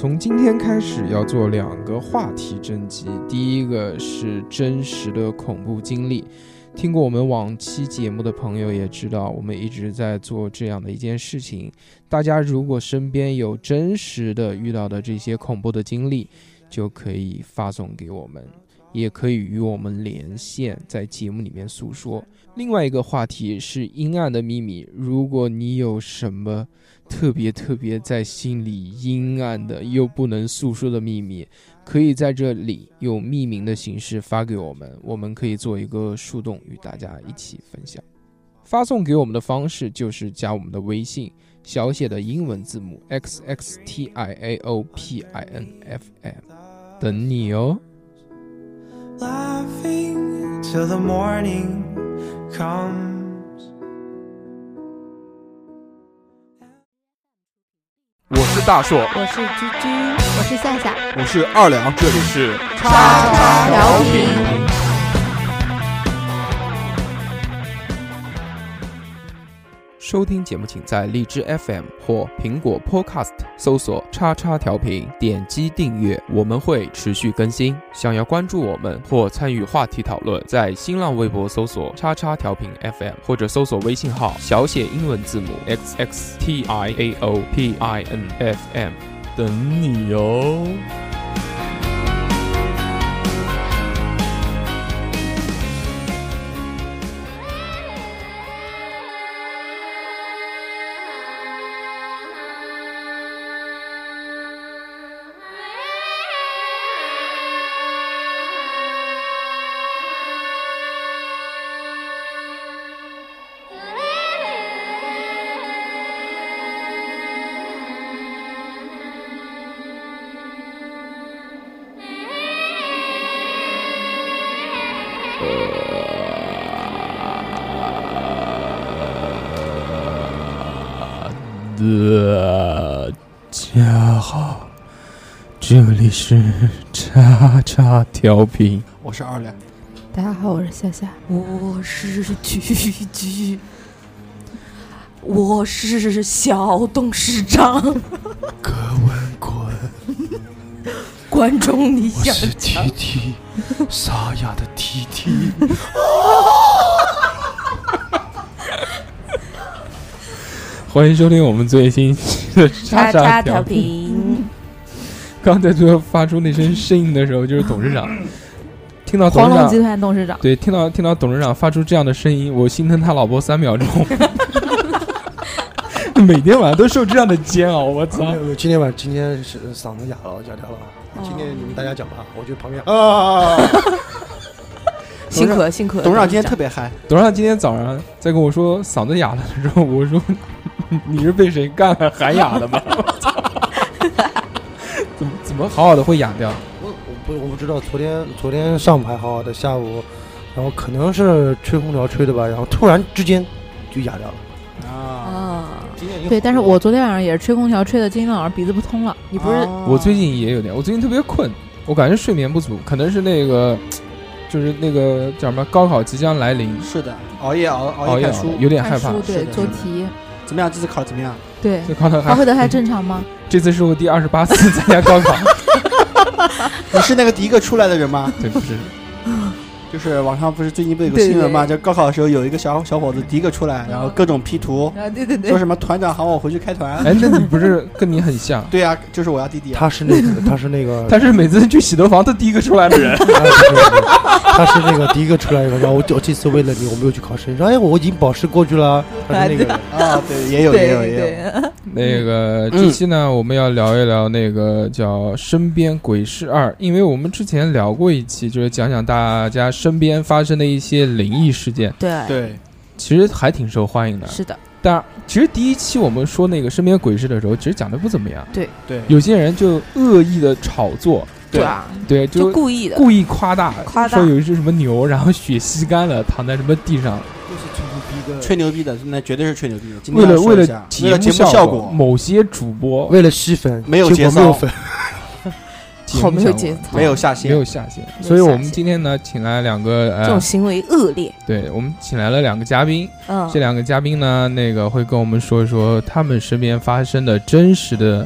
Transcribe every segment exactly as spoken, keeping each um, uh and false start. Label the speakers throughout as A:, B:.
A: 从今天开始要做两个话题征集，第一个是真实的恐怖经历。听过我们往期节目的朋友也知道，我们一直在做这样的一件事情。大家如果身边有真实的遇到的这些恐怖的经历，就可以发送给我们，也可以与我们连线，在节目里面诉说。另外一个话题是阴暗的秘密，如果你有什么特别特别在心里阴暗的又不能诉说的秘密，可以在这里用匿名的形式发给我们，我们可以做一个树洞与大家一起分享。发送给我们的方式就是加我们的微信，小写的英文字母 X X T I A O P I N F M， 等你哦。
B: Laughing till the morning comes。
C: 我是大硕，
D: 我是居居，我是夏夏，
C: 我是二两，这里是
D: 叉叉调频。
A: 收听节目请在荔枝 F M 或苹果 Podcast 搜索叉叉调频，点击订阅，我们会持续更新。想要关注我们或参与话题讨论，在新浪微博搜索叉叉调频 F M 或者搜索微信号小写英文字母 X X T I A O P I N F M， 等你哦。大家好，这里是叉叉调频，
C: 我是二两。
D: 大家好，我是夏夏，我是居居，我是小董事长。
C: 葛文滚，
D: 观众你想
C: 我是 T T， 沙哑的 T T。
A: 欢迎收听我们最新期的叉叉调频。刚才最后发出那声声音的时候，就是董事长听到董事长
D: 黄龙集团董事长，
A: 对，听到听到董事长发出这样的声音，我心疼他老婆三秒钟。每天晚上都受这样的煎熬，我操！
E: 今天晚今天是嗓子哑了，哑掉了。哦、今天你们大家讲吧，我就旁边啊。
D: 辛苦了，辛苦了。
C: 董事长今天特别嗨。
A: 董事长今天早上在跟我说嗓子哑了的时候，我说你是被谁干了喊哑的吗？怎么怎么好好的会哑掉？
E: 我我不我不知道，昨天昨天上午还好好的，下午然后可能是吹空调吹的吧，然后突然之间就哑掉了。
D: 啊，对，但是我昨天晚上也是吹空调吹的，今天早上鼻子不通了。你不是？
A: 啊、我最近也有点，我最近特别困，我感觉睡眠不足，可能是那个。就是那个叫什么，高考即将来临，
C: 是的，熬夜熬
A: 熬夜
C: 看书，
A: 有点害怕。
D: 对，做题
C: 怎么样？这次考得怎么样？
D: 对，
A: 这考的
D: 发挥的还正常吗？
A: 这次是我第二十八次参加高考。
C: 你是那个第一个出来的人吗？
A: 对，不是。
C: 就是网上不是最近不有个新闻嘛？就高考的时候有一个小小伙子第一个出来，然后各种 P 图，
D: 啊，对对对，
C: 说什么团长喊我回去开团。
A: 哎，那你不是跟你很像？
C: 对啊，就是我家弟弟、啊。
E: 他是那个，他是那个，
A: 他是每次去洗头房都第一个出来的人。
E: 他是那个第一个出来的，然后我我这次为了你，我没有去考试。你说，哎，我已经保试过去了。他是那个人
C: 啊，对，也有，也有，也有。
A: 那个这期呢，我们要聊一聊那个叫《身边鬼事二》，因为我们之前聊过一期，就是讲讲大家身边发生的一些灵异事件。
D: 对
C: 对，
A: 其实还挺受欢迎的。
D: 是的。
A: 但其实第一期我们说那个身边鬼事的时候，其实讲的不怎么样。
D: 对
C: 对，
A: 有些人就恶意的炒作。
D: 对啊，
A: 对，就
D: 故意的，
A: 故意夸大，
D: 夸大
A: 说有一只什么牛，然后血吸干了，躺在什么地上，
E: 就是吹牛逼的，
C: 吹牛逼的，那绝对是吹牛逼的。
A: 为了为了
C: 节目效果，
A: 某些主播
E: 为了吸粉，
C: 没有节操，
E: 没有粉，
D: 好没有节操，
C: 没有下限，
A: 没有下限。所以我们今天呢，请来两个呃，
D: 这种行为恶劣。
A: 对，我们请来了两个嘉宾，
D: 嗯，
A: 这两个嘉宾呢，那个会跟我们说一说他们身边发生的真实的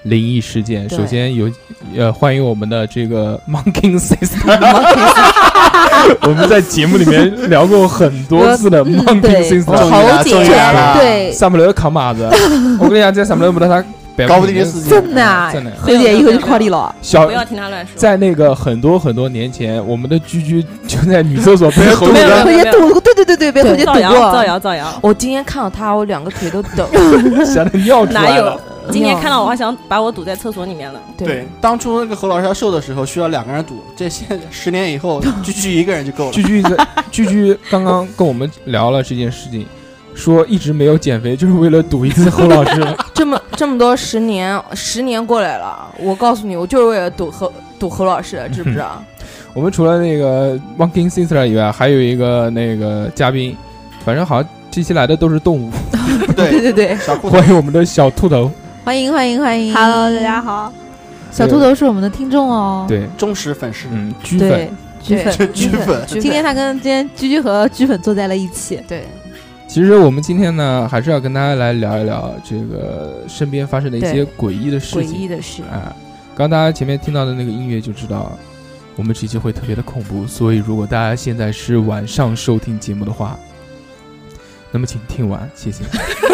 A: 灵异事件。
F: 对
A: 首先有呃，欢迎我们的这个 Monkey Sister， 我们在节目里面聊过很多次的 Monkey
D: 对
A: Sister，
D: 侯姐
C: 终于来了
D: 对，
A: 三不六扛把子，我跟你讲，在三不六不得他
C: 搞不定的事情
D: 真的啊
A: 真的。
D: 侯姐以后就靠你了。
A: 小
F: 不要听他乱说。
A: 在那个很多很多年前，我们的居居就在女厕所被侯姐
F: 没有没有
D: 侯姐堵，对对对对，被侯姐堵
F: 造谣，造
D: 过。
F: 谣，造谣！
G: 我今天看到他，我两个腿都抖。
A: 想的尿出
F: 哪有
A: 来了。？
F: 今天看到我还想把我堵在厕所里面了。
C: 对，当初那个侯老师要瘦的时候需要两个人堵，这现在十年以后，居居一个人就够了。
A: 居居在居居刚刚跟我们聊了这件事情，说一直没有减肥，就是为了堵一次侯老师。
G: 这么这么多十年，十年过来了，我告诉你，我就是为了堵侯堵侯老师的，知不知道？
A: 我们除了那个 Monkey Sister 以外，还有一个那个嘉宾，反正好像这期来的都是动物。
D: 对
C: 对，
D: 对对，
C: 小裤
A: 欢迎我们的小秃头。
D: 欢迎欢迎欢迎
F: Hello，大家好。
D: 小秃头是我们的听众哦。
A: 对，
C: 忠实粉丝，
A: 嗯，居
D: 对
A: 粉。，
D: 居粉
C: 居粉。
D: 今天他跟今天居居和居粉坐在了一起。
G: 对，
A: 其实我们今天呢，还是要跟大家来聊一聊这个身边发生的一些诡异的
G: 诡
A: 事情。
G: 异的事。
A: 啊，刚刚大家前面听到的那个音乐就知道，我们这期会特别的恐怖，所以如果大家现在是晚上收听节目的话，那么请听完，谢谢。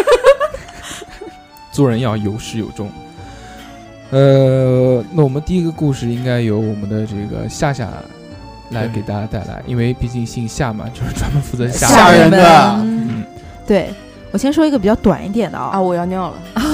A: 做人要有始有终。呃，那我们第一个故事应该由我们的这个夏夏来给大家带来，因为毕竟姓夏嘛，就是专门负责吓
C: 吓人的
D: 们
A: 嗯，
D: 对，我先说一个比较短一点的啊
G: 啊，，我要尿了，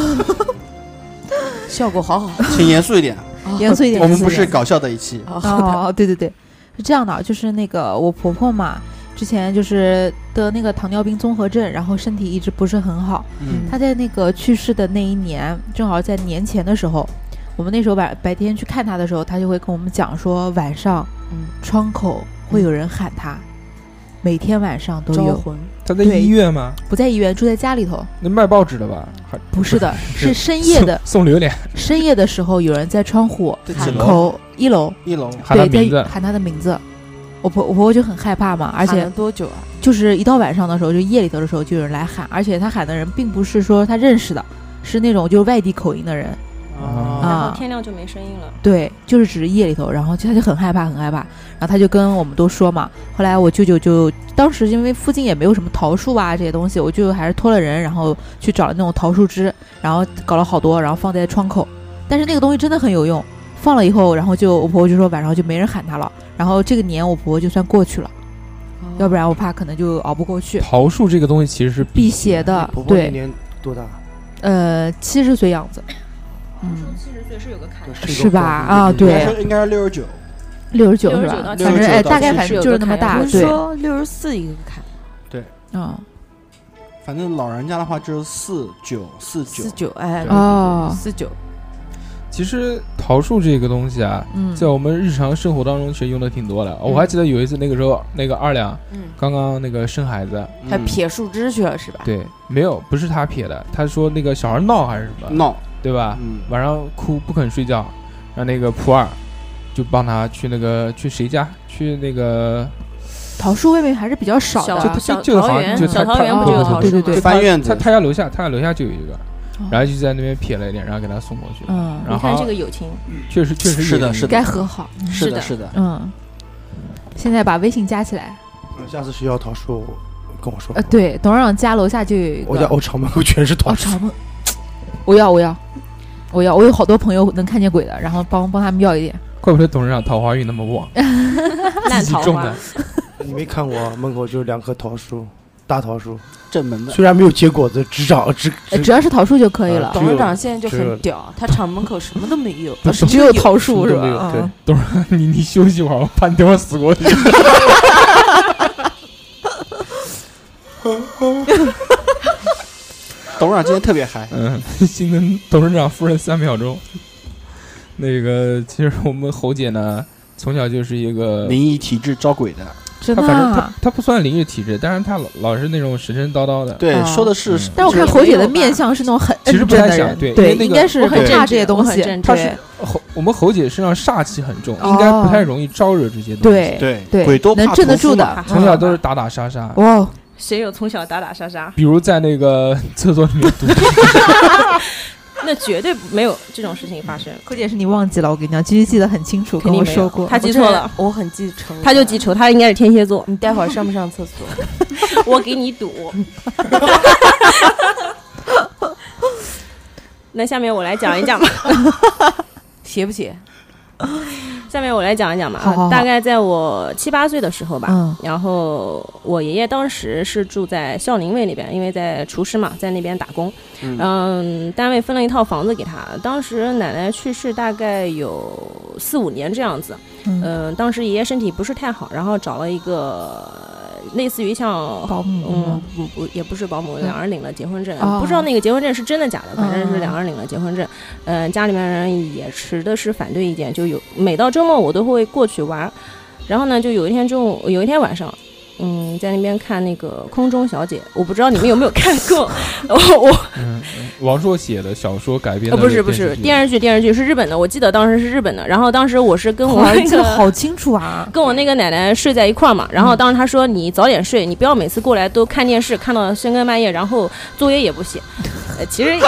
G: 效果好好。
C: 请严肃一点，
D: 严肃一点。
C: 我们不
D: 严肃一点
C: 是搞笑的一期。
G: 哦，好的。
D: 哦，对对对，是这样的，就是那个我婆婆嘛，之前就是得那个糖尿病综合症，然后身体一直不是很好。
C: 嗯，
D: 她在那个去世的那一年，正好在年前的时候，我们那时候白白天去看她的时候，她就会跟我们讲说，晚上
G: 嗯，
D: 窗口会有人喊她，每天晚上都有。
G: 招魂。
A: 他在
D: 对
A: 医院吗？
D: 不在医院，住在家里头。
A: 那卖报纸的吧？还
D: 不是的，是深夜的，
A: 送送榴莲，
D: 深夜的时候有人在窗户喊
C: 在几楼
D: 口一楼，
C: 一楼
A: 喊他
D: 对，
A: 名字
D: 在。喊他的名字。我婆我婆婆就很害怕嘛，而
G: 喊
D: 且
G: 了多久啊？
D: 就是一到晚上的时候，就夜里头的时候就有人来喊，而且他喊的人并不是说他认识的，是那种就是外地口音的人。
A: 啊
F: 然
D: 啊
F: 后天亮就没声音了。
D: 对，就是只是夜里头，然后就他就很害怕，很害怕，然后他就跟我们都说嘛。后来我舅舅就当时因为附近也没有什么桃树啊这些东西，我舅舅还是托了人，然后去找了那种桃树枝，然后搞了好多，然后放在窗口。但是那个东西真的很有用，放了以后，然后就我婆婆就说晚上就没人喊他了，然后这个年我婆婆就算过去了，要不然我怕可能就熬不过去。
A: 桃树这个东西其实是
D: 辟邪的
E: 婆，婆那
D: 对，
E: 年多大？
D: 呃，七十岁样子，嗯，
F: 七十岁是有个坎的。
E: 对
D: 是吧？啊，
C: 应该
D: 对，
C: 是应该是六十九，
D: 六十九是吧？
F: 六十九到
D: 反正
C: 七十
D: 哎，大概
C: 到七十
D: 反正就是那么大，
G: 不是
D: 对，
G: 说六十四一个坎，
D: 嗯，
C: 反正老人家的话就是四九四九
G: 四，九哎，
D: 哦
G: 四九。
A: 其实桃树这个东西啊，
D: 嗯，
A: 在我们日常生活当中其实用的挺多的。我还记得有一次，那个时候那个二两
G: 嗯，
A: 刚刚那个生孩子，
G: 还
C: 嗯
G: 撇树枝去了是吧？
A: 对，没有，不是他撇的，他说那个小孩闹还是什么，
C: 闹，
A: 对吧？
C: 嗯，
A: 晚上哭不肯睡觉，让那个普洱就帮他去那个去谁家去那个
D: 桃树外面还是比较少
F: 小
D: 的，
F: 小
A: 就好像
F: 桃园，
A: 就他
F: 小桃园不就有
D: 哦
F: 桃树吗
D: 对对对？
C: 翻院子
A: 他他家楼下他家楼下就有一个，
D: 哦
A: 然后就在那边撇了一点，然后给他送过去。
D: 嗯，
A: 然后
F: 你看这个友情，
A: 确实确实有点
C: 是的是的
D: 该和好，
C: 是的，
F: 是的
C: 是的，
D: 嗯，现在把微信加起来，
E: 嗯下次需要桃树跟我说
D: 呃，。对，董事长家楼下就有一
E: 我家
D: 个，
E: 我厂门口全是桃
D: 哦，
E: 树。
D: 长梦，我要我要我要，我有好多朋友能看见鬼的，然后帮帮他们要一点，
A: 怪不得董事长桃花运那么旺，
F: 烂桃花
A: 自己种的。。
E: 你没看过门口就两棵桃树，大桃树，
C: 正门的，
E: 虽然没有结果子，只长只
D: 呃
E: 只
D: 只要是桃树就可以
E: 啊
D: 了，
G: 董事长现在就
E: 只有
G: 很屌，他厂门口什么都没有，
A: 不是
D: 只有桃树是
E: 什么都没有
D: 吧？
E: 对
D: 嗯
A: 你你休息一会儿，我怕你等会儿死过去。
C: 董事长今天特别嗨，
A: 嗯，新增董事长夫人三秒钟。那个，其实我们侯姐呢，从小就是一个，
C: 灵异体质招鬼的，
D: 真的
A: 她反正她
D: 啊。
A: 她不算灵异体质，但是她老老是那种神神叨叨的。
C: 对，
D: 啊
C: 说的是
A: 嗯，
D: 但我看
C: 就是
D: 侯姐的面相是那种很
A: 其实
D: 认
A: 不太像
D: 真的人，对，
A: 对因为那个
D: 应该是
F: 我很
D: 很怕
F: 正直我
D: 这些东西，
F: 很正直
A: 她是侯，我们侯姐身上煞气很重，
D: 哦
A: 应该不太容易招惹这些东西。
D: 对
C: 对
D: 对，
C: 鬼多怕
D: 能镇得
C: 屠夫
D: 住的
C: 嘛，
A: 从小都是打打杀杀，
D: 哇，
F: 谁有从小打打杀杀？
A: 比如在那个厕所里面读，
F: 那绝对没有这种事情发生。
D: 关键是你忘记了，我跟你讲，其实记得很清楚，跟我说过。
F: 他记错了，
G: 我很记仇，
F: 他就记仇，他应该是天蝎座。
G: 你待会儿上不上厕所？
F: 我给你赌。那下面我来讲一讲吧，
G: 邪不邪？
F: 下面我来讲一讲吧。
D: 好好好
F: 大概在我七八岁的时候吧，
D: 嗯
F: 然后我爷爷当时是住在孝陵卫那边，因为在厨师嘛，在那边打工。
C: 嗯
F: 嗯，单位分了一套房子给他。当时奶奶去世大概有四五年这样子。
D: 嗯，
F: 嗯，当时爷爷身体不是太好，然后找了一个类似于像
D: 保姆
F: 嗯，不不，也不是保姆，
D: 嗯
F: 两人领了结婚证，
D: 哦
F: 不知道那个结婚证是真的假的，反正是
D: 嗯
F: 两人领了结婚证。嗯、家里面人也持的是反对意见，就有每到周末我都会过去玩。然后呢，就有一天中午，有一天晚上，嗯，在那边看那个《空中小姐》，我不知道你们有没有看过。我我
A: 嗯，王朔写的小说改编的、
F: 呃不是不是电视剧，电视剧是日本的，我记得当时是日本的。然后当时我是跟我
D: 哇，
F: 那个
D: 记得好清楚啊！
F: 跟我那个奶奶睡在一块儿嘛，然后当时她说你早点睡，你不要每次过来都看电视看到深更半夜，然后作业也不写。呃，其实也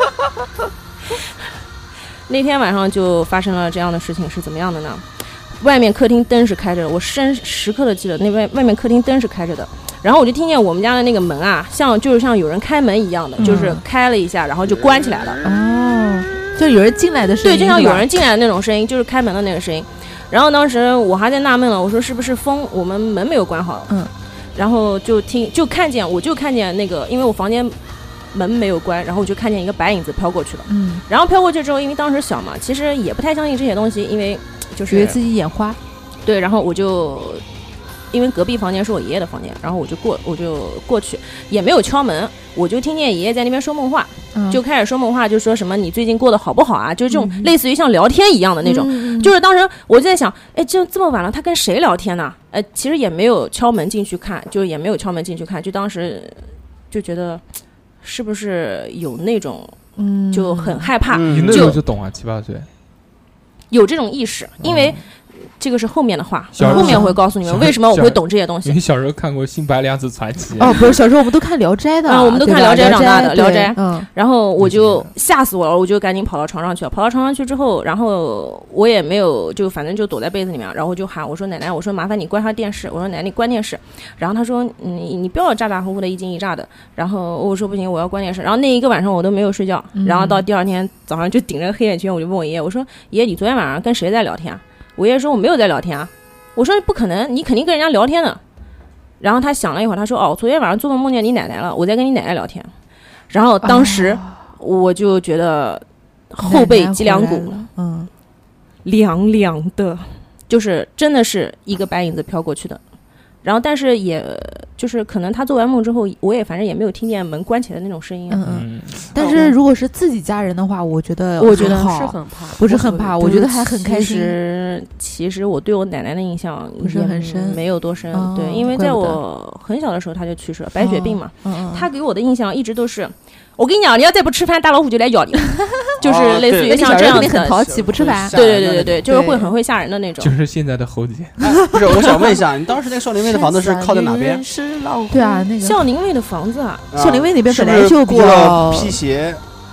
F: 那天晚上就发生了这样的事情，是怎么样的呢？外面客厅灯是开着的，我深时刻的记得那外外面客厅灯是开着的。然后我就听见我们家的那个门啊，像就是像有人开门一样的，
D: 嗯
F: 就是开了一下，然后就关起来了。
D: 哦，就有人进来的声音，
F: 对，就像有
D: 是吧
F: 人进来的那种声音，就是开门的那个声音。然后当时我还在纳闷了，我说是不是风，我们门没有关好。
D: 嗯。
F: 然后就听就看见，我就看见那个，因为我房间门没有关，然后我就看见一个白影子飘过去了。
D: 嗯，
F: 然后飘过去之后，因为当时小嘛，其实也不太相信这些东西，因为就是
D: 觉得自己眼花。
F: 对，然后我就。因为隔壁房间是我爷爷的房间，然后我就过，我就过去，也没有敲门，我就听见爷爷在那边说梦话，
D: 嗯、
F: 就开始说梦话，就说什么你最近过得好不好啊？就是这种类似于像聊天一样的那种。
D: 嗯、
F: 就是当时我就在想，哎，这这么晚了，他跟谁聊天呢？呃，其实也没有敲门进去看，就也没有敲门进去看，就当时就觉得是不是有那种，
D: 嗯，
F: 就很害怕，
C: 嗯、
A: 你那时候就懂啊，七八岁，
F: 有这种意识，因为。这个是后面的话，
A: 小
F: 后面我会告诉你们为什么我会懂这些东西。
A: 因为小时候看过《新白娘子传奇》
D: 哦，不是，小时候我们都看《聊斋》的，
F: 嗯，我们都看《聊斋》长大的，《聊斋》。
D: 嗯，
F: 然后我就吓死我了，我就赶紧跑到床上去了。跑到床上去之后，然后我也没有，就反正就躲在被子里面，然后我就喊我说奶奶，我说麻烦你关下电视，我说奶奶你关电视。然后他说你你不要咋咋呼呼的一惊一乍的。然后我说不行，我要关电视。然后那一个晚上我都没有睡觉，然后到第二天早上就顶着黑眼圈，我就问我爷爷，我说爷爷你昨天晚上跟谁在聊天啊？我爷爷说我没有在聊天啊。我说不可能，你肯定跟人家聊天的。然后他想了一会儿，他说：“哦，昨天晚上做梦梦见你奶奶了，我在跟你奶奶聊天。”然后当时我就觉得后背脊梁骨，
D: 嗯，
F: 凉凉的，就是真的是一个白影子飘过去的。然后，但是也就是可能他做完梦之后，我也反正也没有听见门关起来的那种声音。
D: 嗯嗯。但是如果是自己家人的话，我觉得
F: 我觉得
G: 是很怕，
D: 不是很怕，我觉得还很开心。
F: 其实，其实我对我奶奶的印象
D: 不是很深，
F: 没有多深。
D: 哦、
F: 对，因为在我很小的时候她就去世了，白血病嘛。
D: 嗯嗯。
F: 她给我的印象一直都是。我跟你讲，你要再不吃饭，大老虎就来咬你，就是类似于像这样子的。
D: 很淘气，不吃饭。
F: 对对对对对，就是会很会吓人的那种。
A: 就是现在的侯姐。
C: 不是，我想问一下，你当时那个少林卫的房子是靠在哪边？
D: 对啊，那个
F: 孝陵卫的房子啊，
D: 孝陵卫那边本来
C: 就
D: 过了
C: 辟邪，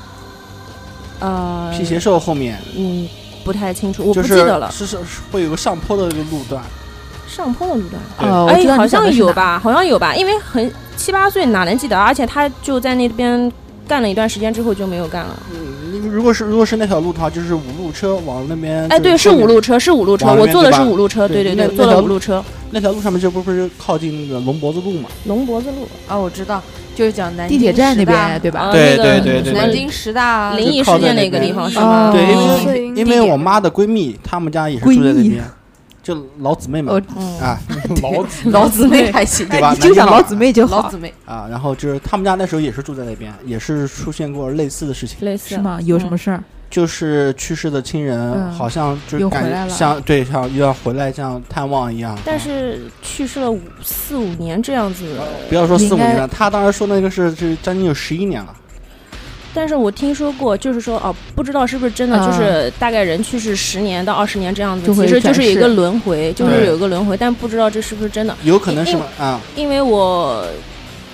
F: 呃，
C: 辟邪兽后面，
F: 嗯，不太清楚，我不记得了。
C: 是是会有个上坡的一个路段，
F: 上坡的路段。
D: 哦，
F: 哎，好像有吧，好像有吧，因为很七八岁哪能记得？而且他就在那边。干了一段时间之后就没有干了。
C: 嗯，如果是如果是那条路的话，就是五路车往那边。
F: 哎，对，是五路车，是五路车，我坐的是五路车，对对对，坐了五路车。
C: 那条路上面就不是靠近那个龙脖子路嘛？
F: 龙脖子路
G: 啊，我知道，就是讲南
D: 地铁站那边，对吧？
C: 对对对对，
G: 南京十大
F: 灵异事件那个地方是吗？
C: 对，因为因为我妈的闺蜜，她们家也是住在那边。就老姊妹们啊，
A: 老姊
G: 老姊妹还行，
C: 对吧？
D: 就讲老姊妹就好，
G: 老姊妹
C: 啊。然后就是他们家那时候也是住在那边，也是出现过类似的事情。
F: 类似
D: 是吗？有什么事儿？
C: 就是去世的亲人好像就感像对像又要回来像探望一样。
F: 但是去世了五四五年这样子，
C: 不要说四五年，他当时说那个是是将近有十一年了。
F: 但是我听说过，就是说哦，不知道是不是真的，
D: 嗯、
F: 就是大概人去世十年到二十年这样子，
D: 就
F: 其实就是有一个轮回，就是有一个轮回，但不知道这是不是真的。
C: 有可能是吗？啊，
F: 因为我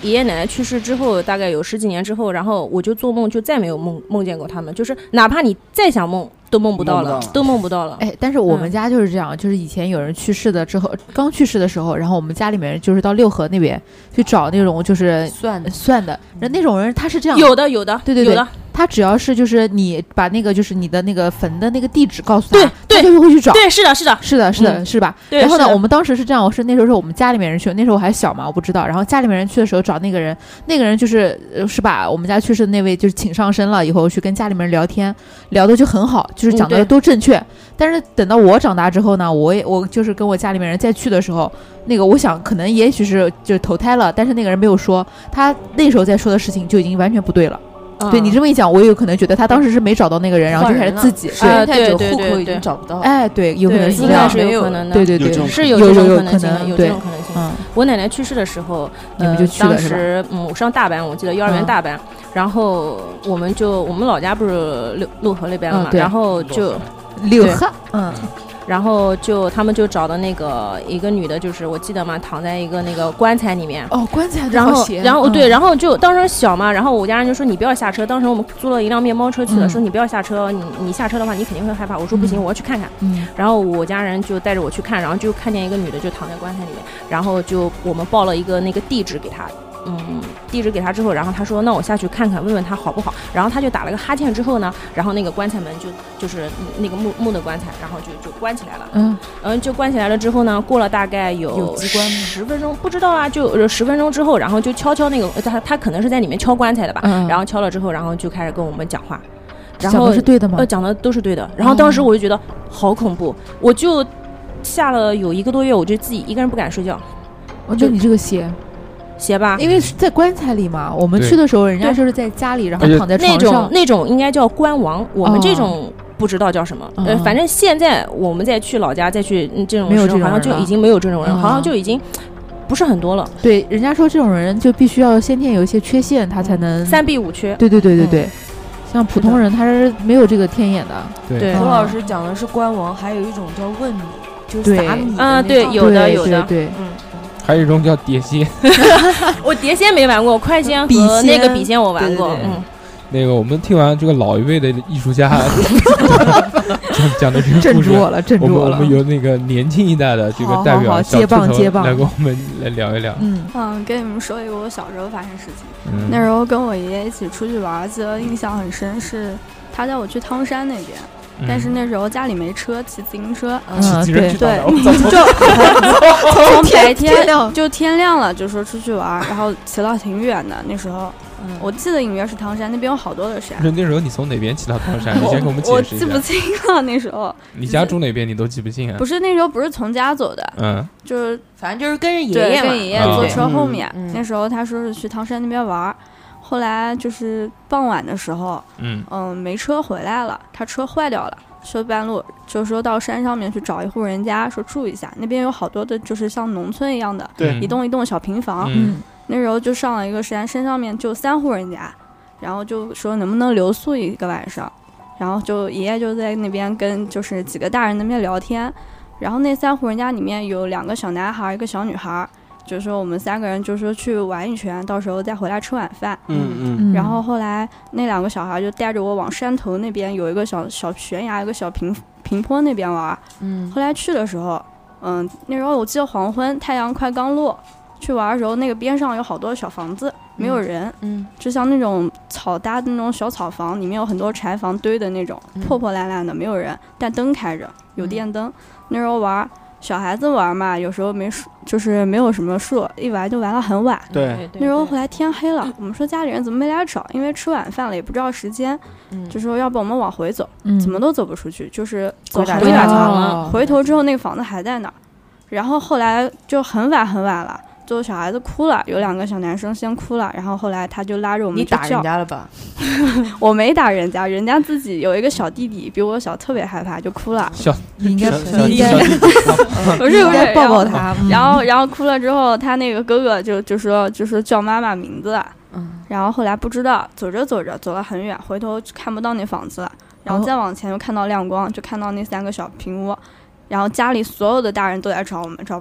F: 爷爷奶奶去世之后，大概有十几年之后，然后我就做梦就再没有梦梦见过他们，就是哪怕你再想梦都梦不到了，
C: 梦不到了
F: 都梦不到了。
D: 哎，但是我们家就是这样，就是以前有人去世的之后，刚去世的时候，然后我们家里面就是到六合那边去找那种就是
G: 算的
D: 算的，人那种人他是这样，
F: 有的有的，
D: 对对对
F: 有的。
D: 他只要是就是你把那个就是你的那个坟的那个地址告诉他，
F: 对对
D: 他就会去找。
F: 对，是的，是的，
D: 是的，是的，
F: 嗯
D: 是吧？
F: 对
D: 然后呢，
F: 是的
D: 我们当时是这样，我是那时候是我们家里面人去，那时候我还小嘛，我不知道。然后家里面人去的时候找那个人，那个人就是呃是把我们家去世的那位就是请上身了以后，去跟家里面人聊天，聊的就很好，就是讲的
F: 嗯对
D: 都正确。但是等到我长大之后呢，我也我就是跟我家里面人再去的时候，那个我想可能也许是就投胎了，但是那个人没有说，他那时候在说的事情就已经完全不对了。对你这么一讲，我也有可能觉得他当时是没找到那个人，然后就开始自己
G: 时间太久，
F: 对对对
G: 户口已
F: 对
G: 经找不到。
D: 哎，对，有可能
F: 对
D: 是这样
F: 应该是有可能的。
D: 对对对，
C: 有这种
F: 是有
D: 有
F: 这种
D: 有
F: 可能性的，有这
D: 对
F: 种可能性。
D: 嗯，
F: 我奶奶去世的时候，
D: 你们就去了
F: 当
D: 是吧
F: 时嗯，我上大班，我记得幼儿园
D: 嗯
F: 大班，然后我们就我们老家不是六六合那边了嘛，
D: 嗯对
F: 然后就对
D: 柳汉，嗯，
F: 然后就他们就找的那个一个女的，就是我记得嘛，躺在一个那个棺材里面。
D: 哦，棺材
F: 然后，然后
D: 嗯
F: 对，然后就当时小嘛，然后我家人就说你不要下车。当时我们租了一辆面包车去的，
D: 嗯
F: 说你不要下车，你你下车的话你肯定会害怕。我说不行，
D: 嗯
F: 我要去看看。
D: 嗯
F: 然后我家人就带着我去看，然后就看见一个女的就躺在棺材里面，然后就我们报了一个那个地址给她，嗯，地址给她之后，然后她说那我下去看看，问问她好不好。然后她就打了个哈欠之后呢，然后那个棺材门就就是那个木木的棺材，然后就就关起来了。
D: 嗯
F: 嗯，就关起来了之后呢，过了大概有
G: 有机关吗
F: 十分钟，不知道啊，就呃十分钟之后，然后就敲敲那个他他可能是在里面敲棺材的吧，
D: 嗯，
F: 然后敲了之后，然后就开始跟我们讲话，然
D: 讲
F: 后
D: 的是对的吗
F: 呃？讲的都是对的。然后当时我就觉得好恐怖，我就下了有一个多月，我就自己一个人不敢睡觉，
D: 我觉得你这个邪，
F: 邪吧。
D: 因为是在棺材里嘛。我们
A: 对
D: 去的时候，人家
F: 对
D: 就是在家里，然后
A: 而且
D: 躺在
F: 那种
D: 床上。
F: 那种应该叫棺王，我们
D: 哦
F: 这种不知道叫什么。
D: 哦
F: 呃，反正现在我们再去老家再去嗯这种
D: 没有
F: 时候，好像
D: 这种人了
F: 就已经没有这种人，
D: 哦
F: 好像就已经不是很多了，
D: 对，人家说这种人就必须要先天有一些缺陷，他才能。
F: 三必五缺。
D: 对对对对
F: 嗯
D: 对，像普通人他是没有这个天眼的。
A: 对
F: 对
G: 胡老师讲的是官王，还有一种叫问米，就是
D: 对
G: 撒米的
F: 啊
G: 那种
F: 对有的
D: 对
F: 有的
D: 对对，
F: 嗯，
A: 还有一种叫碟仙，
F: 我碟仙没玩过，快仙
D: 笔
F: 和那个
D: 仙
F: 笔仙我玩过。
G: 对对对
F: 嗯，
A: 那个我们听完这个老一辈的艺术家讲讲的这个
D: 镇
A: 故事
D: 住，我了，镇
A: 我们我
D: 住我了。
A: 们有那个年轻一代的这个代
D: 好好好
A: 表小
D: 接棒
A: 秃头
D: 接棒
A: 来跟我们来聊一聊。
D: 嗯
H: 嗯，跟你们说一个我小时候发生的事情。
A: 嗯
H: 那时候跟我爷爷一起出去玩，记得印象很深，是他带我去汤山那边，
A: 嗯
H: 但是那时候家里没车，骑自行车。
D: 嗯，
C: 骑人
D: 对
H: 对
C: 去打的，我操
H: 就从白天
D: 天亮
H: 就天亮了，就说出去玩，然后骑了挺远的。那时候
G: 嗯
H: 我记得隐约是汤山，那边有好多的山
A: 不。是那时候你从哪边骑到唐山？你先给我们解
H: 我
A: 释一下。
H: 记不清了，那时候
A: 你家住哪边你都记不清啊？
H: 不是那时候不是从家走的，
A: 嗯
H: 就是
G: 反正就是跟着爷
H: 对
G: 爷嘛，
H: 跟爷爷
A: 啊
H: 坐车后面。
G: 嗯嗯
H: 那时候他说是去汤山那边玩，后来就是傍晚的时候，
A: 嗯
H: 嗯，没车回来了，他车坏掉了，修半路，就说到山上面去找一户人家，说住一下。那边有好多的，就是像农村一样的，
C: 对
A: 嗯
H: 一栋一栋小平房。
A: 嗯
H: 那时候就上了一个山，山上面就三户人家，然后就说能不能留宿一个晚上，然后就爷爷就在那边跟就是几个大人那边聊天，然后那三户人家里面有两个小男孩，一个小女孩。就是说我们三个人就说去玩一圈，到时候再回来吃晚饭。
C: 嗯嗯，
D: 嗯，
H: 然后后来那两个小孩就带着我往山头那边有一个小小悬崖，一个小平平坡那边玩。
G: 嗯
H: 后来去的时候，嗯，那时候我记得黄昏，太阳快刚落，去玩的时候，那个边上有好多小房子，没有人，
G: 嗯
H: 就像那种草搭的那种小草房，里面有很多柴房堆的那种，
G: 嗯
H: 破破烂烂的，没有人，但灯开着，有电灯。那时候玩。小孩子玩嘛，有时候没数，就是没有什么数，一玩就玩到很晚。
C: 对，
H: 那时候后来天黑了，我们说家里人怎么没来找？因为吃晚饭了，也不知道时间，
G: 嗯
H: 就说要不我们往回走，
D: 嗯
H: 怎么都走不出去，就是走
G: 鬼打
H: 很远
F: 墙
H: 了。
F: 了
H: 回头之后那个房子还在那儿，然后后来就很晚很晚了，最后小孩子哭了，有两个小男生先哭了，然后后来他就拉着我们
G: 你打
H: 去叫
G: 人家了吧？
H: 我没打人家，人家自己有一个小弟弟比我小，特别害怕就哭了，
A: 小
D: 你应该
C: 小
D: 你应该
C: 小弟弟
H: 不是不是
D: 应该抱抱
H: 然后
D: 他。嗯
H: 然后然后哭了之后，他那个哥哥就就说就说叫妈妈名字，
G: 嗯
H: 然后后来不知道，走着走着走了很远，回头看不到那房子了，然后再往前又看到亮光，就看到那三个小平屋，然后家里所有的大人都在找我们，找不到。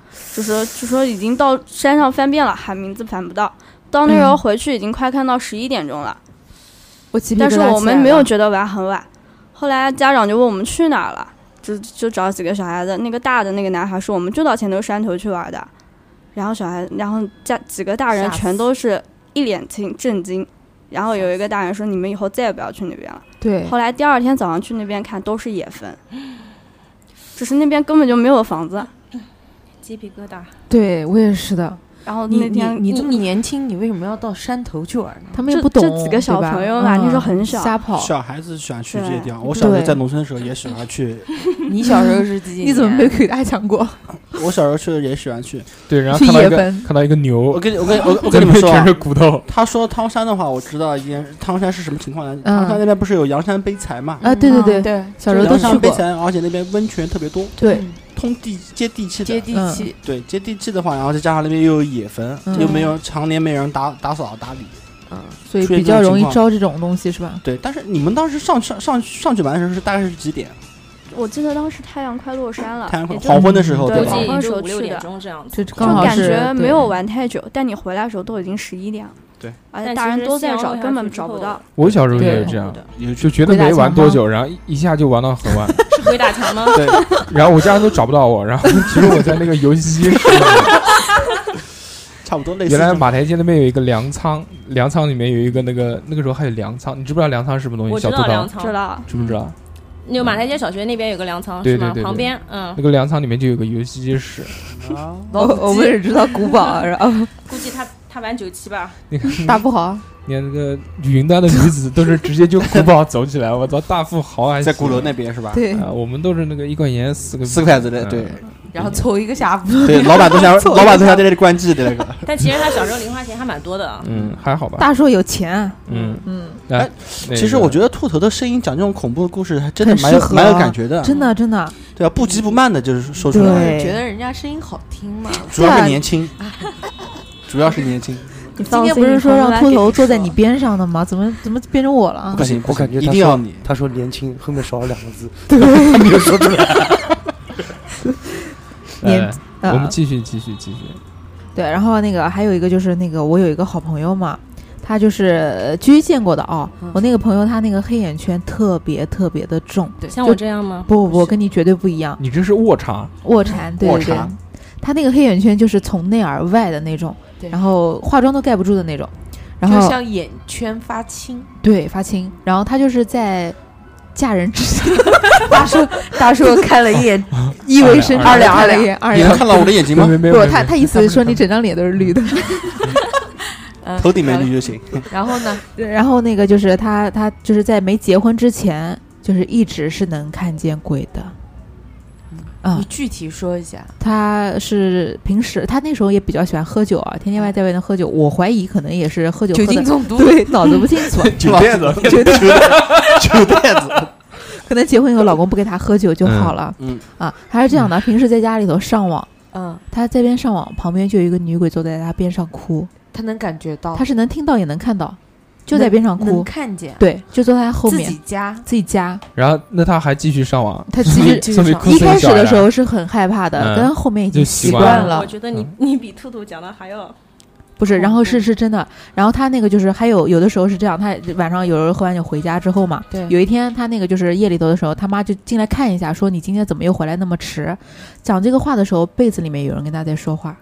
H: 就说就说已经到山上翻遍了，喊名字喊不到。到那时候回去已经快看到十一点钟了，
D: 我鸡皮疙瘩
H: 但是我们
D: 起来了
H: 没有觉得晚很晚。后来家长就问我们去哪儿了，就就找几个小孩子，那个大的那个男孩说我们就到前头山头去玩的，然后小孩，然后家几个大人全都是一脸惊震惊，然后有一个大人说你们以后再也不要去那边了。
D: 对，
H: 后来第二天早上去那边看都是野坟，只是那边根本就没有房子。
F: 鸡皮疙瘩。
D: 对我也是的。
H: 然后
G: 你
H: 那天
G: 你你这么年轻，你为什么要到山头去玩呢？
D: 他们也不懂，
H: 这几个小朋友吧，
D: 嗯、
H: 那时候很小，
D: 瞎跑。
C: 小孩子喜欢去这些地方。
H: 对
C: 我小时候在农村的时候也喜欢去。
G: 你小时候是几几年？
D: 你怎么没给大家讲过？
C: 我小时候去也喜欢去。
A: 对，然后看到一个看到一个牛，
C: 我跟我跟我我跟你们说、啊，
A: 全是骨头。
C: 他说汤山的话，我知道一件汤山是什么情况呢？汤山那边不是有阳山碑材嘛？
D: 啊，对对对
G: 对，
D: 小时候都去过。
C: 阳山碑材，而且那边温泉特别多。
D: 对。
C: 通地接地气的，
G: 接地气、
C: 嗯，对，接地气的话，然后再加上那边又有野坟，嗯、又没有常年没人打打扫打理，
D: 嗯，所以比较容易招这种东西，是吧？
C: 对，但是你们当时上上上上去玩的时候是大概是几点？
H: 我记得当时太阳快落山了，
C: 太阳快黄昏的时候，
H: 对，
C: 吧？
H: 黄昏时候
F: 五六点
H: 去的，
F: 钟这样子，
D: 就刚好
H: 感觉没有玩太久，但你回来的时候都已经十一点了。
C: 对，
H: 而且大人都在找，根本找不到。
A: 我小时候也是这样，就觉得没玩多久，然后一下就玩到很晚。
F: 是鬼打墙吗？
A: 对，然后我家人都找不到我，然后其实我在那个游戏机室，
C: 差不多类似。
A: 原来马台街那边有一个粮仓，粮仓里面有一个那个那个时候还有粮仓，你知不知道粮仓是什么东西？
F: 我知道粮仓，
H: 知道，
A: 知不知道？
F: 那个马台街小学那边有个粮仓，
A: 对对对，
F: 旁边嗯，
A: 那个粮仓里面就有个游戏机室。
D: 啊，我我们只知道古堡，然后
F: 估计他他玩九七吧，
A: 你看
D: 大富豪。
A: 你看那个云端的女子都是直接就古堡走起来，我操，大富豪还
C: 在鼓楼那边是吧？
D: 对
A: 啊，我们都是那个一块钱四个
C: 四块子的，对。
G: 然后凑一个下午，
C: 对，老板都想，老板都想在这里关机的那个。
F: 但其实他小时候零花钱还蛮多的。
A: 嗯，还好吧。
D: 大叔有钱。
A: 嗯
D: 嗯。
C: 哎，其实我觉得兔头的声音讲这种恐怖的故事，还真的蛮有蛮有感觉的。
D: 真的真的。
C: 对啊，不急不慢的，就是说出来。
G: 觉得人家声音好听嘛。
C: 主要是年轻，主要是年轻。
D: 今天不是说让秃头坐在你边上的吗？怎么怎么变成我了？
C: 不行，
E: 我感觉
C: 一定要你。
E: 他说年轻后面少了两个字，
D: 对，
E: 他没有说出来。
A: 年，我们继续继续继续。
D: 对，然后那个还有一个就是那个我有一个好朋友嘛，他就是居见过的哦。我那个朋友他那个黑眼圈特别特别的重，
F: 对，像我这样吗？
D: 不不不，跟你绝对不一样。
A: 你这是卧蚕，
D: 卧蚕，对对对。他那个黑眼圈就是从内而外的那种。然后化妆都盖不住的那种，然后
G: 就像眼圈发青，
D: 对，发青。然后他就是在嫁人之前，大叔大叔看了一眼，意味深长
G: 两
D: 看了一眼，二
C: 你能看到我的眼睛吗？
D: 不，他他意思是说你整张脸都是绿的，
C: 头顶没绿就行。
G: 然后呢？
D: 然后那个就是他他就是在没结婚之前，就是一直是能看见鬼的。
G: 嗯，你具体说一下。
D: 他是平时他那时候也比较喜欢喝酒啊，天天外在外头喝酒。我怀疑可能也是喝酒
G: 酒精中毒，
D: 对，脑子不清楚。
A: 酒垫子，
C: 酒垫子，酒垫子。
D: 可能结婚以后老公不给他喝酒就好了。
C: 嗯
D: 啊，他是这样的，平时在家里头上网，
G: 嗯，
D: 他这边上网，旁边就有一个女鬼坐在他边上哭，
G: 他能感觉到，
D: 他是能听到也能看到。就在边上哭，
G: 能看见，
D: 对，就坐在他后面，
G: 自己家，
D: 自己家。
A: 然后，那他还继续上网，
D: 他继续
G: 继续上。
D: 一开始的时候是很害怕的，
A: 嗯、
D: 但后面已经习
A: 惯
D: 惯了。
F: 我觉得你你比兔兔讲的还要
D: 不是，然后是是真的。然后他那个就是还有有的时候是这样，他晚上有人喝完酒回家之后嘛，
G: 对，
D: 有一天他那个就是夜里头的时候，他妈就进来看一下，说你今天怎么又回来那么迟？讲这个话的时候，被子里面有人跟他在说话，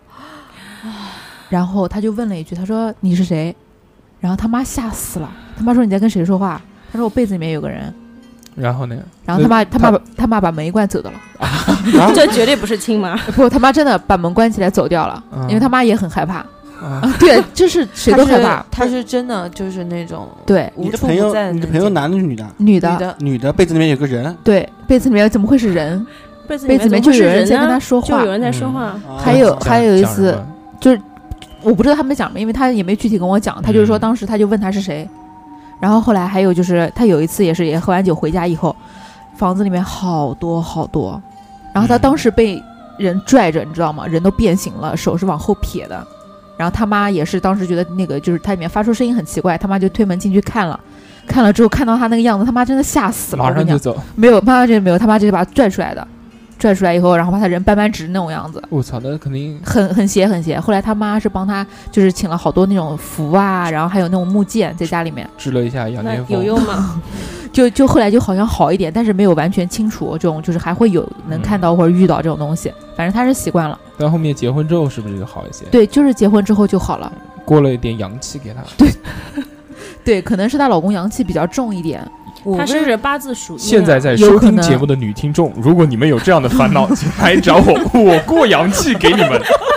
D: 然后他就问了一句，他说你是谁？然后他妈吓死了，他妈说你在跟谁说话？他说我被子里面有个人。
A: 然后呢？
D: 然后他妈他妈他妈把门一关走的了。
F: 啊、这绝对不是亲妈。
D: 不，他妈真的把门关起来走掉了，
A: 嗯、
D: 因为他妈也很害怕。
A: 啊，
D: 对，就是谁都害怕。
G: 他是真的就是那种
D: 对。
C: 你的朋友，你的朋友男的女的？
D: 女的，
C: 女的，被子里面有个人。
D: 对，被子里面怎么会是人？
F: 被子
D: 里面就有人在跟他说话，
F: 就有人在说话。
C: 嗯、
D: 还有还有一次，就是我不知道他们在讲什么，因为他也没具体跟我讲。他就是说当时他就问他是谁，然后后来还有就是他有一次也是也喝完酒回家以后，房子里面好多好多，然后他当时被人拽着，你知道吗？人都变形了，手是往后撇的。然后他妈也是当时觉得那个就是他里面发出声音很奇怪，他妈就推门进去看了，看了之后看到他那个样子，他妈真的吓死了。
A: 马上就走。
D: 没有，妈妈这没有，他妈直接把他拽出来的， 拽出来以后，然后把他人搬搬直那种样子。
A: 我操，那肯定
D: 很很邪很邪。后来他妈是帮他就是请了好多那种符啊，然后还有那种木剑在家里面
A: 治了一下羊
F: 那
A: 癫疯，
F: 有用吗？
D: 就就后来就好像好一点，但是没有完全清除这种，就是还会有能看到或者遇到这种东西。反正他是习惯了。
A: 但后面结婚之后是不是就好一些？
D: 对，就是结婚之后就好了，
A: 过了一点阳气给他。
D: 对，对，可能是她老公阳气比较重一点。
F: 他是不是八字属阴啊？
A: 现在在收听节目的女听众，如果你们有这样的烦恼，请来找我，我过阳气给你们。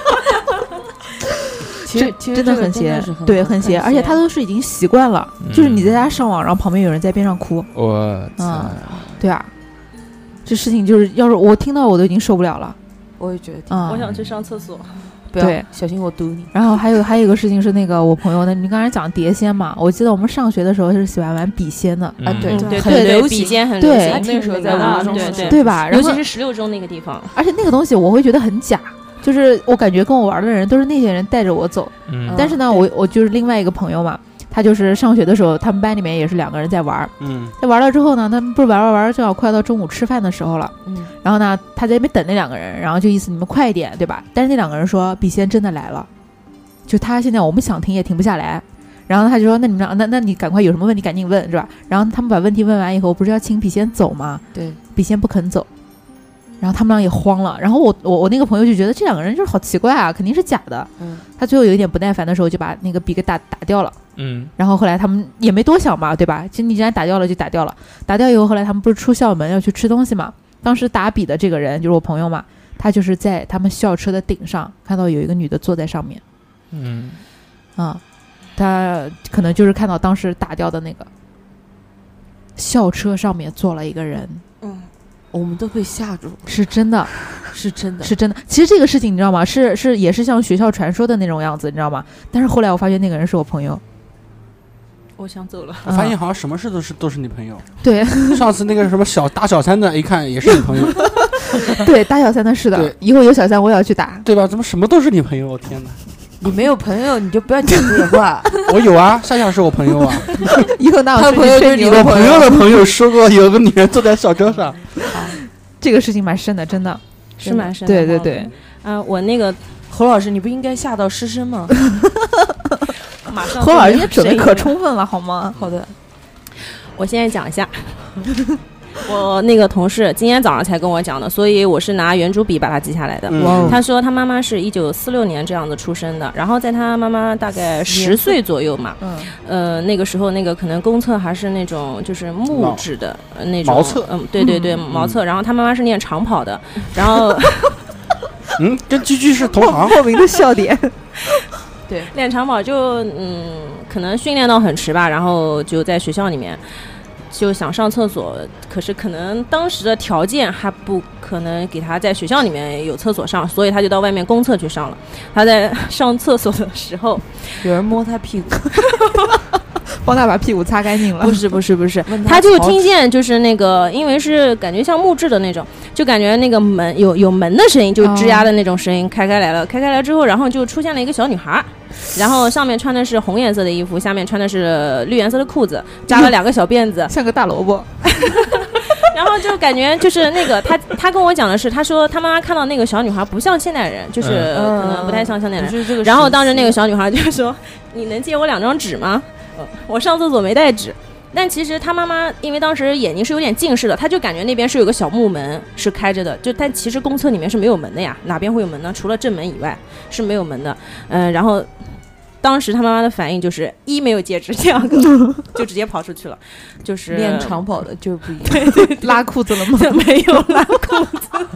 G: 其实其实
D: 真的很邪，对，很邪，而且他都是已经习惯了，
A: 嗯、
D: 就是你在家上网，然后旁边有人在边上哭，
A: 我操、
D: 嗯，对啊，这事情就是要是我听到我都已经受不了了，
G: 我也觉得，
D: 嗯，
F: 我想去上厕所，
G: 不要
D: 对，
G: 小心我堵你。
D: 然后还有还有一个事情是那个我朋友的，你刚才讲碟仙嘛，我记得我们上学的时候是喜欢玩笔仙的，
A: 嗯、
G: 啊，对
F: 对
G: 很流行，
F: 笔仙很流行，
G: 对，那时候在
F: 啊，
G: 高中
F: 对对
D: 对吧？
F: 尤其是十六中那个地方，
D: 而且那个东西我会觉得很假。就是我感觉跟我玩的人都是那些人带着我走，
A: 嗯，
D: 但是呢，我我就是另外一个朋友嘛，他就是上学的时候，他们班里面也是两个人在玩，
C: 嗯，
D: 在玩了之后呢，他们不是玩玩玩，正好快到中午吃饭的时候了，
G: 嗯，
D: 然后呢，他在那边等那两个人，然后就意思你们快一点，对吧？但是那两个人说笔仙真的来了，就他现在我们想停也停不下来，然后他就说那你们俩那那你赶快有什么问题赶紧问是吧？然后他们把问题问完以后，不是要请笔仙走吗？
G: 对，
D: 笔仙不肯走。然后他们俩也慌了，然后我我我那个朋友就觉得这两个人就是好奇怪啊，肯定是假的。
G: 嗯，
D: 他最后有一点不耐烦的时候，就把那个笔给打打掉了。
A: 嗯，
D: 然后后来他们也没多想嘛，对吧？其实你既然打掉了就打掉了，打掉以后，后来他们不是出校门要去吃东西嘛？当时打笔的这个人就是我朋友嘛，他就是在他们校车的顶上看到有一个女的坐在上面。
A: 嗯，
D: 啊，他可能就是看到当时打掉的那个校车上面坐了一个人。
G: 嗯。我们都被吓住，
D: 是真的，
G: 是真的，
D: 是真的。其实这个事情你知道吗？是是也是像学校传说的那种样子，你知道吗？但是后来我发现那个人是我朋友，
F: 我想走了。
C: 我发现好像什么事都是都是你朋友。
D: 对，
C: 上次那个什么小打小三的，一看也是你朋友。
D: 对，打小三的是的，以后有小三我也要去打，
C: 对吧？怎么什么都是你朋友？我天哪！
G: 你没有朋友，你就不要讲这些话。
C: 我有啊，夏夏是我朋友啊。
D: 以后那
G: 他朋友就是你的
C: 朋友的朋友说过，有个女人坐在小车上。
D: 这个事情蛮深的，真的
F: 是蛮深的。
D: 对对对，
F: 啊、呃，我那个
G: 侯老师，你不应该吓到师生吗？
F: 马上
D: 侯老师准备可充分了，好吗？
G: 好的，
F: 我现在讲一下。我那个同事今天早上才跟我讲的，所以我是拿圆珠笔把它记下来的。
C: 嗯、
F: 他说他妈妈是一九四六年这样子出生的，然后在他妈妈大概十岁左右嘛，
D: 嗯，
F: 呃，那个时候那个可能公厕还是那种就是木质的那种
C: 茅厕，
F: 嗯，对对对，
C: 嗯、
F: 茅厕。然后他妈妈是练长跑的，然后，
C: 嗯，跟居居是同行，
D: 莫名的笑点。
F: 对，练长跑就嗯，可能训练到很迟吧，然后就在学校里面。就想上厕所，可是可能当时的条件还不可能给他在学校里面有厕所上，所以他就到外面公厕去上了。他在上厕所的时候，
G: 有人摸他屁股，
D: 帮他把屁股擦干净了。
F: 不是不是不是，
G: 他
F: 他就听见就是那个，因为是感觉像木质的那种，就感觉那个门有有门的声音，就吱呀的那种声音开开来了，开开来之后，然后就出现了一个小女孩。然后上面穿的是红颜色的衣服，下面穿的是绿颜色的裤子，扎了两个小辫子，
D: 像个大萝卜。
F: 然后就感觉就是那个他他跟我讲的是，他说他妈妈看到那个小女孩不像现代人，就是可能不太像现代人。
G: 嗯、
F: 然后当时那个小女孩就说：“你能借我两张纸吗？我上厕所没带纸。”但其实他妈妈因为当时眼睛是有点近视的，他就感觉那边是有个小木门是开着的，就但其实公厕里面是没有门的呀，哪边会有门呢？除了正门以外是没有门的。嗯、呃，然后当时他妈妈的反应就是一没有戒指，第二个就直接跑出去了，就是
G: 练长跑的就不一样，
F: 对对对
D: 拉裤子了吗？
F: 没有拉裤子。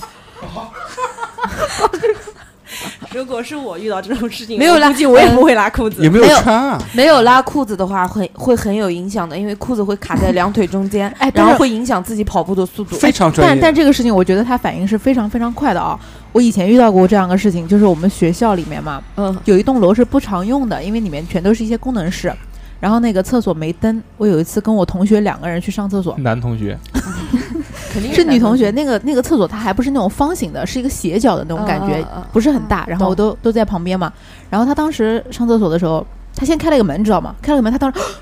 F: 如果是我遇到这种事情，
G: 没有拉，
F: 估计我也不会拉裤子。
C: 有没有穿啊？
G: 没有拉裤子的话，会会很有影响的，因为裤子会卡在两腿中间，
D: 哎，
G: 然后会影响自己跑步的速度。
C: 非常专业。
D: 但但这个事情，我觉得他反应是非常非常快的啊！我以前遇到过这样的事情，就是我们学校里面嘛，
G: 嗯，
D: 有一栋楼是不常用的，因为里面全都是一些功能室。然后那个厕所没灯，我有一次跟我同学两个人去上厕所，
A: 男同学，
G: 肯定
D: 是女同学。那个那个厕所它还不是那种方形的，是一个斜角的那种感觉，
G: 嗯嗯嗯、
D: 不是很大。然后我都都在旁边嘛。然后他当时上厕所的时候，他先开了个门，知道吗？开了个门，他当时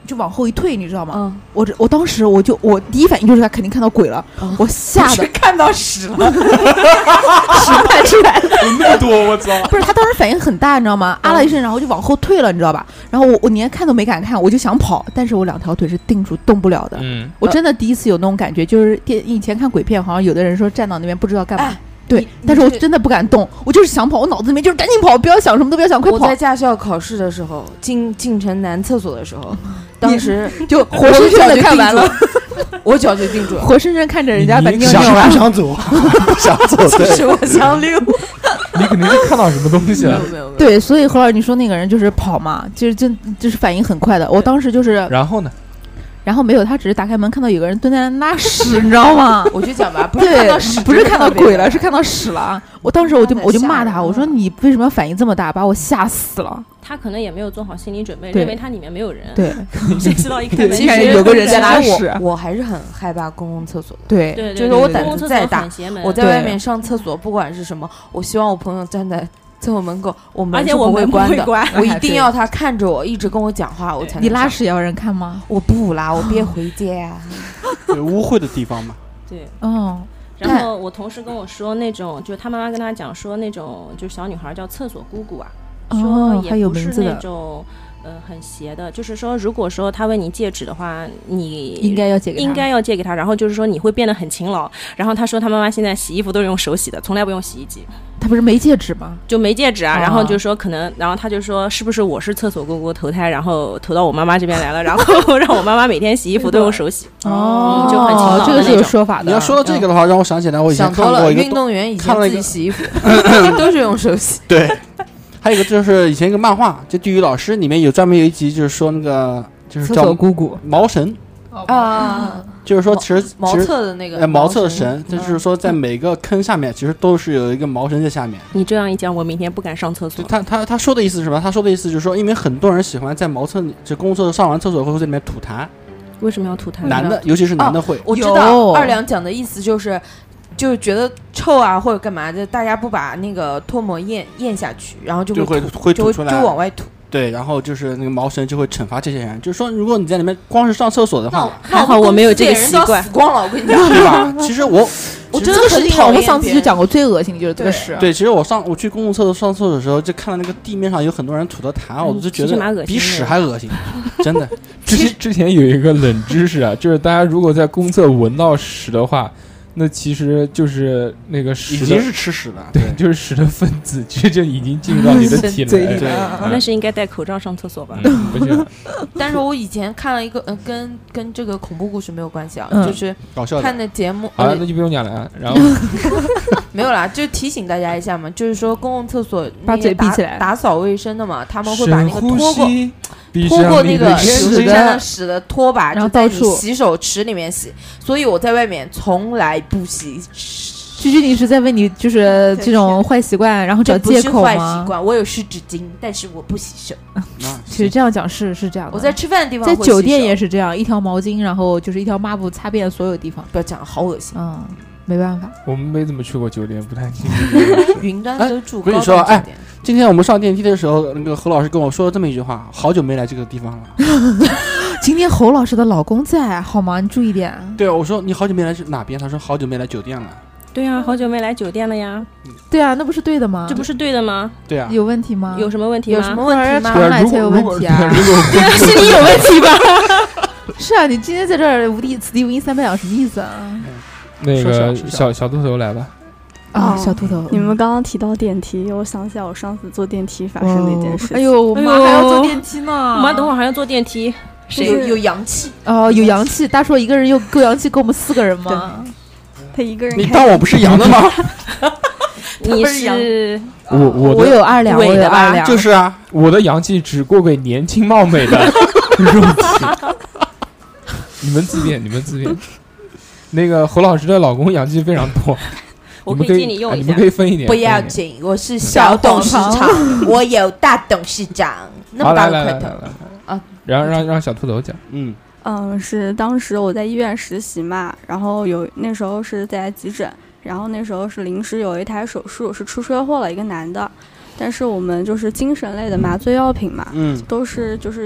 D: 就往后一退，你知道吗？
G: 嗯，
D: 我这我当时我就我第一反应就是他肯定看到鬼了，
G: 嗯
D: 我吓得
G: 看到屎了，
D: 屎探出来了。
A: 有那么多，我操！
D: 不是他当时反应很大，你知道吗？啊了一声，然后就往后退了，你知道吧？然后我我连看都没敢看，我就想跑，但是我两条腿是定住动不了的。
A: 嗯，
D: 我真的第一次有那种感觉，就是电以前看鬼片，好像有的人说站到那边不知道干嘛。
G: 哎
D: 对
G: 你，
D: 但是我真的不敢动，我就是想跑，我脑子里面就是赶紧跑，不要想什么都不要想，快跑
G: 我在！驾校考试的时候，进进城男厕所的时候，当时
D: 就活生生的看完了，
G: 我脚就定住了，
D: 活生生看着人家把
A: 你
D: 尿
E: 想不
D: 尿完。
E: 想走？
C: 不想走，对，
G: 是我想溜。
A: 你肯定是看到什么东西了
G: 没有。没有没有，
D: 对，所以何老师你说那个人就是跑嘛，就是就就是反应很快的。我当时就是，
A: 然后呢？
D: 然后没有，他只是打开门看到有个人蹲在那拉屎，你知道吗？
G: 我就讲吧，不是看
D: 对
G: 到屎，，
D: 不是看到鬼了，
G: 是
D: 是看到屎了。我当时我就
G: 妈的
D: 我就骂他，
G: 吓人
D: 我说你为什么反应这么大，把我吓死了。
F: 他可能也没有做好心理准备，
D: 对
F: 认为它里面没有人。
D: 对，
F: 谁知道一开门
D: 其实
G: 其实
D: 有个人在拉
G: 其实
D: 屎
G: 我我还是很害怕公共厕所的。
D: 对
F: 对，对
G: 就是我胆
F: 对公共厕所
G: 子再大
F: 很邪门
G: 我在
D: 对
G: 外面上厕所，不管是什么，我希望我朋友站在厕所门口，我门
F: 而且
G: 是不会
F: 我门不
G: 关的，
F: 会关。
G: 我一定要他看着我，一直跟我讲话，我才能
D: 你拉
G: 上。
D: 屎也要人看吗？
G: 我不拉，我憋回家。
C: 对污秽的地方嘛。
F: 对，
D: 哦，
F: 然后我同事跟我说，那种就是他妈妈跟他讲说，那种就是小女孩叫厕所姑姑啊，
D: 哦
F: 说
D: 还有
F: 也不是那
D: 名字的
F: 种呃很邪的，就是说如果说他问你借纸的话，你
D: 应该要借给他。
F: 应该要借给他，然后就是说你会变得很勤劳。然后他说他妈妈现在洗衣服都是用手洗的，从来不用洗衣机，
D: 他不是没戒指吗？
F: 就没戒指啊。
D: 哦
F: 然后就说可能，然后他就说是不是我是厕所姑姑投胎，然后投到我妈妈这边来了，然后让我妈妈每天洗衣服都用手洗。
D: 哦
F: 就很勤劳的
D: 这个是有
F: 那种
D: 说法的。
C: 你要说到这个的话，让我想起来，我以前
G: 想多了，运
C: 看过一个动，
G: 动员以前自己
C: 看了一个
G: 洗衣服都是用手洗。
C: 对，还有一个就是以前一个漫画，就《地狱老师》里面有专门有一集，就是说那个就是
D: 厕
C: 叫
D: 所姑姑
C: 毛神，
G: 啊，
C: 就是说其实
G: 茅
C: 其实
G: 厕的那个
C: 呃茅厕
G: 神
C: 神，就是说在每个坑下面其实都是有一个毛神在下面。
F: 你这样一讲，我明天不敢上厕所
C: 就。他他他说的意思是什么？他说的意思就是说，因为很多人喜欢在茅厕里，就公厕上完厕所后在里面吐痰，
F: 为什么要吐痰？
C: 男的尤其是男的会。
G: 我知
D: 有
G: 道二两讲的意思就是，就是觉得臭啊或者干嘛的，大家不把那个唾沫咽咽下去，然后就
C: 就会
G: 吐
C: 会
G: 就会就
C: 吐出来，
G: 往外吐。
C: 对，然后就是那个毛神就会惩罚这些人，就是说，如果你在里面光是上厕所的话，
F: 还好我没有这个习惯
G: 人都死光了，我跟你讲，
C: 对吧？其实我
G: 我
C: 其实
G: 真的很讨
D: 我
G: 厌别人
D: 上次就讲过最恶心的就是这个
G: 对
D: 事。
C: 对，其实我上我去公共厕所上厕所的时候，就看到那个地面上有很多人吐的痰，我就觉
F: 嗯其实蛮恶
C: 得比
F: 心的
C: 屎还恶心，真的。
A: 之前之前有一个冷知识啊，就是大家如果在公厕闻到屎的话，那其实就是那个
C: 已
A: 屎的
C: 经是吃屎了，
A: 对，就是屎的分子，其实就已经进入到你的体内
D: 嘴里
A: 了。
C: 对
D: 了
F: 那是应该戴口罩上厕所吧？
A: 嗯，不行，
G: 但是我以前看了一个，呃，跟跟这个恐怖故事没有关系啊，
D: 嗯
G: 就是
C: 搞笑的
G: 看。的节目，
A: 好了，
G: 呃
A: 那就不用讲了啊。然后
G: 没有啦，就提醒大家一下嘛，就是说公共厕所
D: 把
G: 那些打
D: 嘴闭起来
G: 打扫卫生的嘛，他们会把那个
A: 深呼
G: 拖过
A: 吸，闭
G: 拖过
A: 上你的
G: 那个
A: 眼睛
G: 有沾了屎的拖把，
D: 然后
G: 就在你
D: 到处
G: 洗手池里面洗，所以我在外面从来不洗。
D: 居居，你是在为你就是这种坏习惯，然后找
G: 这不
D: 借
G: 是坏习
D: 口吗？
G: 惯，我有湿纸巾，但是我不洗手。
C: 啊
D: 其实这样讲是是这样的。
G: 我在吃饭的地方
D: 在
G: 会洗手
D: 酒店也是这样，一条毛巾，然后就是一条抹布擦遍所有地方。
G: 不要讲，好恶心。
D: 嗯，没办法。
A: 我们没怎么去过酒店，不太清楚。
G: 云端
C: 哎
G: 都住
C: 我跟你
G: 高
C: 说哎
G: 档酒店，
C: 今天我们上电梯的时候，那个何老师跟我说了这么一句话：好久没来这个地方了。
D: 今天侯老师的老公在，好吗？你注意点。
C: 对，我说你好久没来是哪边？他说好久没来酒店了。
F: 对呀、好久没来酒店了呀，
D: 对啊，那不是对的吗？
F: 这不是对的吗？
C: 对啊，
D: 有问题吗？
F: 有什么问题吗？
G: 有什么问题吗？
A: 对啊，如
D: 常来才有
A: 果如果
D: 问题啊！
A: 如果
D: 是你有问题吧？是啊，你今天在这儿无敌此地无银三百两，什么意思啊？
A: 那个
C: 说笑说笑
A: 小小秃头来吧，
D: 啊，
H: 哦
D: 小秃头，
H: 你们刚刚提到电梯，我想起来我上次坐电梯发生的一件事情。
D: 哎呦，我妈
F: 哎呦
D: 还要坐电梯呢。
F: 我妈等会儿还要坐电梯，
G: 谁有有阳气？
D: 哦，有阳气。大硕一个人又够阳气，够我们四个人吗？
H: 他一个人
C: 你
H: 开
C: 当我不是羊的吗？
F: 你
G: 不是羊
F: 是
A: 我我
D: 我
A: 的
D: 有二两，我
F: 伪的吧
D: 有二两。
C: 就是啊，
A: 我的阳气只过给年轻貌美的肉体。你们自辩，你们自辩。那个侯老师的老公阳气非常多，
F: 我
A: 你们可
F: 可以借你用一下
A: 啊你们可。以分一点，
G: 不要
A: 分一点。
G: 紧，我是小董事长，我有大董事长，那
A: 好，
G: 么大
A: 来
G: 的块头
A: 来来来来
G: 啊！
A: 然后让让小秃头讲，
C: 嗯，
H: 嗯，是当时我在医院实习嘛，然后有那时候是在急诊，然后那时候是临时有一台手术是出车祸了，一个男的，但是我们就是精神类的麻醉药品嘛，
C: 嗯，
H: 都是就是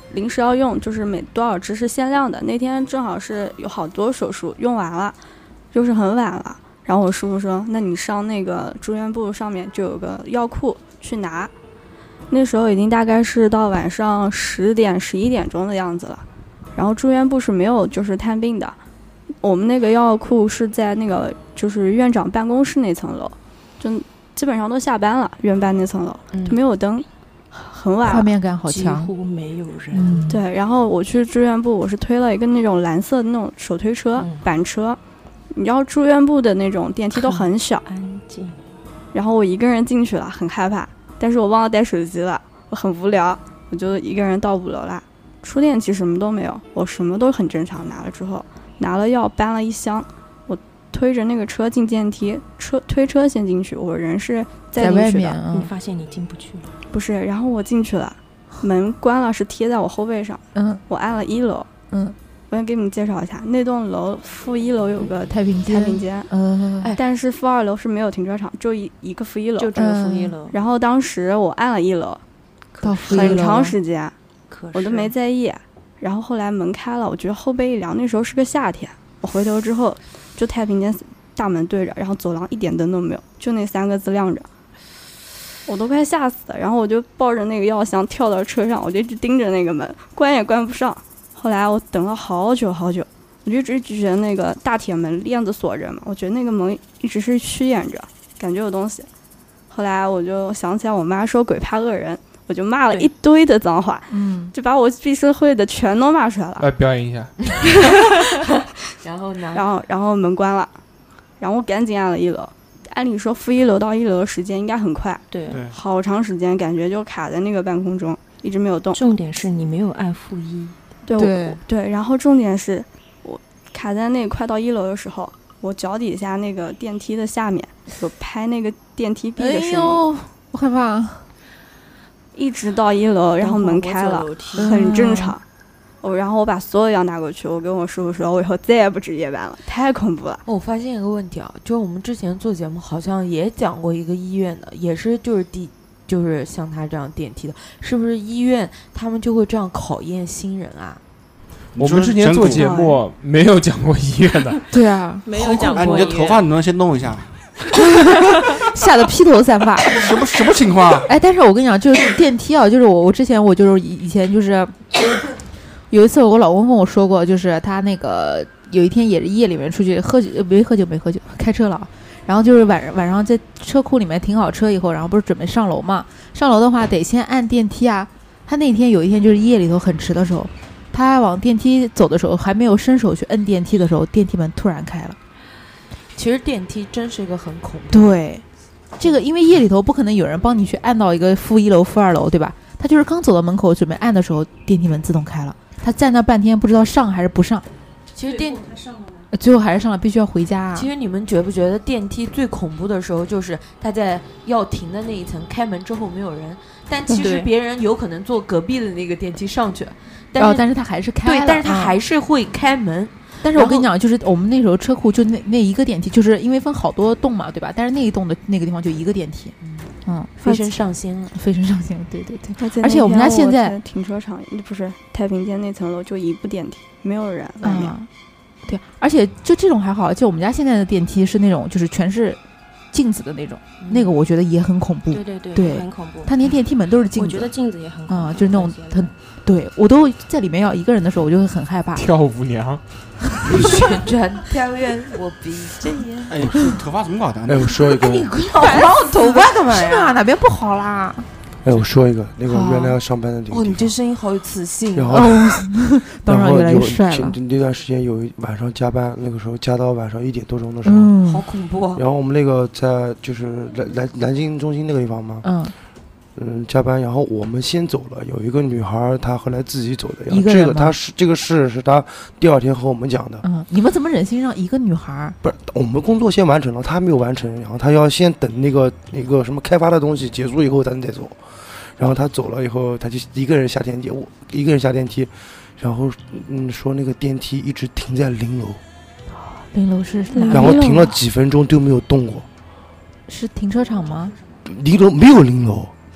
H: 临时要用，就是每多少支是限量的。那天正好是有好多手术用完了，就是很晚了。然后我师傅说：“那你上那个住院部上面就有个药库去拿。”那时候已经大概是到晚上十点、十一点钟的样子了。然后住院部是没有就是探病的，我们那个药库是在那个就是院长办公室那层楼，就基本上都下班了，院办那层楼就没有灯，很晚了，
D: 画面感好强，
F: 几乎没有人。
D: 嗯，
H: 对，然后我去住院部，我是推了一个那种蓝色的那种手推车、
F: 嗯、
H: 板车。你知道住院部的那种电梯都很小，
F: 安静。
H: 然后我一个人进去了，很害怕，但是我忘了带手机了，我很无聊，我就一个人到五楼啦。出电梯什么都没有，我什么都很正常。拿了之后，拿了药，搬了一箱，我推着那个车进电梯，车推车先进去，我人是再进去的。
D: 嗯、
F: 你发现你进不去了？
H: 不是，然后我进去了，门关了，是贴在我后背上。
D: 嗯，
H: 我按了一楼。
D: 嗯。
H: 我先给你们介绍一下，那栋楼负一楼有个
D: 太平间，
H: 太平间，
D: 嗯、
H: 呃，但是负二楼是没有停车场，就一一个负一楼，
F: 就只有负一楼。
H: 然后当时我按了一楼，
D: 到负一楼
H: 很长时间，
F: 可是
H: 我都没在意。然后后来门开了，我觉得后背一凉，那时候是个夏天，我回头之后，就太平间大门对着，然后走廊一点灯都没有，就那三个字亮着，我都快吓死了。然后我就抱着那个药箱跳到车上，我就一直盯着那个门，关也关不上。后来我等了好久好久，我就一直觉得那个大铁门链子锁着嘛，我觉得那个门一直是虚掩着，感觉有东西。后来我就想起来我妈说鬼怕恶人，我就骂了一堆的脏话，
D: 嗯，
H: 就把我毕社会的全都骂出来了。
A: 来表演一下。
F: 然后呢？
H: 然后然后门关了，然后我赶紧按了一楼。按理说负一楼到一楼的时间应该很快，
F: 对，
H: 好长时间，感觉就卡在那个半空中，一直没有动。
F: 重点是你没有按负一。
H: 对对对，然后重点是我卡在那快到一楼的时候，我脚底下那个电梯的下面有拍那个电梯壁的声音，哎呦，
D: 我害怕。
H: 一直到一楼，然后门开了，很正常。我、嗯、然后我把所有药拿过去，我跟我师傅说，我以后再也不值夜班了，太恐怖了。
I: 我发现一个问题啊，就是我们之前做节目好像也讲过一个医院的，也是就是第。就是像他这样电梯的，是不是医院他们就会这样考验新人啊？
A: 我们之前做节目没有讲过医院的。
D: 对啊，
F: 没有讲过。
C: 哎，你的头发能不能先弄一下？
D: 吓得披头散发。
C: 什么什么情况？
D: 哎，但是我跟你讲，就是电梯啊，就是我我之前我就是以前就是有一次我老公跟我说过，就是他那个有一天也是夜里面出去喝酒，没喝酒没喝酒，开车了。然后就是晚晚上在车库里面停好车以后，然后不是准备上楼嘛？上楼的话得先按电梯啊。他那天有一天就是夜里头很迟的时候，他往电梯走的时候，还没有伸手去摁电梯的时候，电梯门突然开了。
I: 其实电梯真是一个很恐怖。
D: 对，这个因为夜里头不可能有人帮你去按到一个负一楼、负二楼，对吧？他就是刚走到门口准备按的时候，电梯门自动开了。他站那半天不知道上还是不上。
I: 其实电
D: 最后还是上了，必须要回家啊。
I: 其实你们觉不觉得电梯最恐怖的时候，就是他在要停的那一层开门之后没有人，但其实别人有可能坐隔壁的那个电梯上去，但是、
D: 哦、但是他还是开了，
I: 对，但是他还是会开门。嗯、
D: 但是我跟你讲，就是我们那时候车库就那那一个电梯，就是因为分好多栋嘛，对吧？但是那一栋的那个地方就一个电梯。嗯
I: 嗯，飞升上仙了，
D: 飞升上仙了，对对对。
H: 而
D: 且我们家现在
H: 停车场不是太平间那层楼就一部电梯，没有人外面。
D: 嗯对，而且就这种还好，就我们家现在的电梯是那种就是全是镜子的那种，嗯、那个我觉得也很恐怖。
F: 对对对，
D: 对
F: 很恐怖。
D: 它连电梯门都是镜子，
F: 我觉得镜子也很恐怖
D: 啊、嗯，就是那种很，对我都在里面要一个人的时候，我就会很害怕。
A: 跳舞娘，
I: 旋转跳跃，我闭着眼。
C: 哎，头发怎么搞的？
E: 哎，我说一个，
D: 哎、你搞我头发干嘛呀？是啊，哪边不好啦？
E: 哎，我说一个，那个原来要上班的地方。
I: 哦，你这声音好有磁性。
E: 然后，
D: 哦、当然越来越帅了。
E: 那段时间有一晚上加班，那个时候加到晚上一点多钟的时候，
D: 嗯、
I: 好恐怖啊。
E: 然后我们那个在就是南南南京中心那个地方嘛，
D: 嗯
E: 嗯，加班，然后我们先走了，有一个女孩她后来自己走的，
D: 一个
E: 这个她是这个事是她第二天和我们讲的。
D: 嗯，你们怎么忍心让一个女孩？
E: 不是，我们工作先完成了，她没有完成，然后她要先等那个那个什么开发的东西结束以后，咱再走。然后他走了以后，他就一个人下电梯，我一个人下电梯，然后嗯说那个电梯一直停在零楼，
D: 零楼是
E: 然后停了几分钟都没有动过。
D: 是停车场吗？
E: 零楼没有零楼，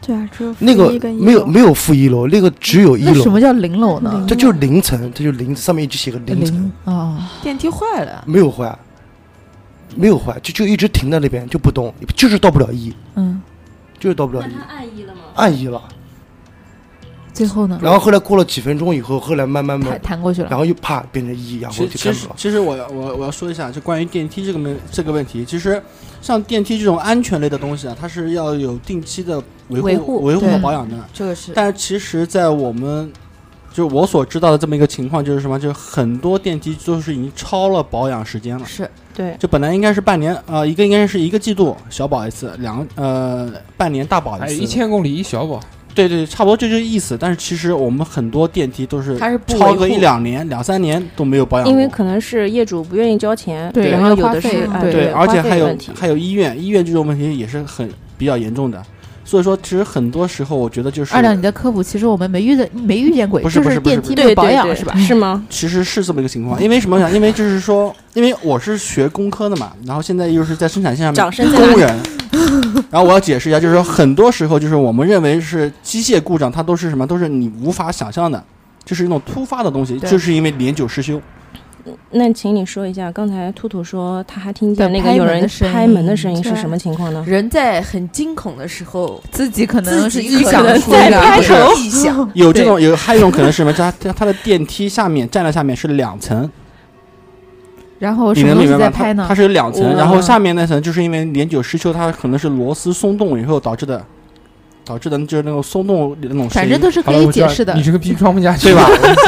H: 对啊，只有负
E: 那个
H: 一跟一楼
E: 没有没有负一楼，那个只有一楼。
D: 那什么叫零楼呢？
E: 这就是零层，这就是零，上面一直写个零层。
D: 哦，
I: 电梯坏了，
E: 没有坏，没有坏，就就一直停在那边就不动，就是到不了一，
D: 嗯，
E: 就是到不了一。
F: 按一了吗？
E: 按一了。
D: 最后呢？
E: 然后后来过了几分钟以后，后来慢慢慢
D: 弹弹过去了，
E: 然后又啪变成一，然后
C: 其其实
E: 就开始了。
C: 其实我我我要说一下，就关于电梯这个问这个问题，其实像电梯这种安全类的东西啊，它是要有定期的维护
F: 维护
C: 维护和
F: 对
C: 保养的。
I: 这个是。
C: 但是其实，在我们就我所知道的这么一个情况，就是什么？就是很多电梯都是已经超了保养时间了。
I: 是
F: 对，
C: 就本来应该是半年，呃，一个应该是一个季度小保一次，两呃半年大保一
A: 哎，
C: 次。
A: 一千公里一小保。
C: 对对，差不多就这个意思。但是其实我们很多电梯都是
I: 它是不
C: 超个
I: 维护
C: 一两年、两三年都没有保养过。
F: 因为可能是业主不愿意交钱，
D: 对
F: 然后有的
D: 要花费对
F: 是哎对，
C: 而且还有
F: 花费问题
C: 还有医院，医院这种问题也是很比较严重的。所以说，其实很多时候我觉得就是
D: 二两，你的科普其实我们没遇的没遇见过，
C: 不是
D: 就
C: 不是不是不是
D: 电梯没有保养
F: 对对
D: 是吧？
F: 是吗？
C: 其实是这么一个情况。因为什么讲？因为就是说，因为我是学工科的嘛，然后现在又是在生产线上
F: 掌
C: 面
F: 声在哪里
C: 工人。然后我要解释一下，就是说很多时候就是我们认为是机械故障，它都是什么？都是你无法想象的，就是一种突发的东西，
D: 对
C: 就是因为年久失修。
F: 那请你说一下，刚才兔兔说他还听见
D: 对拍
F: 那个有人
D: 门的声
F: 拍门的声音
D: 音
F: 是什么情况呢？
I: 人在很惊恐的时候，
D: 自己可能是
I: 自己可
D: 预想
I: 能在
D: 出的
I: 拍
C: 不是
I: 手异响。
C: 有这种有还有一种可能是什么？它它它的电梯下面站在下面是两层，
D: 然后
C: 你
D: 什么东西
C: 能明白吗？
D: 在拍呢
C: 它它？是有两层，
F: 我
C: 然后下面那层就是因为年久失修，它可能是螺丝松动以后导致的，导致的就是那种松动的那种声
D: 反
C: 音。
D: 正都是可以
A: 好了我知道
D: 解释的
A: 你。这个逼装不下去，
C: 对吧？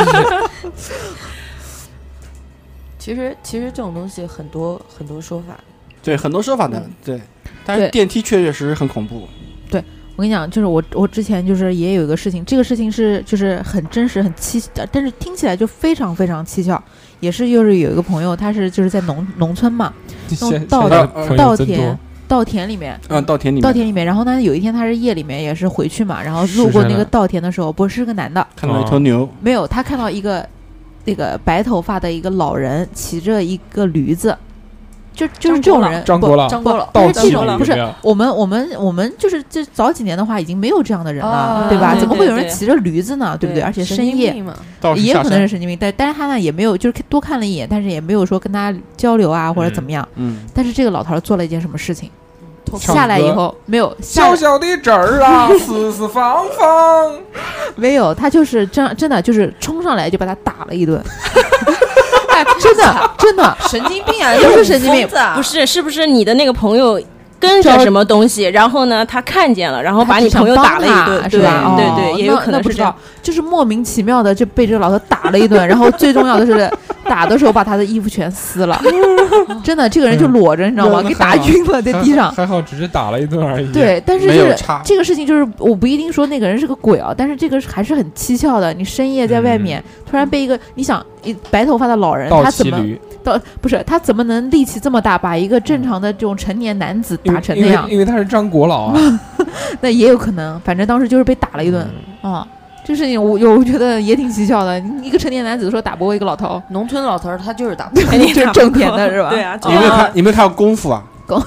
I: 其实其实这种东西很多很多说法，
C: 对，很多说法的，对。但是
D: 对
C: 电梯确确实实很恐怖。
D: 我跟你讲，就是我我之前就是也有一个事情，这个事情是就是很真实很蹊，但是听起来就非常非常蹊跷。也是就是有一个朋友，他是就是在农农村嘛，
A: 现
D: 种稻
A: 现在朋友
D: 稻田
A: 真多。
D: 稻田里面，
C: 嗯，稻田里面
D: 稻田里面，然后呢，有一天他是夜里面也是回去嘛，然后路过那个稻田的时候，不是个男的，
C: 看到一头牛，
D: 没有，他看到一个那个白头发的一个老人骑着一个驴子，就就是这种人，不
A: 张国老，
I: 张国老
D: 不
A: 稻妻
D: 是这种不是
A: 里有没有
D: 我们我们我们就是这早几年的话，已经没有这样的人了，
I: 哦
D: 对吧？
F: 对
D: 怎么会有
F: 对对
D: 人骑着驴子呢？对不对？而且
I: 神
D: 深夜
I: 经病嘛，
D: 也有可能是
C: 道士下山。
D: 神经病，但但是他呢也没有，就是多看了一眼，但是也没有说跟他交流啊或者怎么样。
C: 嗯，
D: 但是这个老头儿做了一件什么事情？
I: 脱
A: 唱
D: 下来以
A: 歌
D: 后没有下
A: 小小的纸儿啊，四四方方。
D: 没有，他就是真真的就是冲上来就把他打了一顿。哎，真的真的
I: 神经病啊，
D: 不是神经病
I: 疯子啊
F: 不是，是不是你的那个朋友跟着什么东西，然后呢他看见了，然后把你朋友打了一顿，
D: 是吧？
F: 对
D: 哦
F: 对对，也有
D: 那
F: 可
D: 那不知道
F: 能是这样。，
D: 就是莫名其妙的就被这个老头打了一顿，然后最重要的是打的时候把他的衣服全撕了，真的，这个人就裸着，你知道吗？给打
A: 那还好
D: 晕了在地上。
A: 还好只是打了一顿而已。，
D: 对，但是就是
C: 没有差
D: 这个事情，就是我不一定说那个人是个鬼啊，但是这个还是很蹊跷的。你深夜在外面、突然被一个，你想，一白头发的老人，
A: 倒
D: 他怎么
A: 骑驴，
D: 到不是他怎么能力气这么大，把一个正常的这种成年男子打
A: 因为因为
D: 成那样？
A: 因为他是张国老啊。
D: 那也有可能，反正当时就是被打了一顿啊。这事情我有我觉得也挺蹊跷的，一个成年男子说打不过一个老头，
I: 农村老头儿他就是打，
F: 肯定
D: 就是种田的是吧？
F: 对啊，
C: 你有没有看？你有没有看过功夫啊？
D: 功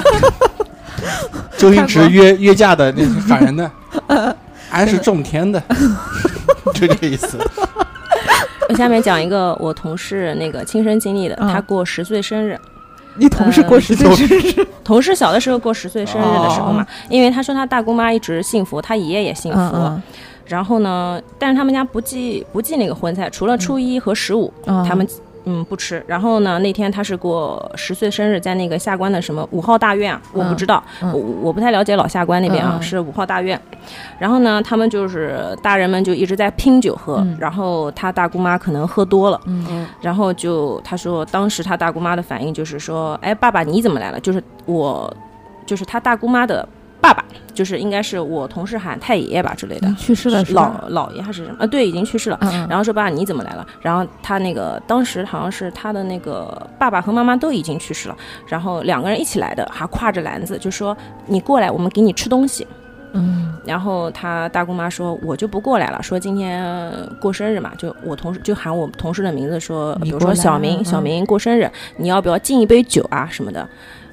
C: 周星驰约约架的那是喊人的，俺是种田的，就这个意思。
F: 我下面讲一个我同事那个亲身经历的，
D: 嗯
F: 他过十岁生日，
D: 你同事过十岁生日，
F: 同事小的时候过十岁生日的时候嘛，因为他说他大姑妈一直信佛，他爷爷也信佛，
D: 嗯
F: 然后呢，但是他们家不忌不忌那个荤菜，除了初一和十五，
D: 嗯，
F: 他们嗯不吃。然后呢，那天他是过十岁生日，在那个下关的什么五号大院啊，我不知道，
D: 嗯
F: 我我不太了解老下关那边啊，
D: 嗯嗯
F: 是五号大院。然后呢，他们就是大人们就一直在拼酒喝，
D: 嗯
F: 然后他大姑妈可能喝多了，
D: 嗯
F: 然后就他说当时他大姑妈的反应就是说，哎，爸爸你怎么来了？就是我，就是他大姑妈的爸爸，就是应该是我同事喊太爷爷吧之类的
D: 嗯，去世了是吧？
F: 老老爷还是什么？呃，对，已经去世了。
D: 嗯嗯，
F: 然后说爸爸你怎么来了？然后他那个当时好像是他的那个爸爸和妈妈都已经去世了，然后两个人一起来的，还挎着篮子，就说你过来，我们给你吃东西。
D: 嗯
F: 然后他大姑妈说我就不过来了，说今天过生日嘛，就我同事就喊我同事的名字说，比如说
D: 你过来
F: 小明，
D: 嗯
F: 小明过生日，你要不要敬一杯酒啊什么的？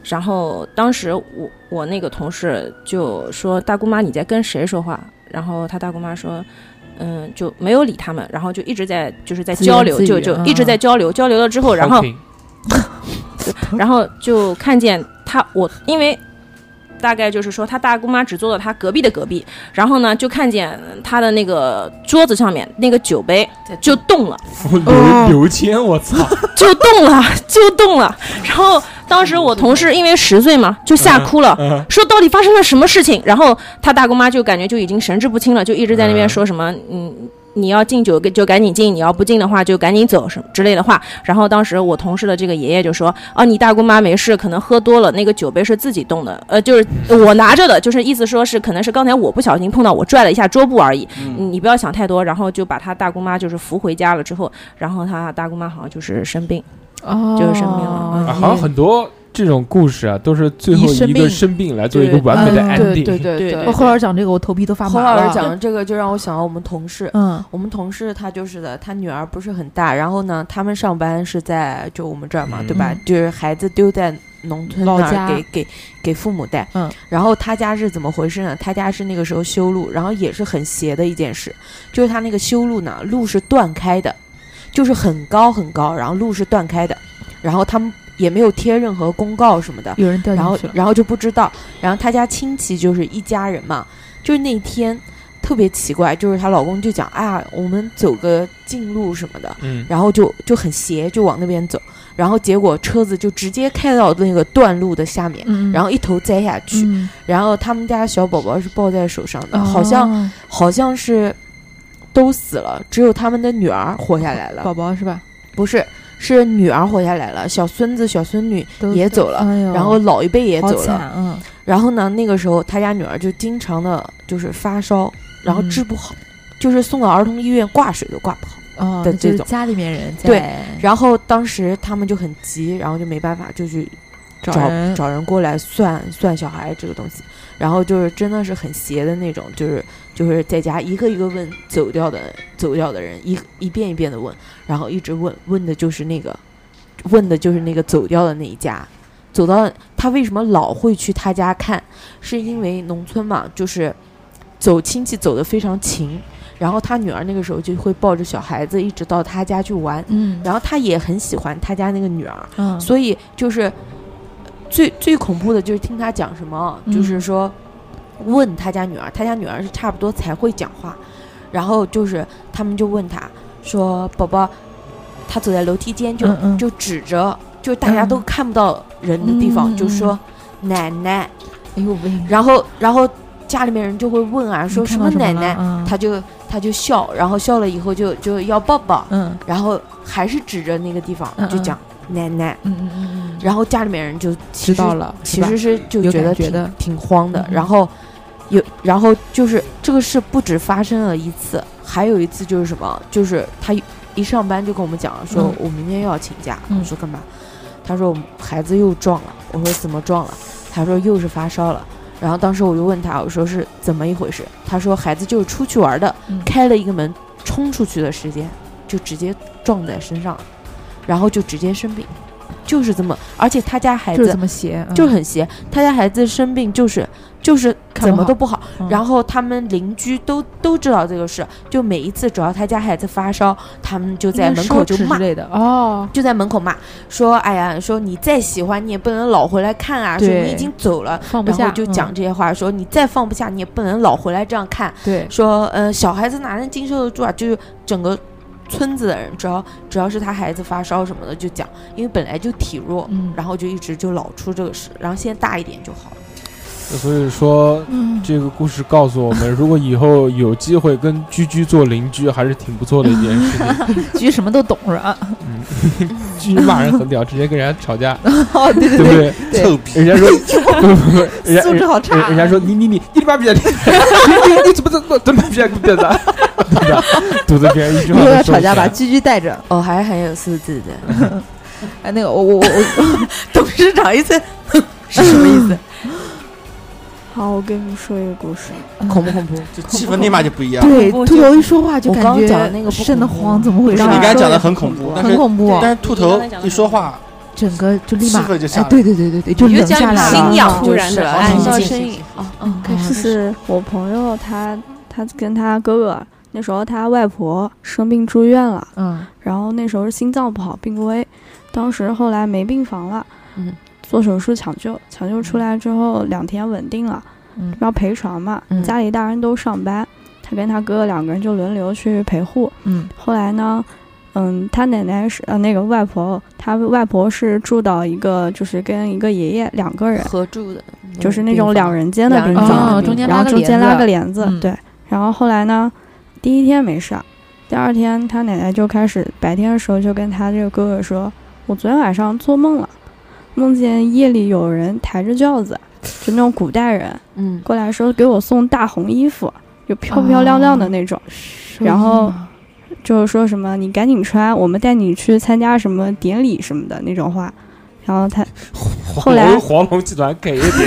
F: 然后当时我我那个同事就说大姑妈你在跟谁说话？然后他大姑妈说嗯就没有理他们，然后就一直在就是在交流，就就一直在交流，交流了之后，然后然后就看见他我因为。大概就是说，他大姑妈只坐到他隔壁的隔壁，然后呢，就看见他的那个桌子上面那个酒杯就动了，
A: 刘刘谦，我操，
F: 就动了，就动了。然后当时我同事因为十岁嘛，就吓哭了，
A: 嗯嗯、
F: 说到底发生了什么事情。然后他大姑妈就感觉就已经神志不清了，就一直在那边说什么，嗯。嗯你要敬酒就赶紧敬，你要不敬的话就赶紧走什么之类的话。然后当时我同事的这个爷爷就说：“哦，你大姑妈没事，可能喝多了，那个酒杯是自己动的，呃，就是我拿着的，就是意思说是可能是刚才我不小心碰到，我拽了一下桌布而已，嗯、你不要想太多。”然后就把他大姑妈就是扶回家了之后，然后他大姑妈好像就是生病，
I: 哦，
F: 就是生病了，嗯、
A: 啊，好像很多。这种故事啊，都是最后一个生病来做一个完美的 ending。
I: 对对对对，
D: 侯老师讲这个，我头皮都发麻了。
I: 侯老师讲这个就让我想到我们同事，
D: 嗯，
I: 我们同事他就是的，他女儿不是很大，然后呢，他们上班是在就我们这儿嘛，
A: 嗯、
I: 对吧？就是孩子丢在农村那儿给给给父母带，
D: 嗯，
I: 然后他家是怎么回事呢？他家是那个时候修路，然后也是很邪的一件事，就是他那个修路呢，路是断开的，就是很高很高，然后路是断开的，然后他们。也没有贴任何公告什么的，
D: 有人掉进去了，
I: 然后然后就不知道，然后他家亲戚就是一家人嘛，就是那天特别奇怪，就是她老公就讲啊，我们走个近路什么的，
A: 嗯，
I: 然后就就很斜，就往那边走，然后结果车子就直接开到那个断路的下面，
D: 嗯、
I: 然后一头栽下去，
D: 嗯、
I: 然后他们家小宝宝是抱在手上的，
D: 哦、
I: 好像好像是都死了，只有他们的女儿活下来了，
D: 宝宝是吧？
I: 不是。是女儿活下来了，小孙子、小孙女也走了，
D: 哎、
I: 然后老一辈也走了。
D: 嗯，
I: 然后呢，那个时候他家女儿就经常的就是发烧，然后治不好，嗯、就是送到儿童医院挂水都挂不好。
D: 哦，
I: 的这种、
D: 就是家里面人在
I: 对。然后当时他们就很急，然后就没办法，就去找
D: 找人
I: 找人过来算算小孩这个东西。然后就是真的是很邪的那种，就是就是在家一个一个问走掉的走掉的人，一一遍一遍的问，然后一直问问的就是那个问的就是那个走掉的那一家，走到他为什么老会去他家看，是因为农村嘛，就是走亲戚走得非常勤，然后他女儿那个时候就会抱着小孩子一直到他家去玩，
D: 嗯，
I: 然后他也很喜欢他家那个女儿，
D: 嗯，
I: 所以就是最最恐怖的就是听他讲什么，
D: 嗯、
I: 就是说问他家女儿，他家女儿是差不多才会讲话，然后就是他们就问他说宝宝，他走在楼梯间就、
D: 嗯嗯、
I: 就指着就大家都看不到人的地方、
D: 嗯、
I: 就说奶奶，
D: 哎呦喂，
I: 然后然后家里面人就会问啊，说什么奶奶，
D: 嗯、
I: 他就他就笑，然后笑了以后就就要抱抱，
D: 嗯，
I: 然后还是指着那个地方、
D: 嗯、
I: 就讲奶奶，
D: 嗯嗯嗯嗯，
I: 然后家里面人就
D: 知道了，
I: 其实是就觉得挺
D: 觉得
I: 挺慌的，
D: 嗯、
I: 然后有然后就是这个事不止发生了一次，还有一次就是什么，就是他一上班就跟我们讲说、嗯、我明天又要请假，
D: 嗯、
I: 我说干嘛？他说我孩子又撞了，我说怎么撞了？他说又是发烧了。然后当时我就问他，我说是怎么一回事？他说孩子就是出去玩的，
D: 嗯、
I: 开了一个门冲出去的时间就直接撞在身上了，然后就直接生病，就是这么，而且他家孩子
D: 就是这么邪，
I: 嗯、就很邪，他家孩子生病就是就是怎么都不好，
D: 嗯、
I: 然后他们邻居都都知道这个事，就每一次只要他家孩子发烧，他们就在门口就骂
D: 之类的哦，
I: 就在门口骂说，哎呀，说你再喜欢你也不能老回来看啊，说你已经走了，
D: 放不下，
I: 然后就讲这些话，嗯、说你再放不下你也不能老回来这样看，
D: 对，
I: 说呃小孩子哪能经受得住啊，就是整个村子的人，只要只要是他孩子发烧什么的就讲，因为本来就体弱，
D: 嗯，
I: 然后就一直就老出这个事，然后现在大一点就好了。
A: 所以说，嗯、这个故事告诉我们，如果以后有机会跟居居做邻居，还是挺不错的一件事情。
D: 居什么都懂是吧？
A: 嗯，居骂人很屌，直接跟人家吵架。
D: 哦，对对
A: 对
D: 对，
C: 臭逼！
A: 人家说，不不不，人家
D: 素质好差。
A: 人家说你你你你妈逼的，你你你怎么怎么怎么逼啊？给我变的，对吧？堵着别人一句话
D: 都说。吵架把居居带着，
I: 哦，还很有素质的。
D: 哎，那个我我我我，
I: 董事长一次是什么意思？
H: 好，我给你们说一个故事，
I: 恐不恐怖？
C: 这气氛立马就不一样。
D: 对，秃头一说话就感觉
I: 讲那个
D: 瘆得慌，怎么回事？
C: 你刚才讲的很恐怖，
D: 很恐怖。
C: 但是秃头一说话，
D: 整个就立马
C: 气氛就下来
D: 哎，对对对对对，就冷下来了，
F: 心痒突
I: 就是
F: 然的
I: 安静
F: 安静
I: 声音啊，嗯，开始
H: 是我朋友他他跟他哥哥那时候他外婆生病住院了，
D: 嗯
H: 然后那时候是心脏不好病危，当时后来没病房了，
I: 嗯，
H: 做手术抢救，抢救出来之后两天稳定了，
D: 嗯
H: 要陪床嘛，
D: 嗯
H: 家里大人都上班，他跟他哥哥两个人就轮流去陪护。
D: 嗯
H: 后来呢，嗯，他奶奶是呃那个外婆，他外婆是住到一个就是跟一个爷爷两个人
I: 合住的，
H: 就是那种两人间的病
I: 两人
H: 房，
D: 哦中间
H: 然后
D: 拉个帘子
H: 中间拉个帘子，
D: 嗯
H: 对。然后后来呢，第一天没事儿，第二天他奶奶就开始白天的时候就跟他这个哥哥说，我昨天晚上做梦了，梦见夜里有人抬着轿子，就那种古代人
I: 嗯，
H: 过来说给我送大红衣服，就漂漂亮亮的那种，然后就是说什么你赶紧穿，我们带你去参加什么典礼什么的那种话。然后他后来
A: 黄龙集团给一点，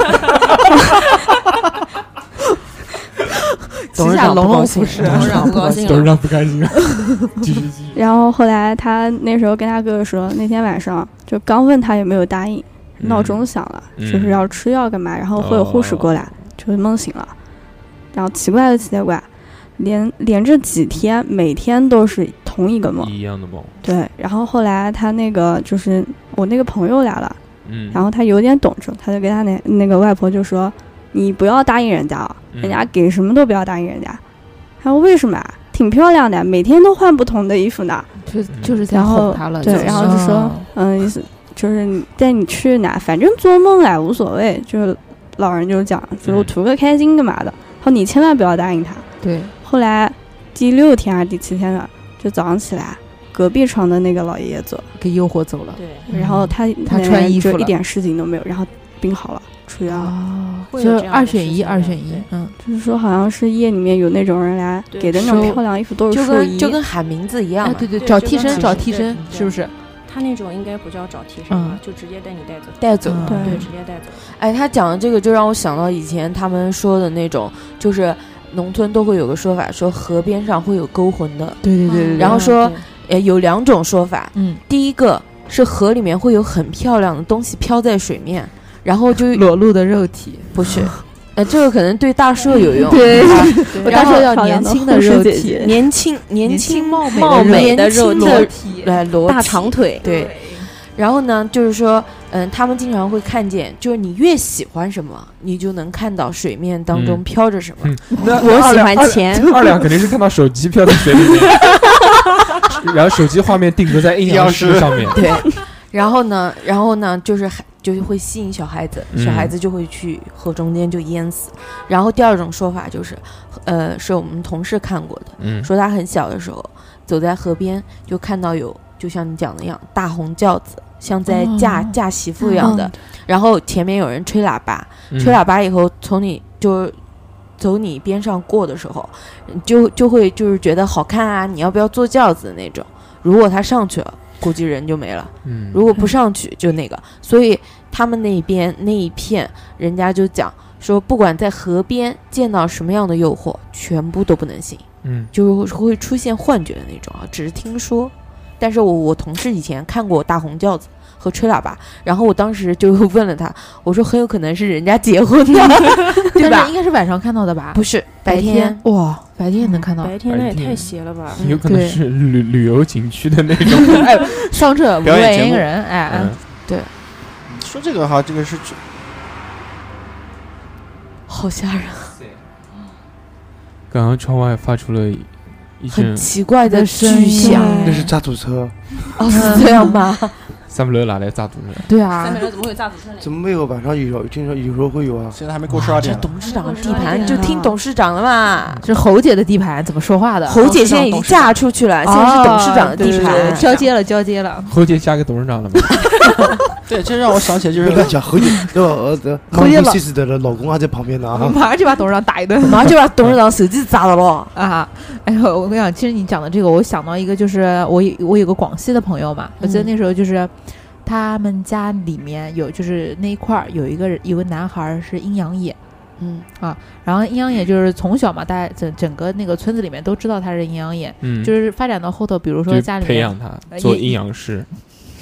I: 董事长龙龙服饰，
F: 董事长不高兴了。
A: 董事长不开心了，继续继续。
H: 然后后来他那时候跟他哥哥说，那天晚上就刚问他有没有答应，
A: 嗯
H: 闹钟响了，
A: 嗯
H: 就是要吃药干嘛，然后会有护士过来，就是梦醒了。然后奇怪的奇怪怪，连连着几天，每天都是同一个梦。
A: 一样的梦，
H: 对，然后后来他那个就是我那个朋友来了，
A: 嗯，
H: 然后他有点懂事，他就跟他那那个外婆就说：“你不要答应人家啊，
A: 嗯
H: 人家给什么都不要答应人家。”他说：“为什么啊？挺漂亮的，每天都换不同的衣服呢。
D: 就就是在
H: 然后
D: 哄他了，
H: 对，
D: 就是
H: 然后就说：“嗯，意思就是你带你去哪，反正做梦来无所谓。”就是老人就讲，就是我图个开心干嘛的。他说：“你千万不要答应他。”
D: 对，
H: 后来第六天还是第七天了，就早上起来，隔壁床的那个老爷爷走了。
D: 给诱惑走了。
F: 对，
H: 然后他
D: 他
H: 奶奶
D: 穿衣服了
H: 就一点事情都没有，然后病好了，出院了。
D: 哦，
F: 会
D: 就是
F: 有这样的事
D: 二选一，
F: 情的
D: 二选一
F: 对，
D: 嗯，
H: 就是说好像是夜里面有那种人来
F: 对
H: 给的那种
D: 收
H: 漂亮衣服都是
I: 就
H: 寿衣，
I: 跟就跟喊名字一样
D: 哎，
I: 嘛，
D: 对对，找替身，
F: 对就跟
D: 找替身，
F: 对对
D: 是不是？
F: 他那种应该不叫找替身吧，就直接带你带走。
I: 带走。
D: 嗯
H: 对
F: 对，直接带走。
I: 哎，他讲的这个就让我想到以前他们说的那种，就是农村都会有个说法，说河边上会有勾魂的。
D: 对对对对，
I: 然后说
F: 对
I: 呃，有两种说法，
D: 嗯，
I: 第一个是河里面会有很漂亮的东西飘在水面，然后就
D: 裸露的肉体，
I: 不是，呃，这个可能对大社有用，
D: 对
I: 啊
H: 对
D: 然后要
H: 漂亮的
D: 年轻的
H: 护士
D: 肉体
H: 姐姐，
I: 年轻年轻
D: 貌
I: 貌美
D: 的
I: 的肉
D: 裸
I: 裸
D: 体，
I: 来裸
F: 大
I: 体
F: 长腿，
I: 对。然后呢，就是说，嗯，他们经常会看见，就是你越喜欢什么，你就能看到水面当中
A: 嗯
I: 飘着什么。
A: 嗯那
F: 我喜欢
A: 二
F: 钱
A: 两二两肯定是看到手机飘在水里面，然后手机画面定格在阴阳师上面，
I: 对，然后呢，然后呢，就是还就是会吸引小孩子，
A: 嗯
I: 小孩子就会去河中间就淹死。然后第二种说法就是，呃，是我们同事看过的，
A: 嗯，
I: 说他很小的时候走在河边，就看到有就像你讲的一样，大红轿子，像在嫁、
D: 哦
I: 嫁媳妇一样的，
H: 嗯
I: 然后前面有人吹喇叭，
A: 嗯
I: 吹喇叭以后从你就走你边上过的时候，就就会就是觉得好看啊，你要不要坐轿子的那种。如果他上去了，估计人就没了；
A: 嗯，
I: 如果不上去，就那个。所以他们那边那一片，人家就讲说，不管在河边见到什么样的诱惑，全部都不能信，
A: 嗯
I: 就是会出现幻觉的那种啊，只是听说。但是我我同事以前看过大红轿子和吹喇叭，然后我当时就问了他，我说很有可能是人家结婚的，对吧
D: 但是？应该是晚上看到的吧？
I: 不是白
D: 白
I: 天，
D: 哇，白天也能看到，
F: 白天那也
A: 白天
F: 太邪了吧？
A: 有可能
D: 对
A: 是旅旅游景区的那种，
D: 哎，上车不
C: 表演节目
D: 问一个人，哎，
A: 嗯
C: 说这个哈，这个是
I: 好吓人，
A: 刚刚窗外发出了一阵
I: 很奇怪的
D: 声
I: 巨
D: 音
I: 响。
E: 那是渣土车，
I: 哦，是这样吗？
A: 三不楼哪来炸毒呢？
D: 对啊
F: 三，百六怎么会有炸子车呢？
E: 怎么没有？晚上有，经常有时候会有啊。
C: 现在还没过十二
I: 这
C: 点呢。
I: 董事长的地
F: 12
I: 盘
F: 点
I: 就听董事长的嘛。
D: 这侯姐的地盘怎么说话的？
I: 侯姐现在已经嫁出去了，现在是董事长的地
D: 哦对对对
I: 盘。
D: 交接了，交接了。
A: 侯姐嫁给董事长了吗？
C: 对，这让我想起来就是
E: 不要讲侯姐，对吧？呃，的
D: 侯姐老
E: C 的老公还在旁边呢啊。
D: 马上就把董事长打一顿
I: 马上就把董事长手机砸了咯。
D: 啊！哎呦，我跟你讲，其实你讲的这个，我想到一个，就是我有我有个广西的朋友嘛，我记得那时候就是他们家里面有，就是那一块儿有一个人有个男孩是阴阳眼。
I: 嗯
D: 啊，然后阴阳眼就是从小嘛，大家整整个那个村子里面都知道他是阴阳眼，
A: 嗯，
D: 就是发展到后头，比如说
A: 就
D: 家里面
A: 培养他
D: 呃
A: 做
D: 也
A: 阴阳师，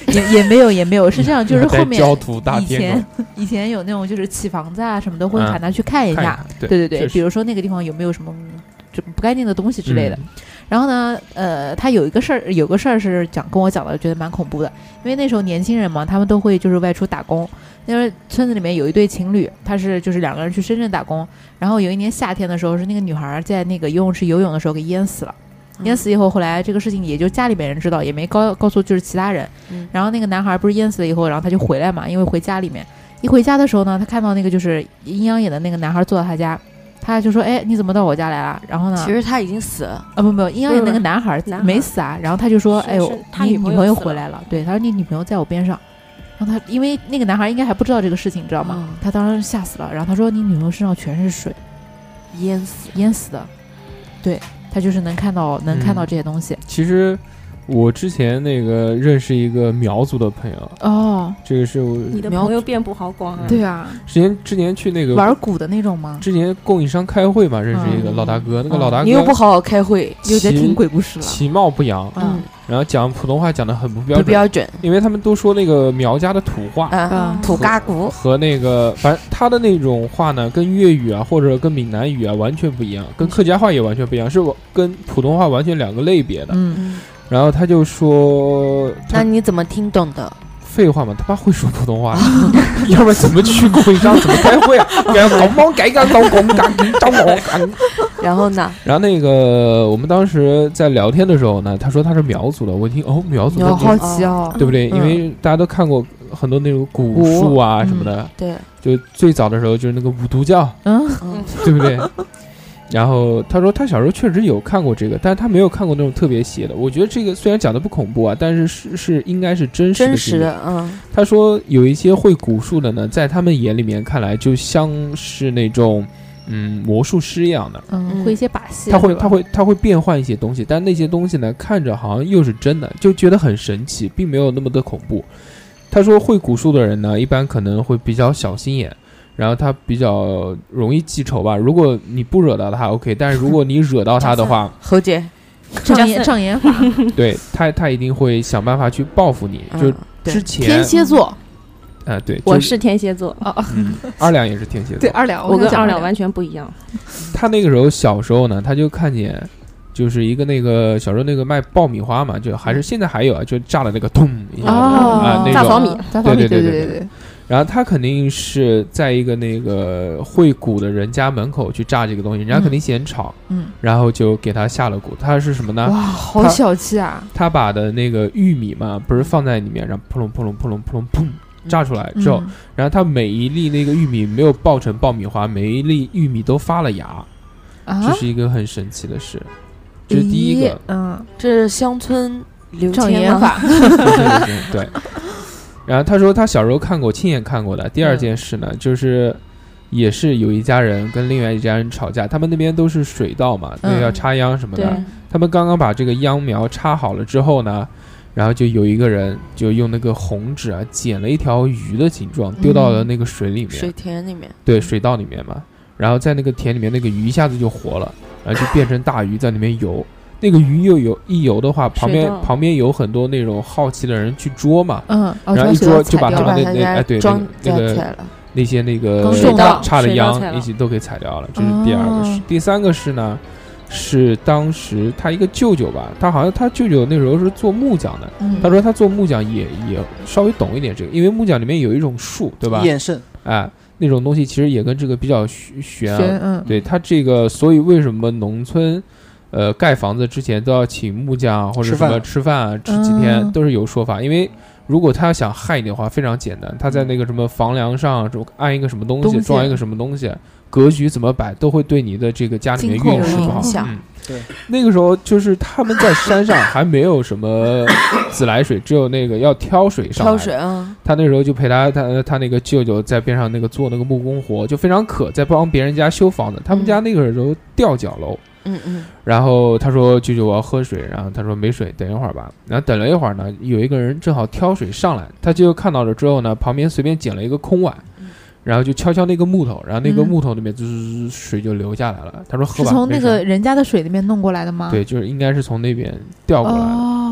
D: 也也没有也没有，是这样，就是后面
A: 焦土大
D: 以
A: 天
D: 前以前有那种就是起房子啊什么的，会
A: 嗯
D: 喊他去看一下，
A: 对
D: 对对对，
A: 确实
D: 比如说那个地方有没有什么就不干净的东西之类的。
A: 嗯
D: 然后呢，呃，他有一个事儿，有个事儿是讲跟我讲的，觉得蛮恐怖的，因为那时候年轻人嘛，他们都会就是外出打工。因为村子里面有一对情侣，他是就是两个人去深圳打工，然后有一年夏天的时候，是那个女孩在那个游泳池游泳的时候给淹死了。淹死以后，后来这个事情也就家里面人知道，也没告告诉就是其他人。
I: 嗯
D: 然后那个男孩不是淹死了以后，然后他就回来嘛，因为回家里面，一回家的时候呢，他看到那个就是阴阳眼的那个男孩坐到他家，他就说：“哎，你怎么到我家来了？”然后呢，
I: 其实他已经死了
D: 啊，不不，阴阳眼那个男孩
F: 男孩
D: 没死啊。然后他就说：“
F: 是
D: 哎呦
F: 是，他
D: 你女
F: 女朋友死了
D: 朋友回来了。”对，他说：“你女朋友在我边上。”然后他因为那个男孩应该还不知道这个事情，你知道吗？
I: 嗯
D: 他当时吓死了。然后他说：“你女朋友身上全是水，
I: 淹死。
D: 淹死的。”对，他就是能看到能看到
A: 嗯
D: 这些东西。
A: 其实我之前那个认识一个苗族的朋友，
D: 哦，
A: 这个是我
F: 你的
I: 苗
F: 朋友遍布豪光啊！
D: 对啊，
A: 之前之前去那个
D: 玩鼓的那种吗？
A: 之前供应商开会嘛，认识一个
D: 嗯
A: 老大哥，那个
D: 嗯
A: 老大哥
I: 你又不好好开会，
D: 又在
A: 其
D: 听鬼故事了。
A: 其貌不扬，
D: 嗯，
A: 然后讲普通话讲的很不标准，
I: 不标准。
A: 因为他们都说那个苗家的土话。
I: 嗯
D: 嗯，
I: 土嘎鼓。
A: 和那个，反正他的那种话呢，跟粤语啊，或者跟闽南语啊，完全不一样，跟客家话也完全不一样，是我跟普通话完全两个类别的。
D: 嗯，
I: 嗯，
A: 然后他就说，他
I: 那你怎么听懂的？
A: 废话嘛，他妈会说普通话，要不然怎么去供应商，怎么开会啊？然后搞改改搞搞搞找我干。
I: 然后呢？
A: 然后那个我们当时在聊天的时候呢，他说他是苗族的，我一听哦，苗族的
D: 你好好奇哦，
A: 对不对？
D: 嗯
A: 因为大家都看过很多那种古树啊
D: 古
A: 什么的，
I: 对，
A: 就最早的时候就是那个五毒教，
D: 嗯
I: 嗯，
A: 对不对？然后他说他小时候确实有看过这个，但是他没有看过那种特别邪的。我觉得这个虽然讲的不恐怖啊，但是是是应该是真实的。
I: 真实的，嗯，
A: 他说有一些会蛊术的呢，在他们眼里面看来就像是那种嗯魔术师一样的，
D: 嗯，会一些把戏，
A: 他会
D: 是吧
A: 他会他会变换一些东西，但那些东西呢看着好像又是真的，就觉得很神奇，并没有那么的恐怖。他说会蛊术的人呢，一般可能会比较小心眼。然后他比较容易记仇吧，如果你不惹到他 OK， 但是如果你惹到他的话，
I: 侯姐，
D: 障眼障眼法，
A: 对他他一定会想办法去报复你。
I: 嗯
A: 就
I: 对
A: 之前
D: 天蝎座
A: 啊，对，
F: 我
A: 就是
F: 天蝎座，
D: 哦，
A: 嗯，二两也是天蝎座。
D: 对二两，
F: 我跟
D: 想讲
F: 二两完全不一样。
A: 他那个时候小时候呢，他就看见就是一个那个小时候那个卖爆米花嘛，就还是现在还有啊，就炸了那个咚一下
D: 哦
A: 啊那种。
F: 大扫米，
D: 大扫米，
A: 对对对对
D: 对对，
A: 然后他肯定是在一个那个会蛊的人家门口去炸这个东西，人家肯定嫌吵，
D: 嗯，
A: 然后就给他下了蛊。他是什么呢？
D: 哇，好小气啊，
A: 他把的那个玉米嘛，不是放在里面，然后扑隆扑隆扑隆扑隆砰炸出来之后，
D: 嗯
A: 然后他每一粒那个玉米没有爆成爆米花，每一粒玉米都发了芽，
D: 啊
A: 这，是一个很神奇的事。这是第一个
D: 咦，嗯，
I: 这是乡村刘
D: 障
I: 谦吗？
D: 眼法，
A: 对对对对。然后他说他小时候看过，亲眼看过的。第二件事呢，就是也是有一家人跟另外一家人吵架，他们那边都是水稻嘛，那个要插秧什么的。
F: 对，
A: 他们刚刚把这个秧苗插好了之后呢，然后就有一个人就用那个红纸啊剪了一条鱼的形状，丢到了那个水里面，
I: 水田里面，
A: 对，水稻里面嘛。然后在那个田里面，那个鱼一下子就活了，然后就变成大鱼在里面游。那个鱼又游一游的话，旁边
F: 水稻
A: 旁边有很多那种好奇的人去捉嘛，
D: 嗯，哦
A: 然后一
D: 主要是
A: 捉就把
D: 踩掉了
A: 他们那那哎对那
I: 装
A: 个那个
I: 加起来了。
A: 那些那个
D: 刚
F: 种的
A: 插的
F: 水稻菜了
A: 秧一起都给踩掉了，这是第二个事。
D: 哦
A: 第三个是呢，是当时他一个舅舅吧，他好像他舅舅那时候是做木匠的，
D: 嗯
A: 他说他做木匠也也稍微懂一点这个，因为木匠里面有一种树，对吧？
C: 验肾，
A: 哎，那种东西其实也跟这个比较玄玄啊。
D: 悬嗯，
A: 对他这个，所以为什么农村，呃，盖房子之前都要请木匠啊或者
C: 吃饭
A: 什么吃饭啊，吃几天
D: 嗯
A: 都是有说法。因为如果他想害你的话，非常简单，他在那个什么房梁上就安一个什么东西，
D: 东西
A: 装一个什么东西，格局怎么摆，都会对你的这个家里面
D: 金控有
A: 运势不好
I: 影。响
A: 嗯，
C: 对，
A: 那个时候就是他们在山上还没有什么自来水，只有那个要挑水上来的。
I: 挑水啊，
A: 他那时候就陪他他他那个舅舅在边上那个做那个木工活，就非常渴，在帮别人家修房子。他们家那个时候吊脚楼，
I: 嗯嗯，
A: 然后他说舅舅我要喝水，然后他说没水，等一会儿吧。然后等了一会儿呢，有一个人正好挑水上来，他舅舅看到了之后呢，旁边随便捡了一个空碗。然后就敲敲那个木头，然后那个
D: 嗯
A: 木头里面就是水就流下来了。他说喝吧，
D: 是从那
A: 没事
D: 个人家的水里面弄过来的吗？
A: 对，就是应该是从那边调过来的。
D: 哦，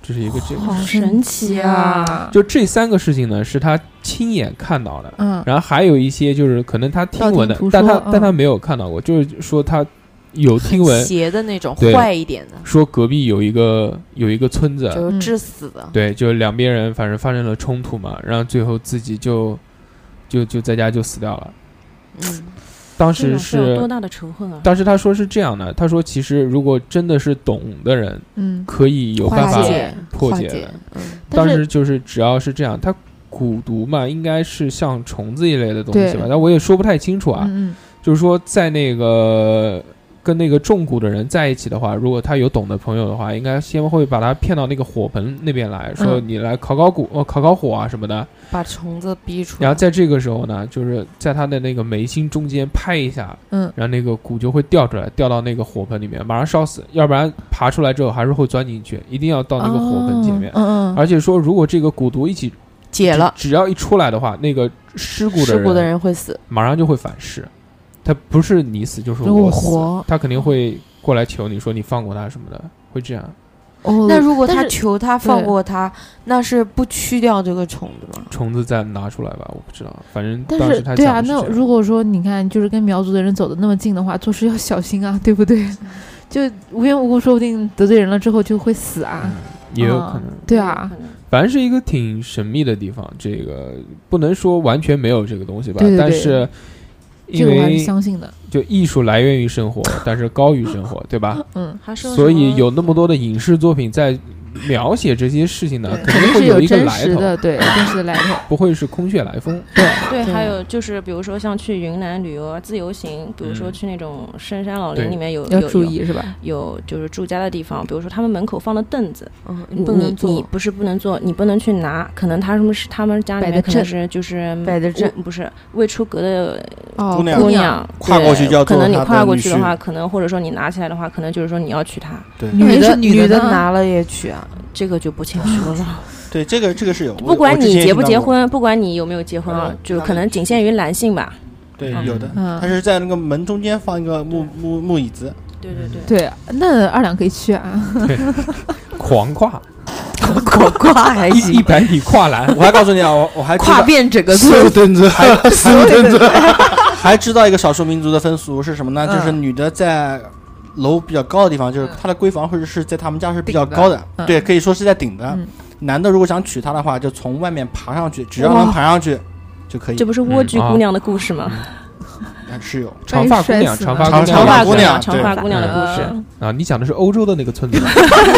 A: 这是一个这个。
D: 好
F: 神奇啊！
A: 就这三个事情呢，是他亲眼看到的，
D: 嗯，
A: 然后还有一些就是可能他听闻的
D: 道听途说，
A: 但他
D: 嗯
A: 但他没有看到过，就是说他有听闻
I: 邪的那种，
A: 对
I: 坏一点的，
A: 说隔壁有一个有一个村子，
I: 就是致死的。
A: 对，就两边人反正发生了冲突嘛，然后最后自己就就就在家就死掉了。
I: 嗯，
A: 当
F: 这种
A: 时是
F: 是有多大的仇恨啊！
A: 当时他说是这样的，他说其实如果真的是懂的人，
D: 嗯，
A: 可以有办法
I: 化解化解
A: 破解的。
I: 嗯，
D: 但是
A: 当时就是只要是这样，它蛊毒嘛，应该是像虫子一类的东西吧，
D: 对
A: 但我也说不太清楚啊。
D: 嗯
A: 就是说在那个跟那个中蛊的人在一起的话，如果他有懂的朋友的话，应该先会把他骗到那个火盆那边来，说你来烤烤蛊、哦烤烤火啊什么的。
I: 把虫子逼出来。
A: 然后在这个时候呢，就是在他的那个眉心中间拍一下，
D: 嗯，
A: 然后那个蛊就会掉出来，掉到那个火盆里面，马上烧死。要不然爬出来之后还是会钻进去，一定要到那个火盆前面。
D: 嗯嗯，
A: 而且说，如果这个蛊毒一起
I: 解了，
A: 只要一出来的话，那个尸骨的人
I: 事故的人会死。
A: 马上就会反噬。他不是你死就是
D: 如果
A: 我死
D: 活，
A: 他肯定会过来求你说你放过他什么的，会这样。
D: 哦，
I: 那如果他
D: 但是
I: 求他放过他，那是不去掉这个虫子吗？
A: 虫子再拿出来吧，我不知道，反正
D: 但
A: 当时他
D: 是对啊，
A: 讲的是这样
D: 那如果说你看，就是跟苗族的人走的那么近的话，做事要小心啊，对不对？就无缘无故说不定得罪人了之后就会死啊。
A: 嗯也有可能，
D: 对啊，
A: 反正是一个挺神秘的地方。这个不能说完全没有这个东西吧，
D: 对对对
A: 但是因
D: 这个我还是
A: 为
D: 相信的。
A: 就艺术来源于生活，但是高于生活，对吧？
D: 嗯，
F: 还是
A: 所以有那么多的影视作品在描写这些事情呢，肯定会
D: 是有
A: 一个来头，
D: 真实的，对，真实的来头，
A: 不会是空穴来风。
D: 对
F: 对，
D: 对
F: 还有就是比如说像去云南旅游自由行，比如说去那种深山老
A: 对
F: 林里面有
D: 要
F: 有有
D: 注意是吧？
F: 有就是住家的地方，比如说他们门口放的凳子，
I: 嗯，
F: 你
I: 不能坐
F: 你不是不能坐，你不能去拿，可能他们是他们家里
D: 摆的
F: 面可能
D: 正
F: 是就是
I: 摆的正
F: 未不是未出阁的
D: 哦，
C: 姑娘
F: 姑娘
C: 跨过去就要
F: 可能你
C: 做她的女婿
F: 跨过去的话，可能或者说你拿起来的话，可能就是说你要娶她，
C: 对
D: 女的
I: 女的
D: 女的呢
I: 拿了也娶啊。
F: 这个就不清楚了。
C: 对，这个这个是有。我
F: 不管
C: 我之
F: 你结不
C: 前也听到过，
F: 结婚，不管你有没有结婚啊
C: 嗯，
F: 就可能仅限于男性吧。
C: 对，
F: 嗯
C: 有的，
D: 嗯
C: 他是在那个门中间放一个木木木椅子，
F: 对对对。
D: 对，那二两可以去啊。
A: 狂跨
I: 跨跨还
A: 一一
I: 行，
A: 百米跨栏，
C: 我还告诉你啊，我我还知
I: 跨
C: 道
I: 遍整个
C: 四
I: 村
C: 个。墩子，还四个墩子，还知道一个少数民族的风俗是什么呢？
D: 嗯
C: 就是女的在楼比较高的地方，就是她的闺房或者是在他们家是比较
D: 顶的
C: 高的，
D: 嗯
C: 对，可以说是在顶的。
D: 嗯
C: 男的如果想娶她的话，就从外面爬上去，只要能爬上去就可以
F: 这。不是莴苣
A: 嗯
F: 姑娘的故事吗？
C: 啊是有
A: 长发姑娘，长发
C: 长
A: 姑娘，
C: 发姑娘
F: 长发姑娘的故事，
A: 啊，你讲的是欧洲的那个村子吧？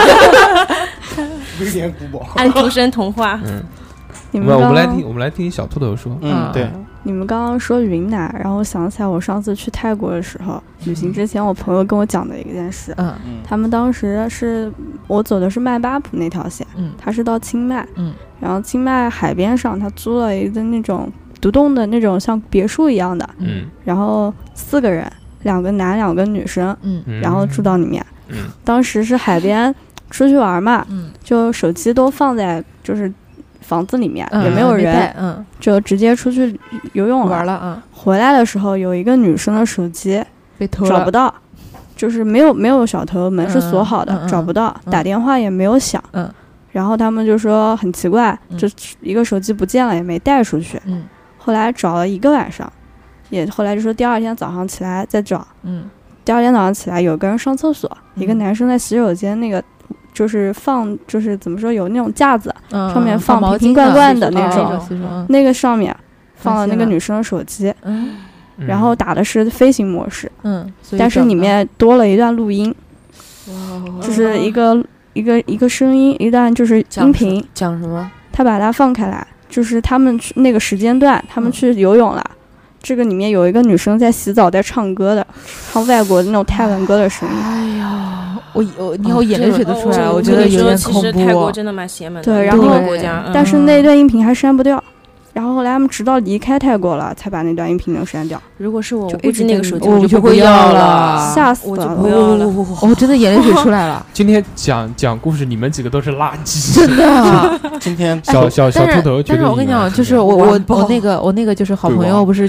C: 威廉古堡。
F: 安徒生童话。
A: 嗯，
H: 你
A: 我
H: 们刚刚
A: 们我们来听，我们来听小秃头说。
C: 嗯，对，
H: 你们刚刚说云南，然后我想起来我上次去泰国的时候，旅行之前我朋友跟我讲的一件事。
D: 嗯
C: 嗯
H: 他们当时是我走的是麦巴普那条线，
D: 嗯
H: 他是到清迈，
D: 嗯，
H: 然后清迈海边上他租了一个那种独栋的那种像别墅一样的，
A: 嗯
H: 然后四个人，两个男两个女生，
D: 嗯
A: 嗯，
H: 然后住到里面。
A: 嗯
H: 当时是海边出去玩嘛，
D: 嗯，
H: 就手机都放在就是房子里面，
D: 嗯
H: 也没有人，
D: 带嗯，
H: 就直接出去游泳
D: 玩了啊，
H: 回来的时候有一个女生的手机
D: 被偷了，
H: 找不到，就是没有没有小偷，门是锁好的，
D: 嗯嗯嗯
H: 找不到，
D: 嗯
H: 打电话也没有响。
D: 嗯
H: 然后他们就说很奇怪，
D: 嗯
H: 这一个手机不见了，也没带出去。
D: 嗯
H: 后来找了一个晚上，也后来就说第二天早上起来再找。
D: 嗯
H: 第二天早上起来，有个人上厕所，
D: 嗯
H: 一个男生在洗手间那个。就是放，就是怎么说，有那种架子，
D: 嗯，
H: 上面放
D: 毛巾
H: 瓶瓶罐罐
D: 的
H: 的那
D: 种
H: 种，
D: 嗯
H: 那个上面放了那
D: 发现了
H: 个女生的手机，
D: 嗯
H: 然后打的是飞行模式，
D: 嗯，所以
H: 但是里面多了一段录音，
I: 哇
H: 就是一个一个一个声音，一段就是音频，
I: 讲什么？
H: 他把它放开来，就是他们去那个时间段，他们
D: 嗯
H: 去游泳了。这个里面有一个女生在洗澡，在唱歌的，唱外国的那种泰文歌的声音。
D: 哎呀，我我你看我眼泪水都出来了，
F: 哦
D: 我觉得有点
F: 其
D: 恐怖。
F: 实泰国真的蛮邪门的，
H: 对然后
F: 各个国家，嗯
H: 但是那段音频还删不掉，然后后来他们直到离开泰国了，才把那段音频能删掉，
F: 如果是我，
H: 就
F: 我估计那个手机
D: 我就不
F: 就要
D: 要了
H: 吓死了。
F: 我就不要了。
D: 我真的眼泪水出来了，
A: 今天讲讲故事，你们几个都是垃圾。
D: 真的。
C: 今天
A: 小小小
D: 但是
A: 秃头绝对赢了，
D: 但是我跟你讲，就是我我我那个我那个就是好朋友，不是就是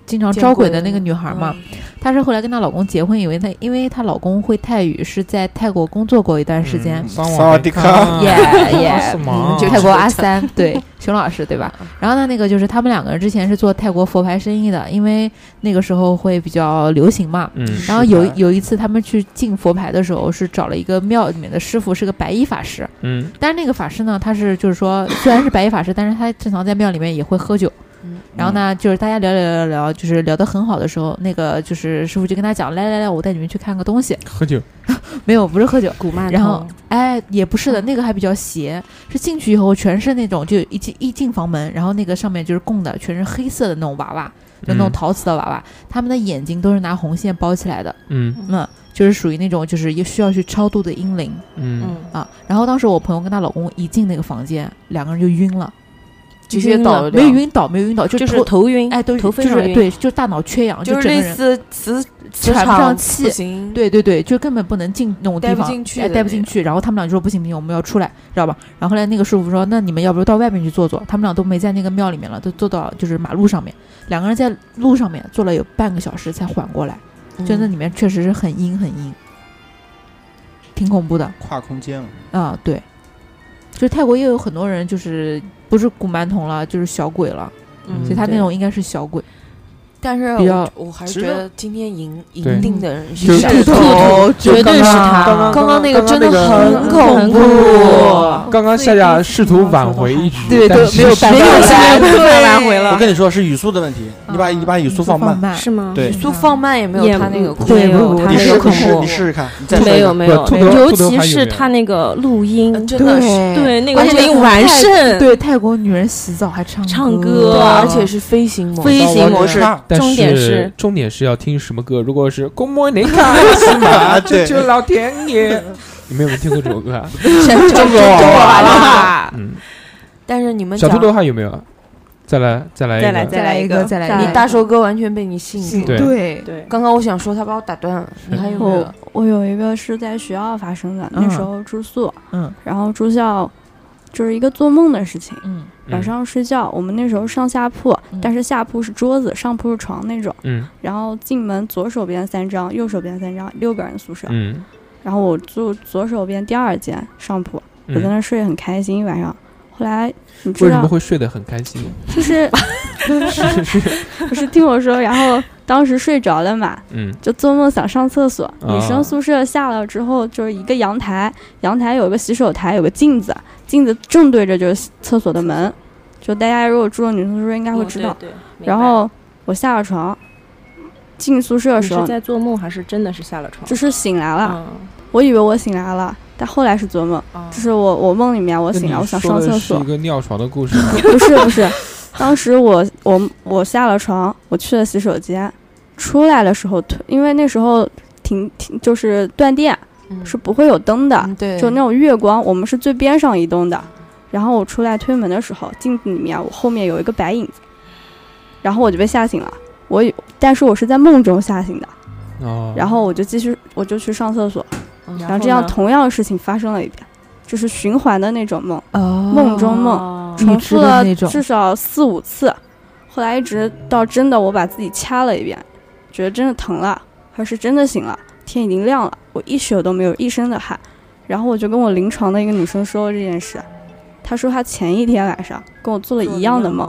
D: 经常招鬼的那个女孩嘛，她是后来跟她老公结婚，因为她因为她老公会泰语，是在泰国工作过一段时间。
A: 萨瓦迪卡，
D: 耶耶，
A: 什么？
D: 就泰国阿三，对，熊老师对吧？然后呢，那个就是他们两个人之前是做泰国佛牌生意的，因为那个时候会比较流行嘛。
A: 嗯。
D: 然后有有一次他们去进佛牌的时候，是找了一个庙里面的师傅，是个白衣法师。
A: 嗯。
D: 但是那个法师呢，他是就是说，虽然是白衣法师，但是他正常在庙里面也会喝酒。然后呢，就是大家聊聊聊聊，就是聊得很好的时候，那个就是师傅就跟他讲，来来来，我带你们去看个东西。
A: 喝酒？
D: 没有，不是喝酒，
F: 古曼童。
D: 然后，哎，也不是的，那个还比较邪，是进去以后全是那种，就一进一进房门，然后那个上面就是供的全是黑色的那种娃娃，就那种陶瓷的娃娃，他们的眼睛都是拿红线包起来的。
A: 嗯
D: 嗯，就是属于那种就是需要去超度的阴灵。
A: 嗯
D: 啊，然后当时我朋友跟她老公一进那个房间，两个人就晕了。
I: 直接倒，
D: 没有晕倒，没有晕倒，就
F: 就是头晕，
D: 哎，都
F: 头非常晕，
D: 对，就大脑缺氧，
I: 就是类似磁
D: 喘不上气，
I: 行，
D: 对对对，就根本不能进那种地方，
I: 待不进去，
D: 哎，待不进去。然后他们俩就说不行不行，我们要出来，知道吧？然后后来那个师傅说，那你们要不到外面去坐坐？他们俩都没在那个庙里面了，都坐到就是马路上面，两个人在路上面坐了有半个小时才缓过来，
I: 嗯、
D: 就那里面确实是很阴很阴，挺恐怖的，
C: 跨空间了
D: 啊，对。就是泰国也有很多人，就是不是古曼童了，就是小鬼了，嗯、所以他那种应该是小鬼。
I: 但是
D: 比较
I: 我，我还是觉得今天赢赢定的人
A: 是
I: 兔
D: 头，
I: 绝对是他。
A: 刚刚
I: 刚刚那个真的很
F: 恐
I: 怖。
A: 刚刚夏夏试图挽回一局，
D: 对，都没有办
F: 法，没有办法挽回了。
C: 我跟你说是语速的问题，你把你把语速放慢，
F: 是吗？
C: 对，
I: 语速放慢也没有他那个恐怖，
F: 没有他那个恐怖。
C: 你试试看，
F: 没有没有，尤其是他那个录音，
I: 真的是
F: 对那个录音完胜。
D: 对，泰国女人洗澡还唱
F: 唱歌，
I: 而且是飞行模式，
F: 飞行模式。重点
A: 是。重点是要听什么歌？如果是《公摩尼卡西马救救老天爷》，你们有没有听过这首歌啊？
I: 这个完了。
A: 嗯，
I: 但是你们
A: 小兔头还有没有？再来，再来一个，
D: 再来，再来一个，再来一个。
I: 你大寿哥完全被你吸引住。
A: 对
D: 对
F: 对。
I: 刚刚我想说，他把我打断了。你还有没有？
H: 我有一个是在学校发生的，那时候住宿，
D: 嗯，
H: 然后住校就是一个做梦的事情，
D: 嗯。
H: 晚上睡觉，我们那时候上下铺，
D: 嗯、
H: 但是下铺是桌子，上铺是床那种。
A: 嗯。
H: 然后进门左手边三张，右手边三张，六个人宿舍。
A: 嗯。
H: 然后我住左手边第二间上铺，
A: 嗯、
H: 我在那睡得很开心一晚上。后来你知道
A: 为什么会睡得很开心？
H: 就是
A: 是是
H: 不是听我说，然后当时睡着了嘛，
A: 嗯，
H: 就做梦想上厕所。
A: 哦、
H: 女生宿舍下了之后就是一个阳台，阳台有个洗手台，有个镜子，镜子正对着就是厕所的门。就大家如果住了女生宿舍应该会知道。
F: 嗯、对对
H: 然后我下了床，进宿舍的时候，
F: 你是在做梦还是真的是下了床？
H: 就是醒来了，
F: 嗯、
H: 我以为我醒来了，但后来是做梦。
F: 嗯、
H: 就是我我梦里面我醒来，我想上厕所。
A: 是一个尿床的故事。
H: 不是不是，当时我我我下了床，我去了洗手间，出来的时候，因为那时候停停就是断电，
I: 嗯、
H: 是不会有灯的，
I: 嗯、对，
H: 就那种月光，我们是最边上移动的。然后我出来推门的时候，镜子里面我后面有一个白影子，然后我就被吓醒了。我但是我是在梦中吓醒的，
A: 哦，
H: 然后我就继续我就去上厕所，
F: 嗯、
H: 然后这样同样的事情发生了一遍，就是循环的那种梦，
D: 哦、
H: 梦中梦，重复了至少四五次，后来一直到真的我把自己掐了一遍，觉得真的疼了，还是真的醒了，天已经亮了，我一宿都没有一身的汗，然后我就跟我临床的一个女生说了这件事。他说他前一天晚上跟我做了一样的梦，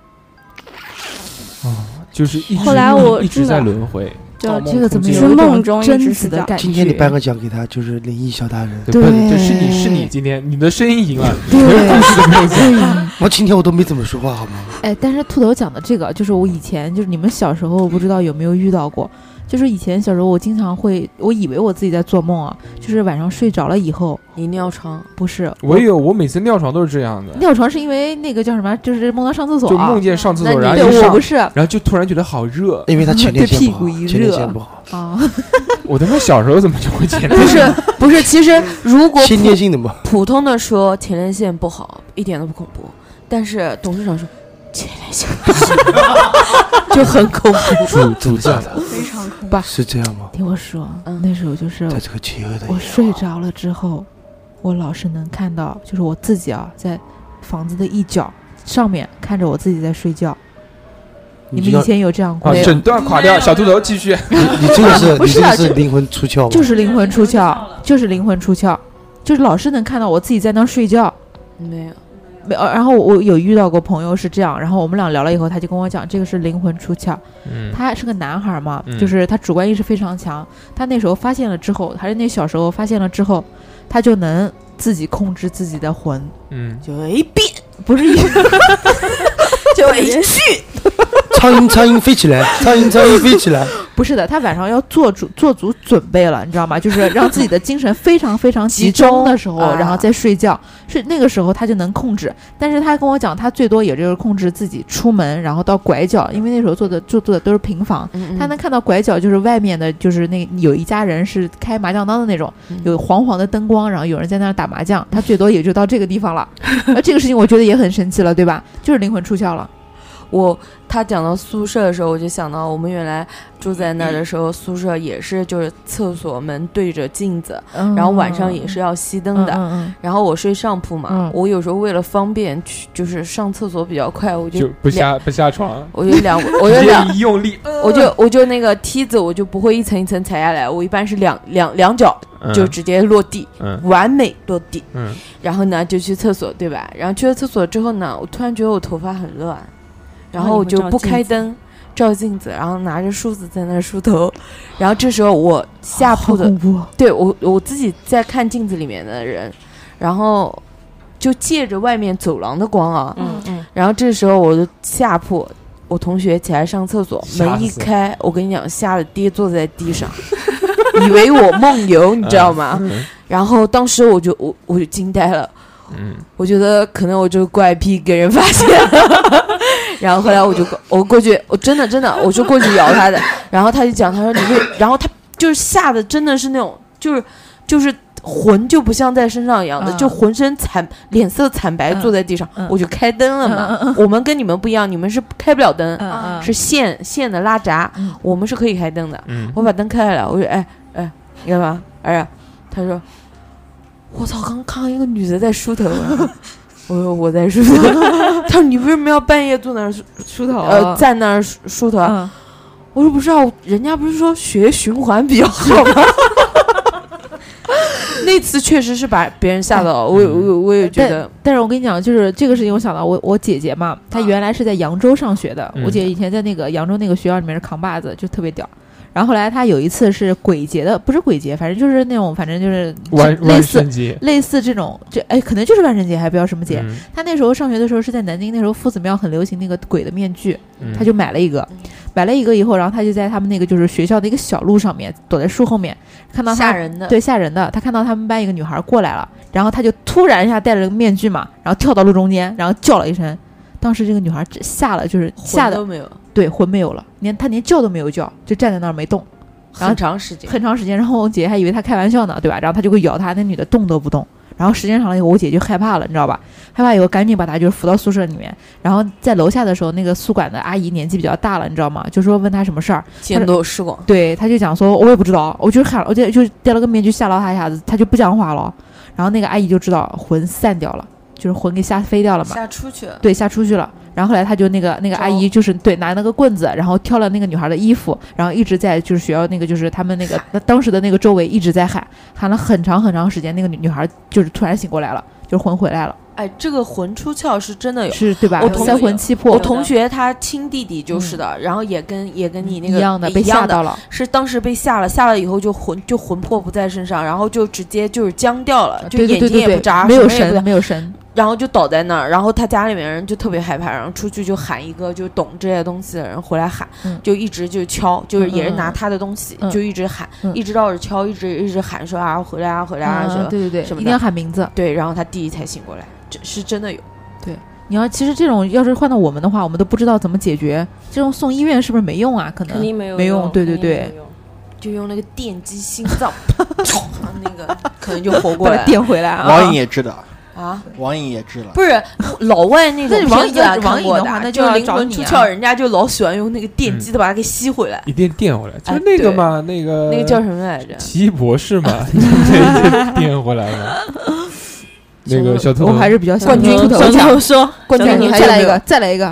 A: 哦，就是一直
H: 后来我
A: 一直在轮回，
H: 就
D: 这个怎么
H: 是梦中
D: 真实的感觉？
E: 今天你颁个奖给他，就是灵异小达人。
A: 对，就是你是你今天你的声音赢了，
D: 对，
E: 我今天我都没怎么说话，好吗？
D: 哎，但是兔头讲的这个，就是我以前就是你们小时候不知道有没有遇到过。就是以前小时候我经常会我以为我自己在做梦啊，就是晚上睡着了以后
I: 你尿床，
D: 不是
A: 我有我每次尿床都是这样的，
D: 尿床是因为那个叫什么，就是梦到上厕所、啊、
A: 就梦见上厕所，然后
D: 对我不是，
A: 然后就突然觉得好热，
E: 因为他前列腺
D: 不好，对屁股一热，
E: 前列腺不好
D: 啊。
A: 我他妈小时候怎么就会前列腺？
I: 不是不是，其实如果
E: 前列腺的嘛，
I: 普通的说前列腺不好一点都不恐怖，但是董事长说前列腺就很恐怖，
E: 主主教的
H: 非常恐
D: 怖，
E: 是这样吗？
D: 听我说，嗯，那时候就是
E: 在这个邪恶的，
D: 我睡着了之后，我老是能看到，就是我自己啊，在房子的一角上面看着我自己在睡觉， 你们以前有这样过
A: 啊，
D: 吗？
A: 整段垮掉，小秃头继续。
E: 你你这个是你这
D: 不是啊这
E: 个是灵魂出窍吗？
D: 就是灵魂出窍，就是灵魂出窍，就是老是能看到我自己在那儿睡觉。
I: 没有，
D: 没有，然后我有遇到过朋友是这样，然后我们俩聊了以后，他就跟我讲，这个是灵魂出窍。
A: 嗯，
D: 他是个男孩嘛，
A: 嗯
D: 就是他主观意识非常强。他那时候发现了之后，还是那小时候发现了之后，他就能自己控制自己的魂，
A: 嗯，
I: 就一变，
D: 不是一
I: 就一去，
E: 苍蝇苍蝇飞起来，苍蝇苍蝇飞起来。
D: 不是的，他晚上要做足做足准备了，你知道吗？就是让自己的精神非常非常集中的时候，
I: 啊
D: 然后再睡觉，是那个时候他就能控制。但是他跟我讲，他最多也就是控制自己出门，然后到拐角，因为那时候做的就做的都是平房，
I: 嗯
D: 他能看到拐角，就是外面的，就是那有一家人是开麻将档的那种，
I: 嗯
D: 有黄黄的灯光，然后有人在那儿打麻将，他最多也就到这个地方了。而这个事情我觉得也很神奇了，对吧？就是灵魂出窍了。
I: 我他讲到宿舍的时候，我就想到我们原来住在那儿的时候，宿舍也是就是厕所门对着镜子，
D: 嗯
I: 然后晚上也是要熄灯的。
D: 嗯嗯
I: 然后我睡上铺嘛，
D: 嗯
I: 我有时候为了方便去，就是上厕所比较快，我就
A: 就不下不下床，
I: 我就两，我就
A: 直接
I: 两，
A: 一用力，
I: 我就我就那个梯子，我就不会一层一层踩下来，我一般是两两两脚就直接落地，
A: 嗯
I: 完美落地。
A: 嗯
I: 然后呢就去厕所，对吧？然后去了厕所之后呢，我突然觉得我头发很乱，然后我就不开灯，照镜子，然后拿着梳子在那儿梳头。然后这时候我下铺的，
D: 好恐怖
I: 对我我自己在看镜子里面的人，然后就借着外面走廊的光啊，
F: 嗯嗯，
I: 然后这时候我的下铺，我同学起来上厕所，门一开，我跟你讲，吓得跌坐在地上，以为我梦游，你知道吗？
A: 嗯
I: 然后当时我就我我就惊呆了。
A: 嗯，
I: 我觉得可能我这个怪癖给人发现了，然后后来我就我过去，我真的真的我就过去摇他的，然后他就讲，他说你会，然后他就是吓得真的是那种就是就是魂就不像在身上一样的，
D: 嗯
I: 就浑身惨脸色惨白
D: 嗯
I: 坐在地上，
D: 嗯
I: 我就开灯了嘛。
D: 嗯嗯嗯
I: 我们跟你们不一样，你们是开不了灯，
D: 嗯嗯
I: 是线线的拉闸，
D: 嗯
I: 我们是可以开灯的。
A: 嗯
I: 我把灯开了，我说哎哎，你干嘛？哎呀，他说。我操！刚看到一个女的在梳头、啊，我说我在梳头。他说你为什么要半夜坐那儿梳
D: 梳头？
I: 呃，在那儿梳梳头啊？
D: 嗯
I: 我说不是啊，人家不是说血液循环比较好吗？那次确实是把别人吓到了，我也我我也觉得，
D: 但是我跟你讲，就是这个事情，我想到我我姐姐嘛，她原来是在扬州上学的，
A: 嗯
D: 我姐以前在那个扬州那个学校里面是扛把子，就特别屌。然后后来她有一次是鬼节的，不是鬼节，反正就是那种，反正就是
A: 万万
D: 类似
A: 圣节，
D: 类似这种，这哎，可能就是万圣节，还不知道什么节。
A: 嗯
D: 她那时候上学的时候是在南京，那时候夫子庙很流行那个鬼的面具，
A: 嗯
D: 她就买了一个，买了一个以后，然后她就在他们那个就是学校的一个小路上面，躲在树后面，看到她
I: 吓人的。
D: 对，吓人的。他看到他们班一个女孩过来了，然后他就突然一下戴了个面具嘛，然后跳到路中间，然后叫了一声。当时这个女孩只吓了，就是吓的
I: 魂都没有，
D: 对魂没有了，连她连叫都没有叫，就站在那儿没动，然后
I: 很长时间。
D: 很长时间。然后我姐还以为他开玩笑呢，对吧？然后他就会咬她，那女的动都不动。然后时间长了以后，我姐就害怕了，你知道吧？害怕以后赶紧把她就是扶到宿舍里面。然后在楼下的时候，那个宿管的阿姨年纪比较大了，你知道吗？就说问她什么事儿，
I: 见多识广，
D: 对，他就讲说，我也不知道，我就喊了，我就就戴了个面具吓到他一下子，他就不讲话了。然后那个阿姨就知道魂散掉了，就是魂给吓飞掉了嘛，
I: 吓出去了。
D: 对，吓出去了。然后后来他就那个那个阿姨就是对拿那个棍子，然后挑了那个女孩的衣服，然后一直在就是学校那个就是他们那个当时的那个周围一直在喊，喊了很长很长时间。那个女女孩就是突然醒过来了，就是魂回来了，
I: 哎，这个魂出窍是真的有。
D: 是对吧？
I: 我同
D: 三魂七魄，
I: 我同学他亲弟弟就是的，然后也跟也跟你那个
D: 一样的被
I: 一样的
D: 吓到了，
I: 是当时被吓了，吓了以后就魂就魂魄不在身上，然后就直接就是僵掉了，就
D: 对对
I: 眼
D: 对对对
I: 睛也不眨，
D: 没有
I: 什么也不
D: 神，没有神。
I: 然后就倒在那儿，然后他家里面人就特别害怕，然后出去就喊一个就懂这些东西的人回来喊，
D: 嗯
I: 就一直就敲，就是也是
D: 嗯嗯
I: 拿他的东西，
D: 嗯
I: 就一直喊，
D: 嗯
I: 一直绕着敲，一直一直喊说啊回来啊回来啊什么、
D: 嗯对对对，
I: 什么的
D: 一定要喊名字。
I: 对，然后他弟弟才醒过来，这是真的有。
D: 你要其实这种要是换到我们的话，我们都不知道怎么解决。这种送医院是不是没用啊？可能
F: 肯定没有
D: 没用。对对对，
F: 肯定没有用
I: 就用那个电击心脏，那个可能就活过来
D: 把它电回来啊！
C: 网瘾也治的，
I: 啊。
C: 网瘾也治了。
I: 不是老外那种
D: 那网
I: 片子啊
D: 瘾网瘾
I: 看过
D: 的话那就
I: 就是
D: 要找你
I: 灵魂出
D: 啊
I: 窍，人家就老喜欢用那个电击的把它给吸回来。
A: 一电电回来，就
I: 哎
A: 是那个嘛，那个
I: 那个叫什么来着？
A: 奇异博士嘛，对，电回来了。那个小兔，
D: 我还是比较喜欢
I: 冠军
D: 秃头
I: 小
D: 强
I: 头说，冠
D: 小兔
I: 军你还有没有
D: 再来一个，再来一个。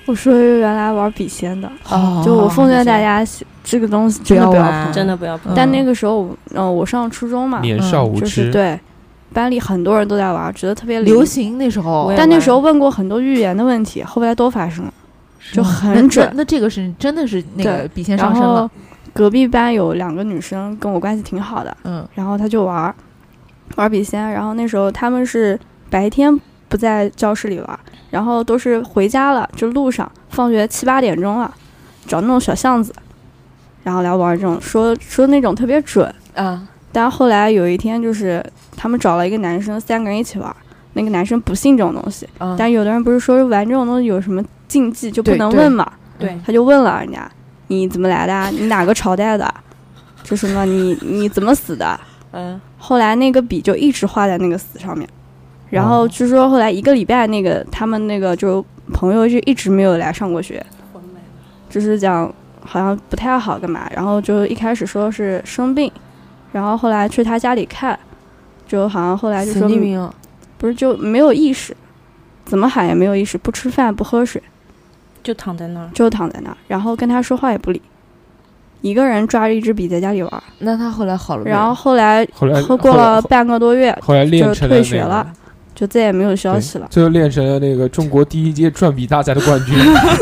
H: 我属于原来玩笔仙的，
I: 哦
H: 就我奉劝大家，这个东西真的不要碰，
I: 不要玩
F: 真的不要碰。
H: 但那个时候，嗯、我上初中嘛，
A: 年少无
H: 就
A: 知，
H: 是对，班里很多人都在玩，觉得特别
D: 流，行那时候
F: 我，也
H: 但那
F: 玩
H: 时候问过很多预言的问题，后来都发生了，就
D: 那
H: 很准。
D: 那那这个是真的是那个
H: 对
D: 笔仙
H: 然后
D: 上身了，
H: 隔壁班有两个女生跟我关系挺好的，
D: 嗯
H: 然后她就玩玩笔仙，然后那时候他们是白天不在教室里玩，然后都是回家了，就路上放学七八点钟了，找那种小巷子，然后来玩这种，说说那种特别准。
I: 啊，
H: 但后来有一天，就是他们找了一个男生，三个人一起玩，那个男生不信这种东西，
I: 嗯
H: 但有的人不是说玩这种东西有什么禁忌就不
I: 对对
H: 能问嘛，
F: 对
H: 他就问了人家，你怎么来的啊？你哪个朝代的？这什么？你你怎么死的？
I: 嗯，
H: 后来那个笔就一直画在那个死上面，然后据说后来一个礼拜，那个他们那个就朋友就一直没有来上过学，就是讲好像不太好干嘛，然后就一开始说是生病，然后后来去他家里看，就好像后来就说
I: 神经病啊，
H: 不是就没有意识，怎么喊也没有意识，不吃饭不喝水，
F: 就躺在那儿。
H: 就躺在那儿，然后跟他说话也不理，一个人抓着一支笔在家里玩，
I: 那他后来好了没有？
H: 然后后来
A: 后来
H: 喝过
A: 后来
H: 了半个多月，
A: 后来练
H: 就
A: 成了那个
H: 退学了，就再也没有消息了。
A: 最后练成了那个中国第一届转笔大赛的冠军。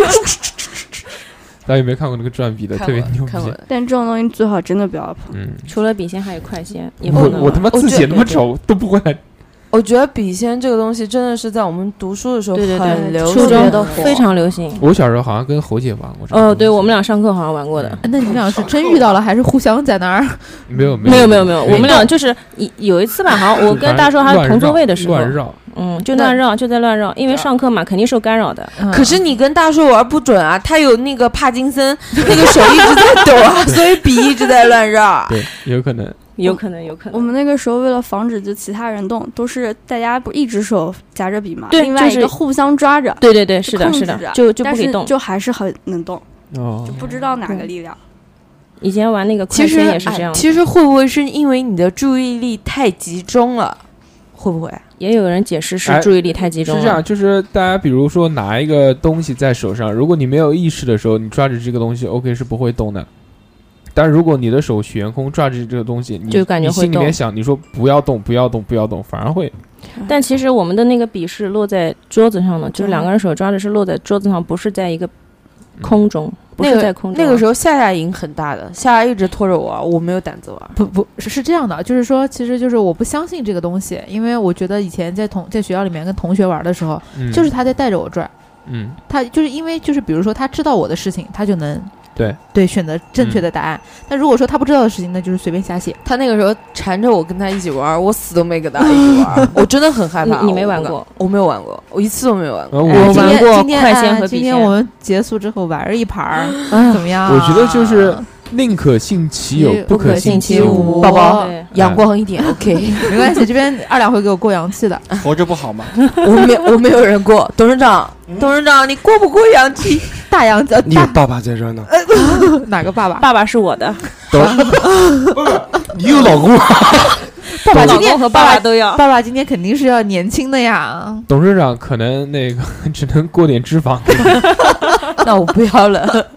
A: 大家有没有看过那个转笔的？
I: 看
A: 特别牛逼
I: 过看。过的
H: 但这种东西最好真的不要碰。
A: 嗯，
F: 除了笔仙还有快仙，也不
A: 我
F: 能玩
A: 我他妈字写那么丑都不会来。
I: 我觉得笔仙这个东西真的是在我们读书的时候
F: 对对对
I: 很流
F: 初中
I: 行的火，
F: 非常流行。
A: 我小时候好像跟侯姐玩过这个。
F: 哦，对我们俩上课好像玩过的。
A: 嗯
D: 那你们俩是真遇到了，还是互相在那儿？
A: 没有
F: 没有没有没有，我们
A: 俩
F: 俩就是一有一次吧，好像我跟大硕还是同座位的时候，
A: 乱绕。
F: 嗯，就乱绕，就在乱绕，因为上课嘛，肯定受干扰的。
D: 嗯
I: 可是你跟大叔玩不准啊，他有那个帕金森，那个手一直在抖啊，所以笔一直在乱绕。
A: 对，有可能。
F: 有可能，有可能。
H: 我们那个时候为了防止就其他人动，都是大家不一只手夹着笔嘛，
F: 对
H: 另外一
F: 就是
H: 个互相抓着，
F: 对对对，是的，是的，
H: 控制着
F: 就就不
H: 但是
F: 给动。
H: 就还是很能动，
A: 哦
H: 就，不知道哪个力量。
F: 以前玩那个快
I: 其实
F: 仙也是这样的，
I: 哎其实会不会是因为你的注意力太集中了？会不会？
F: 也有人解释是
A: 哎
F: 注意力太集中了。
A: 是这样，就是大家比如说拿一个东西在手上，如果你没有意识的时候，你抓着这个东西 ，OK 是不会动的。但如果你的手悬空抓着这个东西，你
F: 就感觉
A: 你
F: 会动
A: 心里面想，你说不要动，不要动，不要动，反而会。
F: 但其实我们的那个笔是落在桌子上的，就是两个人手抓着是落在桌子上，不是在一个空中，不
I: 那个
F: 是在空中。
I: 那个时候夏夏瘾很大的，夏夏一直拖着我玩，我没有胆子玩。
D: 不不是是这样的，就是说，其实就是我不相信这个东西，因为我觉得以前在同在学校里面跟同学玩的时候，
A: 嗯，
D: 就是他在带着我转，
A: 嗯，
D: 他就是因为就是比如说他知道我的事情，他就能
A: 对
D: 对选择正确的答案。但如果说他不知道的事情，那就是随便瞎写。
I: 他那个时候缠着我跟他一起玩，我死都没跟他一起玩，我真的很害怕。
F: 你你没
I: 我不敢
F: 玩过？
I: 我没有玩过，我一次都没有玩过。
A: 呃我
D: 哎今
F: 我玩过
D: 天今天
F: 快仙
D: 哎今
F: 和笔仙
D: 天我们结束之后玩一盘儿，怎么样？
A: 我觉得就是宁可信其有，不可信其无。
I: 宝宝
F: 对
I: 阳光一点，OK。
D: 没关系，这边二两会给我过阳气的。
C: 活着不好吗？
I: 我没有我没有人过，董事长，董事长，你过不过阳气？
D: 大阳呃大
E: 你有爸爸在这儿呢，
D: 哪个爸爸？
F: 爸爸是我的，
E: 你有老公啊？
F: 老
D: 爸爸今天
F: 公和爸爸都要。
D: 爸爸今天肯定是要年轻的呀。
A: 董事长可能那个只能过点脂肪。
I: 那我不要了。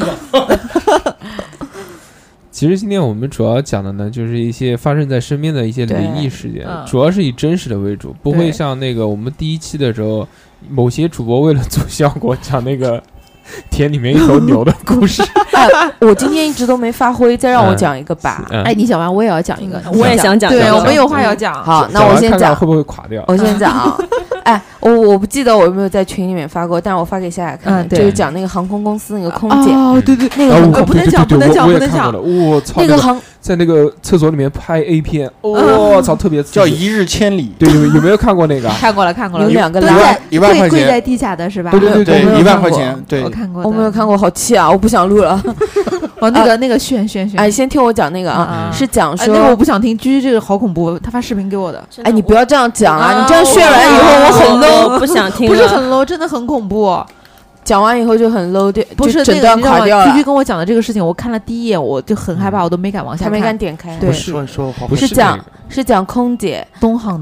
A: 其实今天我们主要讲的呢，就是一些发生在身边的一些灵异事件，
D: 嗯
A: 主要是以真实的为主，不会
D: 对
A: 像那个我们第一期的时候，某些主播为了做效果讲那个田里面一头牛的故事。
I: 哎，我今天一直都没发挥，再让我讲一个吧。
A: 嗯，
D: 哎，你讲完我也要讲一个，
F: 我也想讲
D: 对
F: 讲
D: 我们有话要讲。
I: 好，那
A: 讲
I: 我先讲
A: 完看看会，不会垮掉？
I: 我先讲啊。哎，我我不记得我有没有在群里面发过，但是我发给夏夏看的，
D: 嗯对
I: 就是讲那个航空公司那个空姐，
D: 哦，对对，
I: 那个很
A: 啊我
D: 呃不能讲，不能讲，
A: 对对对我
D: 不能讲
A: 我也看过了。。我操，个
I: 那个航
A: 在那个厕所里面拍 A 片，我操，特别刺激
C: 叫一日千里，
A: 对，有有没有看过那个？
D: 看过了，看过了，
I: 有两个
D: 蹲
I: 拉
D: 在
C: 一万块钱
D: 跪跪在地下的是吧？
A: 对对对
C: 对
I: 我没有
C: 一万
I: 看过
C: 块钱，对
D: 我，看过的，
I: 我没有看过，好气啊！我不想录了。
D: 哦，那个那个炫炫炫，
I: 哎，先听我讲那个啊，
D: 啊
I: 是讲
D: 哎，那个我
I: 说，
D: 不想听，居居这个好恐怖，他发视频给我的，
I: 哎，你不要这样讲啊！
D: 啊
I: 你这样渲染以后，我很 low，
F: 我不想听了。
D: 不是很 low，真的很恐怖。
I: 讲完以后就很 low，掉，
D: 不是
I: 就整段
D: 那个你知道吗
I: 垮掉了
D: 居居。跟我讲的这个事情，我看了第一眼我就很害怕，我都没敢往下看。
I: 他没敢点开。
D: 对
E: 说说话
A: 不
I: 是讲
A: 那个
I: 是讲空姐，
D: 东航的，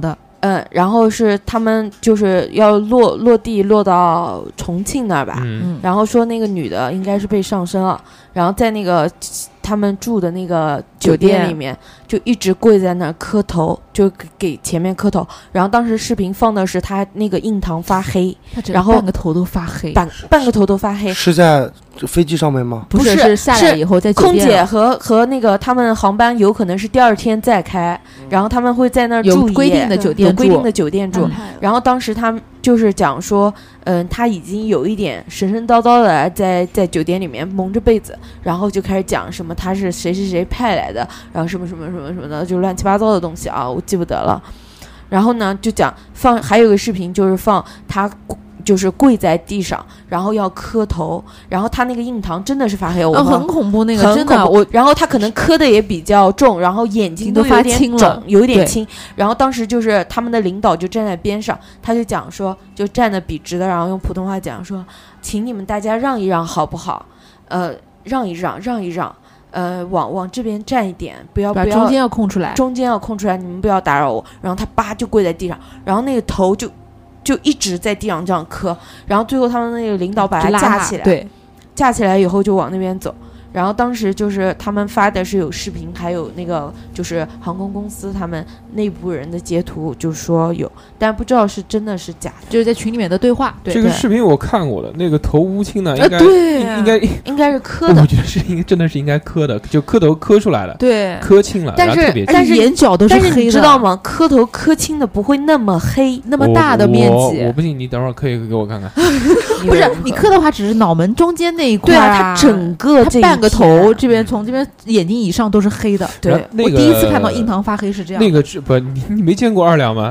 I: 嗯，然后是他们就是要落落地落到重庆那儿吧，
A: 嗯
D: 嗯，
I: 然后说那个女的应该是被上身了，然后在那个他们住的那个酒店里面就一直跪在那儿磕头，就给给前面磕头。然后当时视频放的是他那个印堂发黑，然后
D: 半个头都发黑，
I: 半半个头都发黑。
E: 是在飞机上面吗？
D: 不
I: 是
D: 是下来以后在酒
I: 空
D: 店
I: 姐和和那个他们航班有可能是第二天再开，然后他们会在那儿
D: 有
I: 住一夜
D: 规定的酒店住
I: 有规定的酒店住
H: 安。排了
I: 然后当时他们就是讲说，嗯，他已经有一点神神叨叨的在在酒店里面蒙着被子，然后就开始讲什么他是谁谁谁派来的，然后什么什么什么什么的，就乱七八糟的东西啊，我记不得了。然后呢，就讲放还有个视频，就是放他就是跪在地上，然后要磕头，然后他那个印堂真的是发黑，我
D: 啊，
I: 们
D: 很恐怖那个，
I: 很
D: 真的，
I: 恐怖
D: 我
I: 然后他可能磕的也比较重，然后眼睛
D: 都
I: 有点
D: 发青了
I: 肿，有一点
D: 对
I: 青。然后当时就是他们的领导就站在边上，他就讲说，就站得笔直的，然后用普通话讲说，请你们大家让一让好不好？呃，让一让，让一让，呃，往往这边站一点，不要不要
D: 把中间要空出来，
I: 中间要空出来，你们不要打扰我。然后他叭就跪在地上，然后那个头就就一直在地上这样磕，然后最后他们那个领导把他
D: 就拉他
I: 架起来，
D: 对，
I: 架起来以后就往那边走。然后当时就是他们发的是有视频，还有那个就是航空公司他们内部人的截图，就是说有，但不知道是真的是假的，
D: 就是在群里面的对话，对
A: 这个
I: 对
A: 视频我看过了，那个头乌青的应
D: 呃
A: 该
D: 对啊
A: 应应该，
I: 应该是磕的
A: 我。觉得是应该真的是应该磕的，就磕头磕出来了，
D: 对，
A: 磕青了，
I: 但是
A: 然后特别
I: 但是
D: 眼角都是
I: 但是
D: 黑的，
I: 你知道吗？磕头磕青的不会那么黑，
D: 那么大的面积
A: 我我，不信，你等会儿可以给我看看。
D: 不是你磕的话，只是脑门中间那一块
I: 对啊，
D: 啊，
I: 它整个这一
D: 它半个
I: 片
D: 头这边从这边眼睛以上都是黑的。
I: 对
A: 然后那个
D: 我第一次看到印堂发黑是这样的。
A: 那个是不，你你没见过二两吗？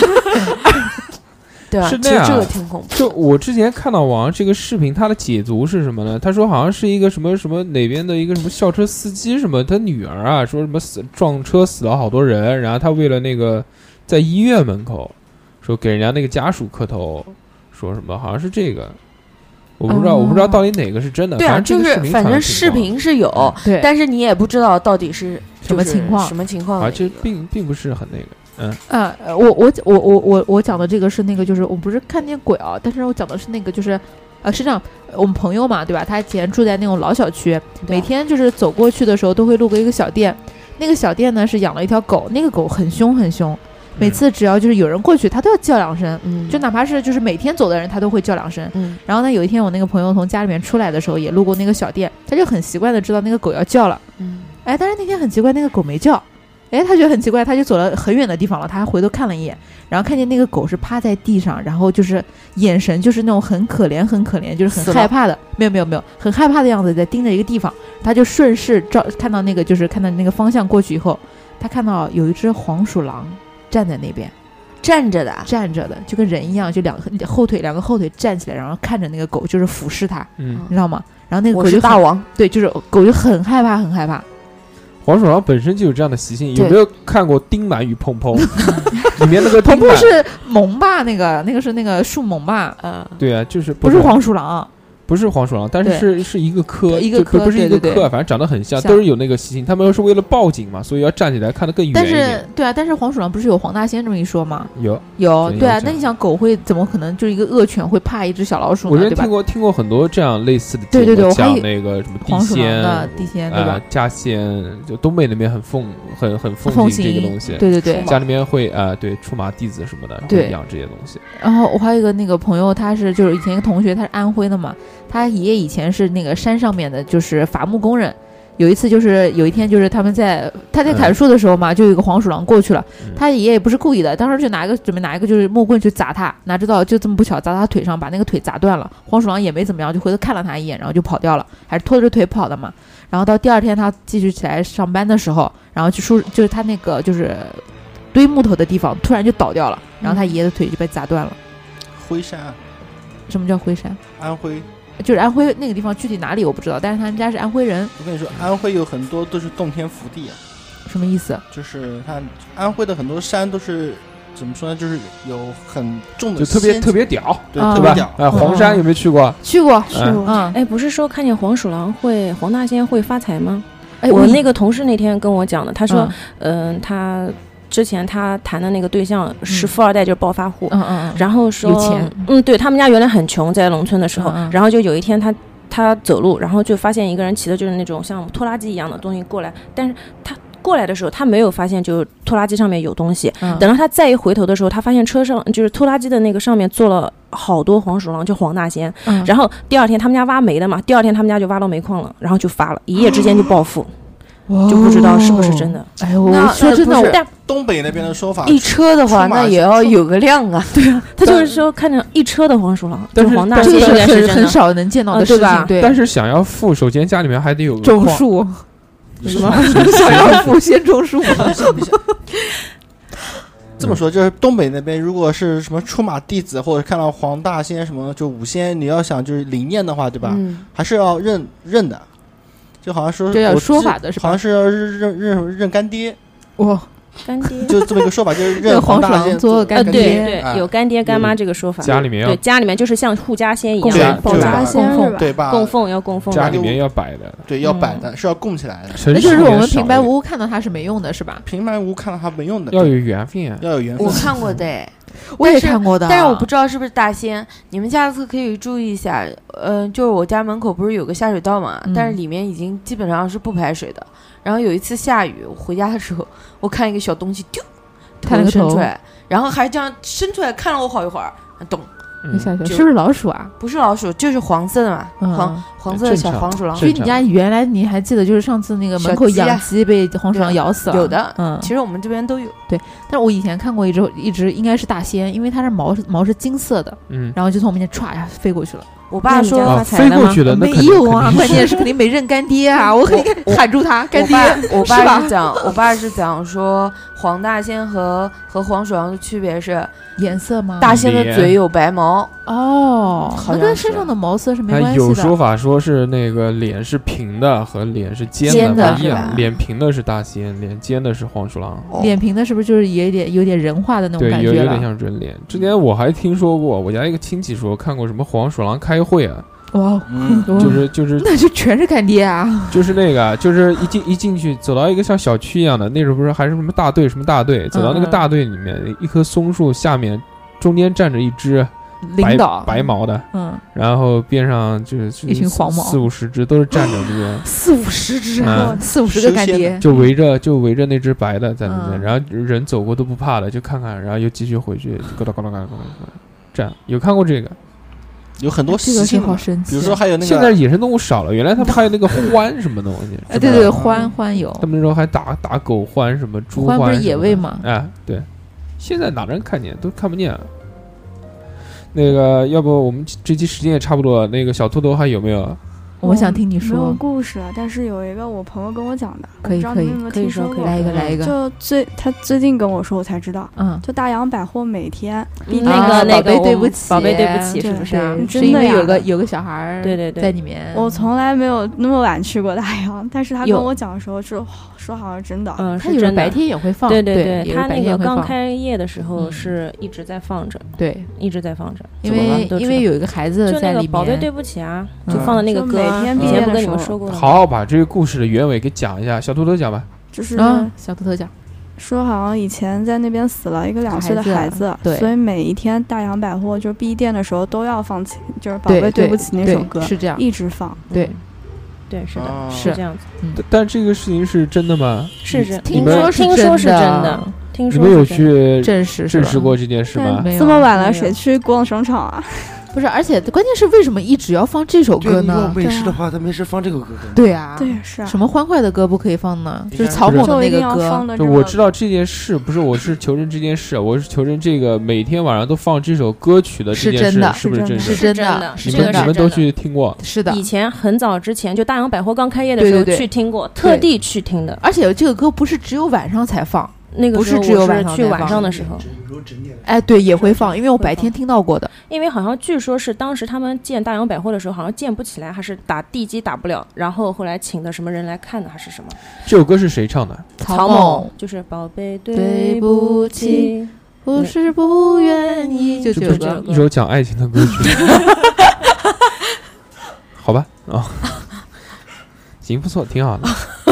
I: 对啊，
A: 是那样
I: 其实这个挺恐怖。
A: 就我之前看到网上这个视频，它的解读是什么呢？他说好像是一个什么什么哪边的一个什么校车司机什么，他女儿啊说什么死撞车死了好多人，然后他为了那个在医院门口说给人家那个家属磕头，说什么好像是这个。我不知道，
D: 哦
A: 我不知道到底哪个是真的。
I: 对啊，
A: 反正这个视频
I: 就是反
A: 传得挺
I: 正视
A: 广
I: 频是有，
D: 对，
I: 但是你也不知道到底是
D: 什么
I: 就是
D: 情况
I: 什么情况
A: 啊，
I: 的一个。
A: 这并并不是很那个。嗯，
D: 呃，呃我我我我我我讲的这个是那个，就是我不是看见鬼啊，但是我讲的是那个，就是呃，是这样，我们朋友嘛，对吧？他以前住在那种老小区，
I: 对
D: 每天就是走过去的时候都会路过一个小店，那个小店呢是养了一条狗，那个狗很凶很凶，每次只要就是有人过去，它都要叫两声，
I: 嗯，
D: 就哪怕是就是每天走的人，它都会叫两声。
I: 嗯
D: 然后呢，有一天我那个朋友从家里面出来的时候，也路过那个小店，他就很习惯的知道那个狗要叫了，
I: 嗯
D: 哎，但是那天很奇怪，那个狗没叫。哎，他觉得很奇怪，他就走了很远的地方了，他还回头看了一眼，然后看见那个狗是趴在地上，然后就是眼神就是那种很可怜很可怜，就是
I: 死了
D: 很害怕的，没有没有没有，很害怕的样子，在盯着一个地方。他就顺势照看到那个就是看到那个方向过去以后，他看到有一只黄鼠狼站在那边，
I: 站着的啊，
D: 站着的，就跟人一样，就两个后腿两个后腿站起来，然后看着那个狗，就是俯视它，
A: 嗯，
D: 你知道吗？然后那个
I: 我
D: 狗就很
I: 是大王。
D: 对，就是狗就很害怕很害怕。
A: 黄鼠狼本身就有这样的习性，有
I: 对
A: 没有看过《丁满与鹏鹏》里面那个丁满？
D: 鹏鹏是萌吧？那个那个是那个树萌吧？
I: 呃，
A: 对啊，就是
D: 不是黄鼠狼，
A: 不是黄鼠狼，但是
D: 对
A: 是是一个科，
D: 一个科
A: 就不不是一个科，
D: 对对对
A: 反正长得很像，
D: 像
A: 都是有那个习性。他们是为了报警嘛，所以要站起来看得更远
D: 但是
A: 一点。
D: 对啊，但是黄鼠狼不是有黄大仙这么一说吗？
A: 有，
D: 有，对啊，
A: 对有这样
D: 那你想狗会怎么可能就是一个恶犬会怕一只小老鼠呢？对吧
A: 我之前听？过听过很多这样类似的
D: 对对
A: 节目，
D: 对我还以
A: 讲那个什么地
D: 黄鼠狼
A: 仙
D: 的地仙对吧
A: 呃？家仙，就东北那边很奉很很
D: 奉
A: 奉敬这个
D: 行
A: 东西。
D: 对对对。
A: 家里面会啊、呃对出马弟子什么的，
D: 对
A: 会养这些东西。
D: 然后我还有一个那个朋友，他是就是以前一个同学，他是安徽的嘛，他爷爷以前是那个山上面的，就是伐木工人。有一次就是有一天就是他们在他在砍树的时候嘛，就有一个黄鼠狼过去了，
A: 嗯
D: 他爷爷也不是故意的，当时就拿一个准备拿一个就是木棍去砸他，哪知道就这么不巧砸他腿上，把那个腿砸断了。黄鼠狼也没怎么样，就回头看了他一眼，然后就跑掉了，还是拖着腿跑的嘛。然后到第二天他继续起来上班的时候，然后去树就是他那个就是堆木头的地方突然就倒掉了，然后他爷爷的腿就被砸断了。
C: 徽山啊，
D: 什么叫徽山？
C: 安徽。
D: 就是安徽那个地方，具体哪里我不知道，但是他们家是安徽人。
C: 我跟你说，安徽有很多都是洞天福地啊，
D: 什么意思？
C: 就是它安徽的很多山都是怎么说呢，就是有很重的
A: 就特别
C: 仙
A: 特别屌，
C: 对
D: 啊
A: 对吧
C: 特别屌？。
A: 啊，黄山有没有去过？
D: 去过，
A: 去过
D: 嗯，
F: 哎，不是说看见黄鼠狼会黄大仙会发财吗？
D: 哎，
F: 我
D: 一
F: 那个同事那天跟我讲的，他说，
D: 嗯
F: 嗯、他之前他谈的那个对象是富二代，就是暴发户，
D: 嗯嗯嗯，
F: 然后说
D: 有钱，
F: 嗯，对他们家原来很穷，在农村的时候，
D: 嗯嗯
F: 然后就有一天他他走路，然后就发现一个人骑的就是那种像拖拉机一样的东西过来，但是他过来的时候他没有发现就是拖拉机上面有东西，
D: 嗯
F: 等到他再一回头的时候，他发现车上就是拖拉机的那个上面坐了好多黄鼠狼，就黄大仙，
D: 嗯
F: 然后第二天他们家挖煤的嘛，第二天他们家就挖到煤矿了，然后就发了，一夜之间就暴富，就不知道是不是真的。
D: 哎呦，我
I: 那
D: 说真的，我
I: 那不是
F: 但
C: 东北那边的说法，
I: 一车的话，
C: 出马
I: 那也要有个量啊。对啊，
F: 他就是说看着一车的黄鼠狼，
A: 但
F: 就是黄大
D: 这个
F: 仙应该
D: 是很
F: 是真的。
D: 很少能见到的事情，
F: 嗯对吧
D: 对，
A: 但是想要富，首先家里面还得有个矿
D: 种树，
A: 什么？
D: 想要富先种树。
C: 这么说，就是东北那边，如果是什么出马弟子，或者看到黄大仙什么，就五仙，你要想就是灵验的话，对吧？
I: 嗯，
C: 还是要认认的，就好像说
D: 这有
C: 我记
D: 说法的是吧
C: 好像是要认认认认干爹，
D: 哇，
F: 干爹，
C: 就这么一个说法，就是
D: 这
C: 认
D: 黄鼠狼
C: 大仙
F: 呃，
D: 做干爹
F: 对对
C: 哎，
F: 有干爹干妈这个说法。
A: 家里面要
F: 对家里面就是像护家仙一
D: 供
F: 样，
C: 对
H: 保家
C: 对
H: 仙是吧？
C: 对吧？
F: 供奉要供奉的。
A: 家里面要摆的，
C: 对要摆的，是要供起来的。
A: 城
D: 那就是我们
A: 市里面少一点
D: 平白无故看到它是没用的，是吧？
C: 平白无故看到它没用的，
A: 要有缘分啊。
C: 要有缘分
I: 我。看过的哎，
D: 我也
I: 但是
D: 看过的，
I: 但是我不知道是不是大仙，你们下次可以注意一下。嗯、就是我家门口不是有个下水道嘛，
D: 嗯
I: 但是里面已经基本上是不排水的。然后有一次下雨，我回家的时候，我看一个小东西丢，
D: 探了个头
I: 伸出来，然后还这样伸出来看了我好一会儿，咚，
A: 嗯
D: 你想想，
I: 就是
D: 不是老鼠啊？
I: 不是老鼠，就是黄色的嘛，
D: 嗯
I: 黄黄色的小黄鼠狼
D: 所。以你家原来你还记得，就是上次那个门口
I: 小鸡啊
D: 养鸡被黄鼠狼咬死了，
I: 有的，
D: 嗯，
I: 其实我们这边都有。
D: 但是我以前看过一只，一只应该是大仙，因为它是毛是毛是金色的，
A: 嗯，
D: 然后就从我面前歘一下飞过去了。
I: 我爸说，
A: 啊，
F: 发财了吗
A: 飞过去的那
D: 没
A: 肯定
D: 有啊，
A: 肯定
D: 关键是肯定没认干爹啊！我肯定喊住他干爹
I: 我爸，我
D: 是吧
I: 爸是讲，我爸是讲说，黄大仙和和黄鼠狼的区别是，
D: 颜色吗？
I: 大仙的
A: 脸
I: 嘴有白毛，
D: 哦，
I: 好像是
D: 那跟身上的毛色是没
A: 它
D: 关系的。
A: 有说法说是那个脸是平的和脸是尖
I: 尖的
A: 不一样
I: 是吧，
A: 脸平的是大仙，脸尖的是黄鼠狼。
D: 脸平的是不是就是有点有点人化的那种
A: 对，
D: 感觉了
A: 有有点？像人脸。之前我还听说过，我家一个亲戚说看过什么黄鼠狼开会啊，
D: 哇，
C: 嗯，
D: 哦
A: 就是就是
D: 那就全是干爹啊！
A: 就是那个，就是一进一进去，走到一个像小区一样的，那时候不是还是什么大队什么大队，走到那个
D: 嗯
A: 大队里面，一棵松树下面中间站着一只白
D: 领导，
A: 白毛的，
D: 嗯，
A: 然后边上就是
D: 一群黄毛
A: 四五十只都是站着这边。
D: 四五十只，
A: 嗯
D: 四五十个干爹，
A: 就围着就围着那只白的在那边，
D: 嗯
A: 然后人走过都不怕的，就看看，然后又继续回去，咯哒咯哒咯哒咯哒咯哒，这样有看过这个？
C: 有很多
D: 这个是
C: 习性的，
D: 好神奇。
C: 比如说还有那
A: 现在
C: 个
A: 野生动物少了，原来他们还有那个獾什么东西，
D: 哎，对对，
C: 嗯
D: 欢欢有
A: 他们那时候还打打狗獾什么猪獾什么的，
D: 獾不是野味吗
A: 哎，对，现在哪能看见，都看不见了。那个，要不我们这期时间也差不多了，那个小秃头还有没有？
D: 我想听你
H: 没有
D: 说，
H: 故事，但是有一个我朋友跟我讲的，
D: 可以可以
H: 我不知道你们有没有
F: 可以
H: 听过？
F: 说可以
D: 来一个来一个，
H: 就最他最近跟我说，我才知道，
D: 嗯，
H: 就大洋百货每天必
F: 那
D: 啊
F: 个那
D: 宝贝
F: 个我们
D: 对不起
F: 宝贝对不起，
H: 对
F: 是不是啊？
D: 对，
H: 真
D: 是因为
H: 的呀
D: 有个有个小孩儿
F: 对对对
D: 在里面，
H: 我从来没有那么晚去过大洋，但是他跟
D: 有
H: 我讲的时候就说好像真的，
F: 嗯，
D: 他有时候
F: 是真的
D: 白天也会放，
F: 对
D: 对
F: 对，
D: 有时候白
F: 他那个
D: 天也会放，
F: 刚开业的时候
D: 嗯
F: 是一直在放着，
D: 对，
F: 一直在放着。
D: 因
F: 怎么了
D: 为
F: 都知道
D: 因为有一个孩子
F: 就
D: 在里
F: 那个宝贝对
D: 面，
F: 不起啊，
D: 嗯
F: 就放的那个
H: 就
F: 歌啊，
H: 每天毕业
F: 以前不跟你
H: 的时候
F: 们说过了吗？
A: 好好把这个故事的原委给讲一下，小秃头讲吧。
H: 就是
D: 啊，小秃头讲，
H: 说好像以前在那边死了一个两岁的
D: 孩
H: 孩子，
D: 子对
H: 所以每一天大洋百货就是闭店的时候都要放起，就是《宝
D: 对
H: 贝对不起》那
D: 对
H: 首歌，
D: 是这样，
H: 一直放。
D: 对，
F: 对，是的，
C: 哦
D: 是
F: 这样子，
A: 但但这个事情是真的吗？
F: 是是，
D: 听
A: 们
D: 说是
F: 听说是真
D: 的
F: 的，，听
A: 你们有
F: 说是真的
A: 去
D: 证实是吧
A: 证实过这件事吗？
D: 没有
H: 这么晚了，
F: 没有
H: 谁去逛商场啊？
D: 不是，而且关键是为什么一直要放这首歌
E: 对，你
D: 呢
E: 有？美食的话，他没事放这个歌干嘛？
D: 对啊，
H: 对，是啊，
D: 什么欢快的歌不可以放呢？
C: 你看
D: 就是曹猛的
H: 就一定要
D: 那个歌
H: 放，的这么。
A: 就我知道这件事，不是我是求证这件事，我是求证这个每天晚上都放这首歌曲的这件事
D: 是真的
A: 是不是真
D: 是
A: 实？
D: 真的
F: 真的，
A: 你
F: 这
A: 们你们都
F: 个是真的。
A: 去听过？
D: 是的，
F: 以前很早之前，就大洋百货刚开业的时候
D: 对对对
F: 去听过，特地去听的。
D: 而且这个歌不是只有晚上才放，
F: 那个
D: 不
F: 时候我
D: 是只有晚
F: 是去晚
D: 上才放
F: 上的时候，
D: 哎，对，也会放，因为我白天听到过的。
F: 因为好像据说是当时他们建大洋百货的时候，好像建不起来，还是打地基打不了，然后后来请的什么人来看的，还是什么？
A: 这首歌是谁唱的？
F: 曹
D: 猛
F: 就是宝贝
D: 对
F: 对
D: 不
F: 不起，
D: 不是不愿意，就
A: 这
D: 这首歌。
A: 不是一首讲爱情的歌曲。好吧，啊、行，不错，挺好的。嗯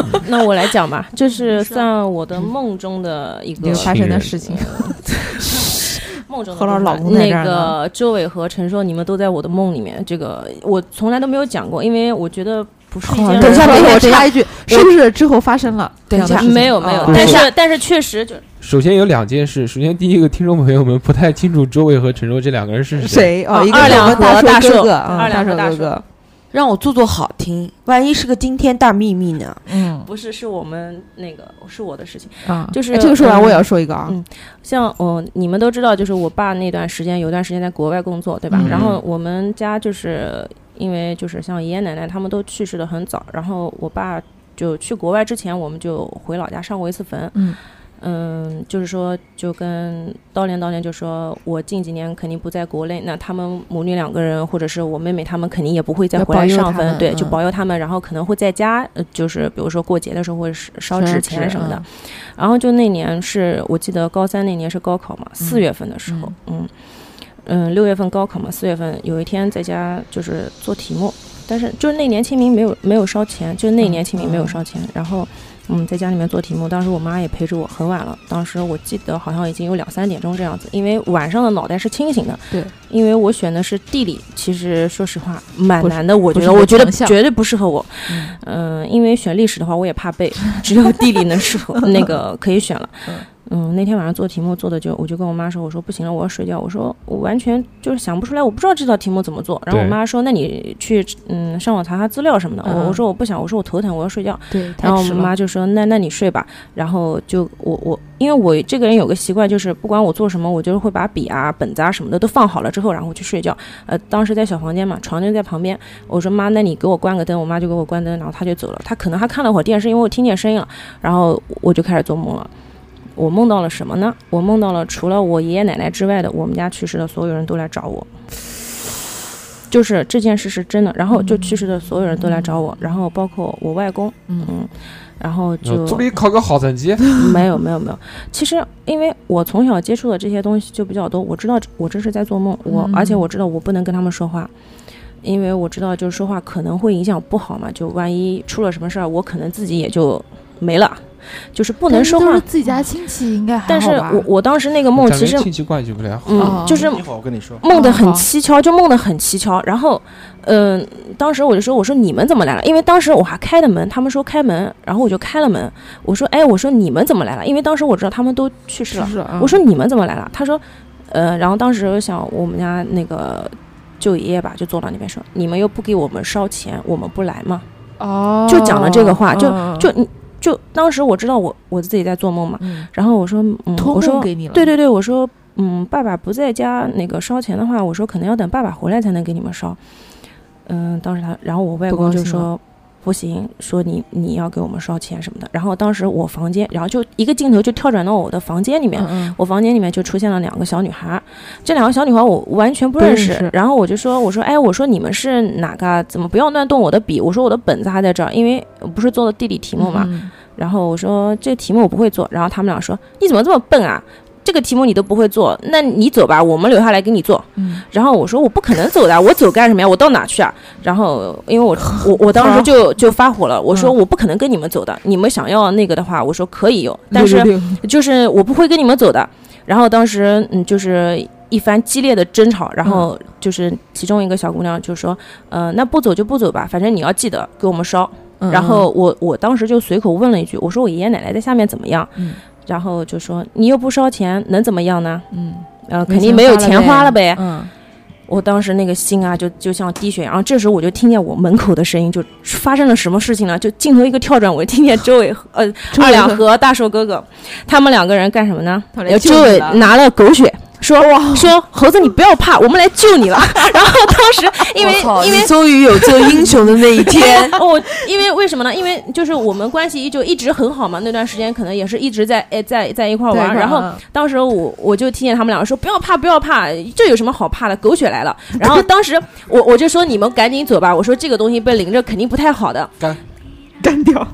F: 那我来讲吧，这是算我的梦中的一个
D: 发生的事情。
F: 梦中的
D: 何老师老公在这
F: 那
D: 儿呢
F: 个周伟和陈硕，你们都在我的梦里面，这个我从来都没有讲过，因为我觉得不是一件。
D: 等一下，等一下，我
F: 很
D: 插一句，是不是之后发生了？
I: 等一下，
F: 没有没有，
D: 哦
F: 但是但是确实就
A: 首先有两件事，首先第一个，听众朋友们不太清楚周伟和陈硕这两个人是谁。
D: 谁？哦，一个是
F: 二两
D: 我们大
F: 和大寿
D: 哥哥，嗯
F: 二两和大寿
D: 大寿哥哥。
I: 让我做做好听，万一是个惊天大秘密呢？
D: 嗯
F: 不是是我们那个是我的事情，
D: 啊，
F: 就是
D: 哎这个说完
F: 嗯
D: 我也要说一个啊，
F: 嗯像我、你们都知道，就是我爸那段时间有段时间在国外工作，对吧？
D: 嗯
F: 然后我们家就是因为就是像爷爷奶奶他们都去世的很早，然后我爸就去国外之前，我们就回老家上过一次坟。
D: 嗯
F: 嗯，就是说，就跟叨连叨连就说，我近几年肯定不在国内，那他们母女两个人，或者是我妹妹他们肯定也不会再
D: 要
F: 回来
D: 保佑他们，
F: 上坟对，
D: 嗯
F: 就保佑他们，然后可能会在家，呃，就是比如说过节的时候会烧烧纸钱什么的。
D: 嗯
F: 然后就那年是我记得高三那年是高考嘛，四月份的时候，嗯嗯，六月份高考嘛，四月份有一天在家就是做题目，但是就是那年清明没有没有烧钱，就那年清明没有烧钱，然后。嗯，在家里面做题目，当时我妈也陪着我，很晚了。当时我记得好像已经有两三点钟这样子，因为晚上的脑袋是清醒的。
D: 对，
F: 因为我选的是地理，其实说实话蛮
D: 不是
F: 难的，我觉得，
D: 不是你的
F: 我觉得
D: 强项
F: 绝对不适合我。
D: 嗯
F: 嗯、因为选历史的话，我也怕背，只有地理能适合那个可以选了。嗯，那天晚上做题目做的就，我就跟我妈说，我说不行了，我要睡觉。我说我完全就是想不出来，我不知道这道题目怎么做。然后我
A: 对
F: 妈说，那你去嗯上网查查资料什么的。
D: 嗯
F: 我我说我不想，我说我头疼，我要睡觉。
D: 对，
F: 然后我
D: 太迟了
F: 妈就说：“那那你睡吧。”然后就我我，因为我这个人有个习惯，就是不管我做什么，我就是会把笔啊、本子啊什么的都放好了之后，然后我去睡觉。呃，当时在小房间嘛，床就在旁边。我说：“妈，那你给我关个灯。”我妈就给我关灯，然后她就走了。她可能还看了会儿电视，因为我听见声音了。然后我就开始做梦了。我梦到了什么呢？我梦到了除了我爷爷奶奶之外的我们家去世的所有人都来找我。就是这件事是真的，然后就去世的所有人都来找我，然后包括我外公，
D: 嗯
F: 嗯，然后就
A: 祝你考个好成绩。
F: 没有没有没有，其实因为我从小接触的这些东西就比较多，我知道我这是在做梦，我、
D: 嗯
F: 而且我知道我不能跟他们说话，因为我知道就是说话可能会影响不好嘛，就万一出了什么事儿，我可能自己也就没了，就是不能说话
D: 但是都是。自己家亲戚应该还
F: 但是
D: 好吧
F: 我我当时那个梦其实
A: 咱们亲戚关系不太好。
F: 嗯，
D: 哦
F: 就是
C: 一会儿我跟你说，
F: 梦得很
D: 哦好
F: 蹊跷，就梦得很蹊跷。然后，嗯、当时我就说，我说你们怎么来了？因为当时我还开的门，他们说开门，然后我就开了门。我说，哎，我说你们怎么来了？因为当时我知道他们都去世了。
D: 是啊
F: 我说你们怎么来了？他说，呃，然后当时想我们家那个舅爷爷吧，就坐到那边说，你们又不给我们烧钱，我们不来吗？
D: 哦，
F: 就讲了这个话，就
D: 嗯
F: 就你就当时我知道我我自己在做梦嘛，
D: 嗯
F: 然后我说，嗯，
D: 托
F: 我说
D: 梦给你了，
F: 对对对，我说，嗯，爸爸不在家，那个烧钱的话，我说可能要等爸爸回来才能给你们烧。嗯，当时他，然后我外公
D: 不高兴
F: 就说不行，说你你要给我们烧钱什么的。然后当时我房间，然后就一个镜头就跳转到我的房间里面，
D: 嗯嗯
F: 我房间里面就出现了两个小女孩，这两个小女孩我完全不认识。
D: 不认识
F: 然后我就说，我说，哎，我说你们是哪个？怎么不要乱动我的笔？我说我的本子还在这儿，因为不是做的地理题目嘛。
D: 嗯
F: 然后我说这题目我不会做，然后他们俩说你怎么这么笨啊？这个题目你都不会做，那你走吧，我们留下来给你做。
D: 嗯
F: 然后我说我不可能走的，我走干什么呀？我到哪去啊？然后因为我我我当时就就发火了，我说我不可能跟你们走的，你们想要那个的话，我说可以有，但是
D: 六六六
F: 就是我不会跟你们走的。然后当时嗯就是一番激烈的争吵，然后就是其中一个小姑娘就说，呃，那不走就不走吧，反正你要记得给我们烧。
D: 嗯
F: 然后我我当时就随口问了一句，我说我爷爷奶奶在下面怎么样？
D: 嗯
F: 然后就说你又不烧钱，能怎么样呢？
D: 嗯，
F: 呃，肯定没有钱花了呗。
D: 嗯，
F: 我当时那个心啊，就就像滴血。然后这时候我就听见我门口的声音，就发生了什么事情呢？就镜头一个跳转，我就听见周伟和呃
D: 周伟
F: 二两
D: 和
F: 和大寿哥哥，他们两个人干什么呢？
D: 他们来救
F: 周伟
D: 你了
F: 拿了狗血。说说猴子你不要怕，我们来救你了。然后当时因为
I: 我操
F: 因为
I: 你终于有做英雄的那一天，
F: 哦，因为为什么呢？因为就是我们关系就一直很好嘛，那段时间可能也是一直在诶在在一块玩。然后当时我我就听见他们两个说不要怕不要怕，这有什么好怕的？狗血来了。然后当时我我就说你们赶紧走吧，我说这个东西被淋着肯定不太好的。
C: 干
D: 干掉。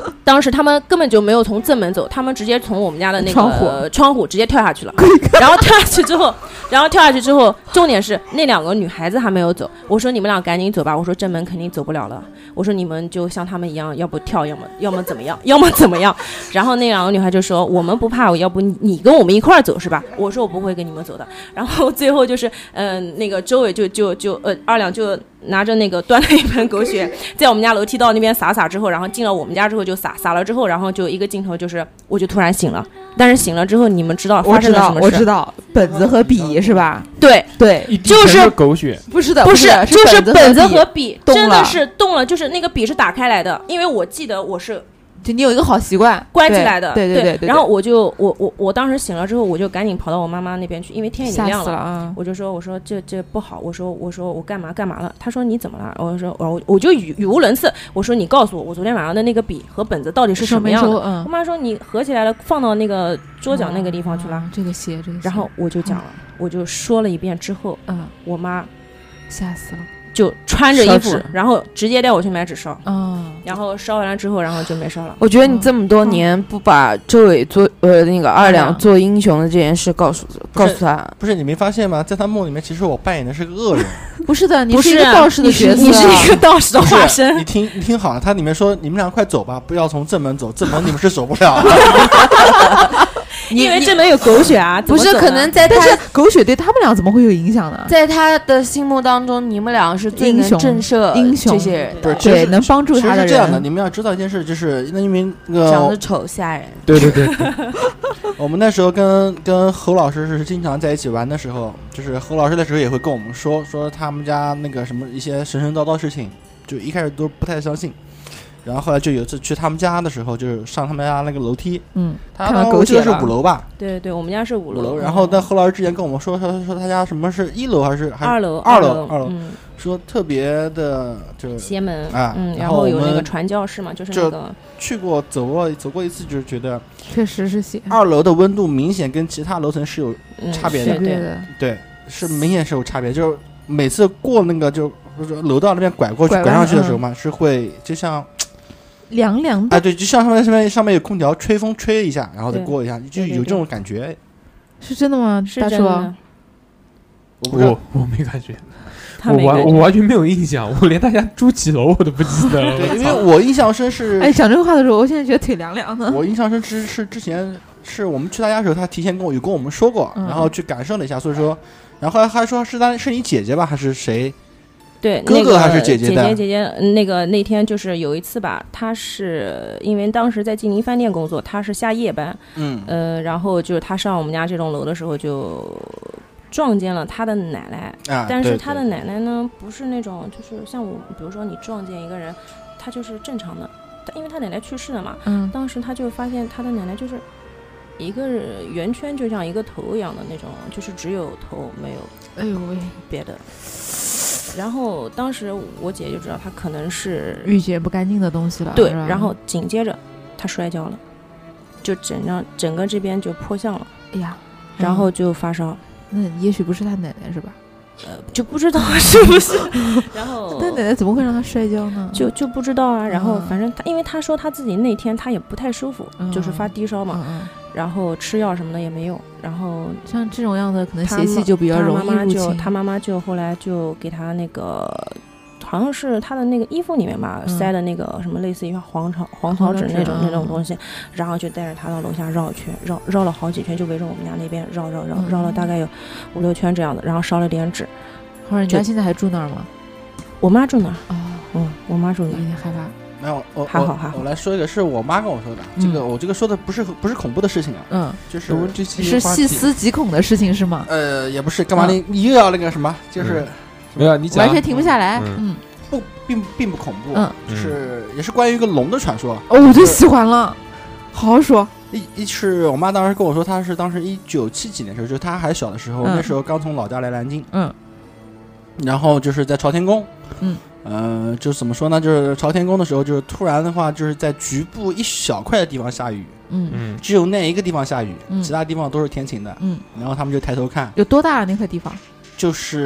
F: 当时他们根本就没有从正门走，他们直接从我们家的那个
D: 窗户
F: 呃窗户直接跳下去了。然后跳下去之后，然后跳下去之后，重点是那两个女孩子还没有走。我说你们俩赶紧走吧，我说正门肯定走不了了。我说你们就像他们一样，要不跳，要么要么怎么样，要么怎么样。然后那两个女孩就说我们不怕，我要不你跟我们一块儿走是吧？我说我不会跟你们走的。然后最后就是嗯、呃、那个周伟就就就呃二两就拿着那个端了一盆狗血，在我们家楼梯道那边洒洒之后，然后进了我们家之后就洒洒了之后，然后就一个镜头就是我就突然醒了，但是醒了之后你们知道发生了什么事？
D: 我知道，本子和笔是吧？
F: 对
D: 对，
F: 就是
A: 狗血，
D: 不是的，
F: 不是，就是本子和笔
D: 动
F: 真的是动了，就是那个笔是打开来的，因为我记得我是。
D: 就你有一个好习惯，
F: 关起来的，
D: 对对 对, 对, 对。
F: 然后我就我我我当时醒了之后，我就赶紧跑到我妈妈那边去，因为天已经亮了。
D: 了啊、
F: 我就说我说这这不好，我说我说我干嘛干嘛了？她说你怎么了？我说我我就语语无伦次，我说你告诉我，我昨天晚上的那个笔和本子到底是什么样的？
D: 嗯、
F: 我妈说你合起来了，放到那个桌角那个地方去了。
D: 嗯、这个写这个写。
F: 然后我就讲了，嗯、我就说了一遍之后，
D: 嗯，
F: 我妈
D: 吓死了。
F: 就穿着衣服，然后直接带我去买纸烧，
D: 嗯，
F: 然后烧完了之后，然后就没烧了。
I: 我觉得你这么多年不把周伟做呃那个二两做英雄的这件事告诉告诉他，
C: 不是你没发现吗？在他梦里面，其实我扮演的是个恶人。
D: 不是的，你
F: 是
D: 一个道士的角色，
F: 你是一个道士的化身。
C: 你听你听好了，他里面说你们俩快走吧，不要从正门走，正门你们是走不了。
F: 因为正门有狗血啊，
I: 不是可能在他，
D: 但是狗血对他们俩怎么会有影响呢？
I: 在他的心目当中，你们俩是最能震慑
D: 英雄
I: 这些人，
C: 不是
D: 对，能帮助他的人。
C: 是这样的，你们要知道一件事，就是那因为那个
I: 长得丑吓人。
C: 对对对，我们那时候跟跟侯老师是经常在一起玩的时候，就是侯老师那时候也会跟我们说说他们家那个什么一些神神叨叨事情，就一开始都不太相信。然后后来就有一次去他们家的时候，就是上他们家那个楼梯，
D: 嗯，
C: 他我记得是五楼吧？
F: 对对，我们家是五楼。
C: 五楼。然后但侯老师之前跟我们说说说他家什么是一楼还是还是
F: 二楼？
C: 二楼二楼，
F: 嗯，
C: 说特别的就
F: 邪门
C: 啊，
F: 嗯，
C: 然
F: 后有那个传教士嘛，就是那个
C: 去过走过走过一次，就是觉得
D: 确实是邪。
C: 二楼的温度明显跟其他楼层是有差别的，
F: 嗯、对
C: 的，对，是明显是有差别，就是每次过那个就楼道那边拐过去拐上去的时候嘛，嗯、是会就像。
D: 凉凉的，
C: 哎，对，就像上面上面上面有空调吹风吹一下，然后再过一下，就有这种感觉。
D: 是真的吗？
F: 是真的。
A: 我我没感觉，
F: 我
A: 完我完全没有印象，我连大家住几楼我都不记得了。
C: 对，因为我印象深是，
D: 哎，讲这个话的时候，我现在觉得挺凉凉的。
C: 我印象深是是之前是我们去他家的时候，他提前跟我有跟我们说过，
D: 嗯、
C: 然后去感受了一下，所以说，然后后来还说是他是你姐姐吧，还是谁？
F: 对，
C: 哥哥还是姐
F: 姐
C: 姐的？
F: 姐姐姐，那个那天就是有一次吧，他是因为当时在金陵饭店工作，他是下夜班，
C: 嗯，
F: 呃，然后就是他上我们家这栋楼的时候就撞见了他的奶奶，
C: 啊、
F: 但是他的奶奶呢不是那种就是像我，比如说你撞见一个人，他就是正常的，因为他奶奶去世了嘛，
D: 嗯，
F: 当时他就发现他的奶奶就是一个圆圈，就像一个头一样的那种，就是只有头没有，
D: 哎呦喂，
F: 别的。然后当时我姐就知道她可能是
D: 遇见不干净的东西了，
F: 对，然后紧接着她摔跤了，就整张整个这边就破相了，
D: 哎呀，
F: 然后就发烧。
D: 那也许不是她奶奶是吧？
F: 呃，就不知道是不是。然后
D: 她奶奶怎么会让她摔跤呢？
F: 就就不知道啊。然后反正她，因为她说她自己那天她也不太舒服，
D: 嗯、
F: 就是发低烧嘛。
D: 嗯嗯
F: 然后吃药什么的也没用，然后
D: 像这种样的可能邪气就比较容易入侵。
F: 他妈妈就后来就给他那个，好像是他的那个衣服里面吧、嗯、塞的那个什么类似于黄草黄草纸那种、嗯、那种东西，然后就带着他到楼下绕圈，绕绕了好几圈，就围着我们家那边绕绕绕、嗯、绕了大概有五六圈这样的，然后烧了点纸。
D: 后来你家现在还住那儿吗？
F: 我妈住那儿。
D: 哦，
F: 嗯，我妈住那儿。
D: 有点害怕。
C: 没有，我
F: 还好还好。
C: 我来说一个，是我妈跟我说的。嗯、这个我这个说的不是不是恐怖的事情啊，
D: 嗯，
C: 就是
A: 这期
D: 是细思极恐的事情是吗？
C: 呃，也不是，干嘛你、嗯、你又要那个什么？就是、嗯、
A: 没有你讲
D: 完全停不下来，嗯，
C: 嗯不，并并不恐怖，
D: 嗯，
C: 就是也是关于一个龙的传说。
D: 哦，我最喜欢了，好好说。
C: 一一是我妈当时跟我说，她是当时一九七几年的时候，就是她还小的时候，
D: 嗯、
C: 那时候刚从老家来南京，
D: 嗯，
C: 然后就是在朝天宫，
D: 嗯。
C: 呃，就是怎么说呢？就是朝天宫的时候，就是突然的话，就是在局部一小块的地方下雨，
D: 嗯
A: 嗯，
C: 只有那一个地方下雨，
D: 嗯、
C: 其他地方都是天晴的，
D: 嗯。
C: 然后他们就抬头看，
D: 有多大那块地方？
C: 就是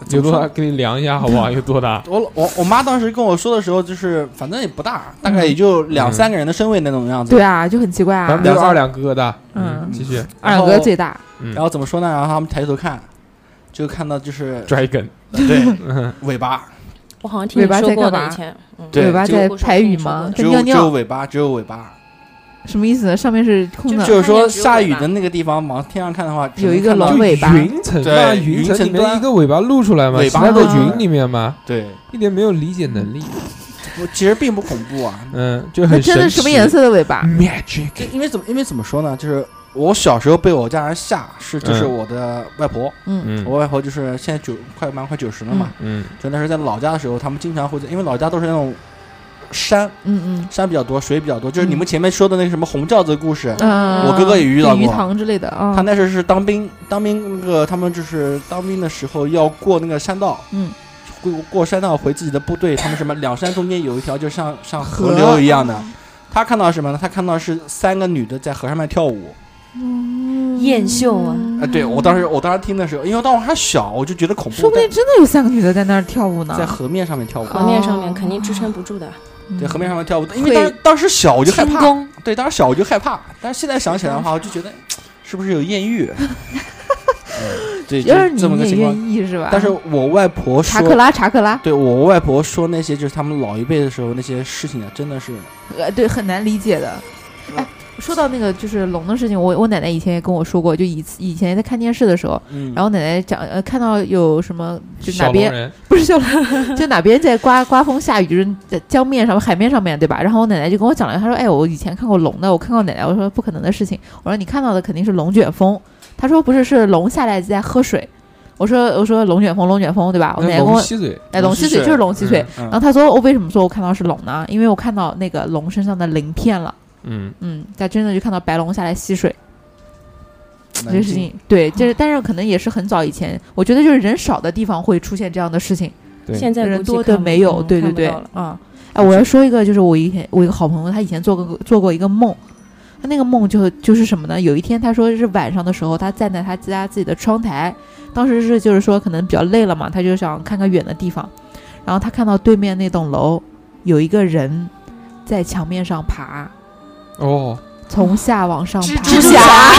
A: 有多大？给你量一下好不好？有多大？
C: 我我我妈当时跟我说的时候，就是反正也不大，大概也就两
A: 嗯
C: 三个人的身位那种样子。
D: 对啊，就很奇怪啊。
A: 反正没有二两哥哥大。
D: 嗯
A: 继续。
D: 二两哥最大。
A: 嗯
C: 然后怎么说呢？然后他们抬头看，就看到就是
A: 拽根，
C: 对，尾巴。
F: 我好像听你说过的以前，嗯、
C: 对，
D: 尾巴在排雨吗？
C: 只有
D: 尿尿
C: 只有尾巴，只有尾巴。
D: 什么意思？上面是空的，
C: 就是说下雨的那个地方，往天上看的话，
D: 有一个龙尾巴，
A: 云层嘛，云层里面一个尾巴露出来嘛，
C: 尾巴
A: 在云里面嘛，
C: 对，
A: 一点没有理解能力。
C: 我其实并不恐怖啊，
A: 嗯，就很
D: 真的什么颜色的尾巴
A: ？Magic。
C: 因为怎么因为怎么说呢？就是我小时候被我家人吓，是就是我的外婆，
D: 嗯，
C: 我外婆就是现在九快蛮快九十了嘛，
A: 嗯，
C: 就那时候在老家的时候，他们经常会在，因为老家都是那种。山，
D: 嗯嗯，
C: 山比较多，水比较多，就是你们前面说的那个什么红轿子的故事，
D: 嗯，
C: 我哥哥也遇到过，
D: 鱼塘之类的啊。
C: 他那时候是当兵，当兵那个他们就是当兵的时候要过那个山道，
D: 嗯，
C: 过过山道回自己的部队，他们什么两山中间有一条就像像河流一样的，他看到什么呢？他看到是三个女的在河上面跳舞，
G: 嗯，艳秀啊！
C: 啊，对我当时我当时听的时候，因为当时还小，我就觉得恐怖，
D: 说不定真的有三个女的在那儿跳舞呢，
C: 在河面上面跳舞，
F: 河面上面肯定支撑不住的。
C: 对，河面上面跳舞，因为当时当时小我就害怕，
G: 功
C: 对，当时小我就害怕，但是现在想起来的话，我就觉得是不是有艳遇？嗯，对，就这么个情况，
D: 是吧？
C: 但是我外婆说
D: 查克拉，查克拉，
C: 对我外婆说那些就是他们老一辈的时候那些事情啊，真的是，
D: 呃，对，很难理解的。哎，说到那个就是龙的事情，我我奶奶以前也跟我说过，就以以前在看电视的时候，
C: 嗯，
D: 然后奶奶讲呃看到有什么就哪边
A: 人
D: 不是小龙，就哪边在刮刮风下雨，就是在江面上海面上面对吧？然后我奶奶就跟我讲了，她说哎我以前看过龙的，我看过奶奶，我说不可能的事情，我说你看到的肯定是龙卷风，她说不是，是龙下来在喝水。我说我说龙卷风龙卷风对吧？我奶奶跟我
A: 龙吸水，
D: 哎龙吸水就是龙吸水。
C: 嗯嗯、
D: 然后她说我为什么说我看到是龙呢？因为我看到那个龙身上的鳞片了。
A: 嗯
D: 嗯，他真的就看到白龙下来吸水，这个事情对，就是但是可能也是很早以前，我觉得就是人少的地方会出现这样的事情，
A: 对，
F: 现在
D: 人多的没有，对对对，啊，哎，我要说一个，就是我以前我一个好朋友，他以前做过做过一个梦，他那个梦就就是什么呢？有一天他说是晚上的时候，他站在他家自己的窗台，当时是就是说可能比较累了嘛，他就想看看远的地方，然后他看到对面那栋楼有一个人在墙面上爬。
A: 哦，
D: 从下往上爬，
G: 蜘蛛侠，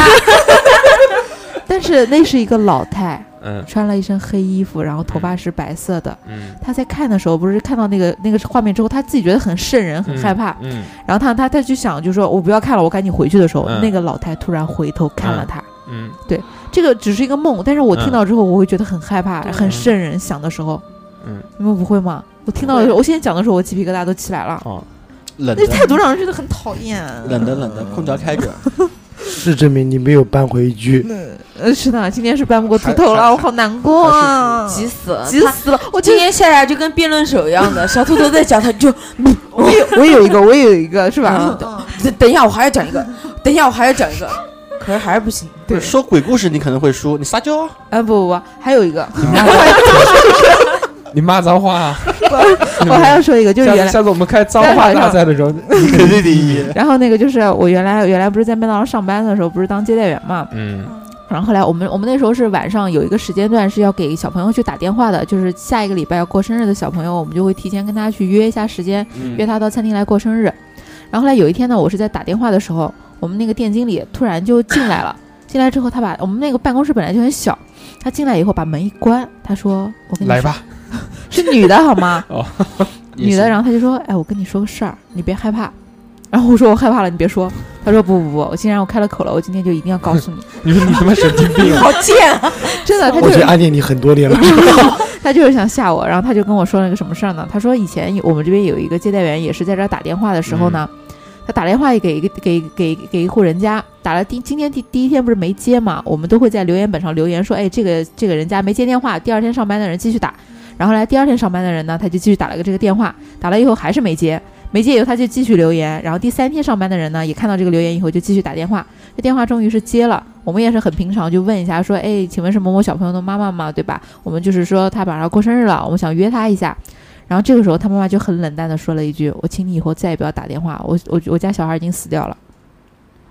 D: 但是那是一个老太，
A: 嗯，
D: 穿了一身黑衣服，然后头发是白色的。
A: 嗯，
D: 他在看的时候，不是看到那个那个画面之后，他自己觉得很瘆人，很害怕。
A: 嗯，嗯
D: 然后他他他就想，就说我不要看了，我赶紧回去的时候，
A: 嗯、
D: 那个老太突然回头看了他。
A: 嗯，
D: 对，这个只是一个梦，但是我听到之后，我会觉得很害怕，
F: 嗯、
D: 很瘆人。想的时候，
A: 嗯，
D: 你们不会吗？我听到的时候，我现在讲的时候，我鸡皮疙瘩都起来了。
A: 哦。
C: 冷
D: 那态度让人觉得很讨厌。
C: 冷的冷的，空调开着。
E: 是证明你没有搬回去。
D: 呃，是的，今天是搬不过秃头了，我好难过啊，
G: 急死了，
D: 急死了！
G: 我今天下来就跟辩论手一样的，小秃头在讲，他就，
D: 我有我有一个，我也有一个，是吧？
G: 等等一下，我还要讲一个，等一下我还要讲一个，可是还是不行。
C: 对，说鬼故事你可能会输，你撒娇啊？
D: 啊不不不，还有一个。
A: 你骂脏话啊！
D: 我还要说一个，就是原来
A: 下次我们开脏话大赛的时候，
C: 你肯定第一。
D: 然后那个就是我原来原来不是在麦当劳上班的时候，不是当接待员嘛，
A: 嗯，
D: 然后后来我们我们那时候是晚上有一个时间段是要给小朋友去打电话的，就是下一个礼拜要过生日的小朋友，我们就会提前跟他去约一下时间，
C: 嗯、
D: 约他到餐厅来过生日。然后后来有一天呢，我是在打电话的时候，我们那个店经理突然就进来了，进来之后他把我们那个办公室本来就很小，他进来以后把门一关，他说：“我跟你说
A: 来吧。”
D: 是女的好吗？
A: 哦，
D: 女的，然后他就说：“哎，我跟你说个事儿，你别害怕。”然后我说：“我害怕了，你别说。”他说：“不不不，我既然我开了口了，我今天就一定要告诉你。”
A: 你说你他妈神经病，
G: 好贱啊！
D: 真的，他就
E: 我已经暗恋你很多年了。
D: 他就是想吓我，然后他就跟我说了个什么事儿呢？他说以前我们这边有一个接待员也是在这儿打电话的时候呢。嗯他打电话给一个给给给一户人家，打了第今天第第一天不是没接嘛，我们都会在留言本上留言说，哎，这个这个人家没接电话，第二天上班的人继续打，然后来第二天上班的人呢，他就继续打了个这个电话，打了以后还是没接，没接以后他就继续留言，然后第三天上班的人呢也看到这个留言以后就继续打电话，这电话终于是接了，我们也是很平常就问一下说，哎，请问是某某小朋友的妈妈吗？对吧？我们就是说他马上过生日了，我们想约他一下。然后这个时候他妈妈就很冷淡的说了一句，我请你以后再也不要打电话，我我我家小孩已经死掉了。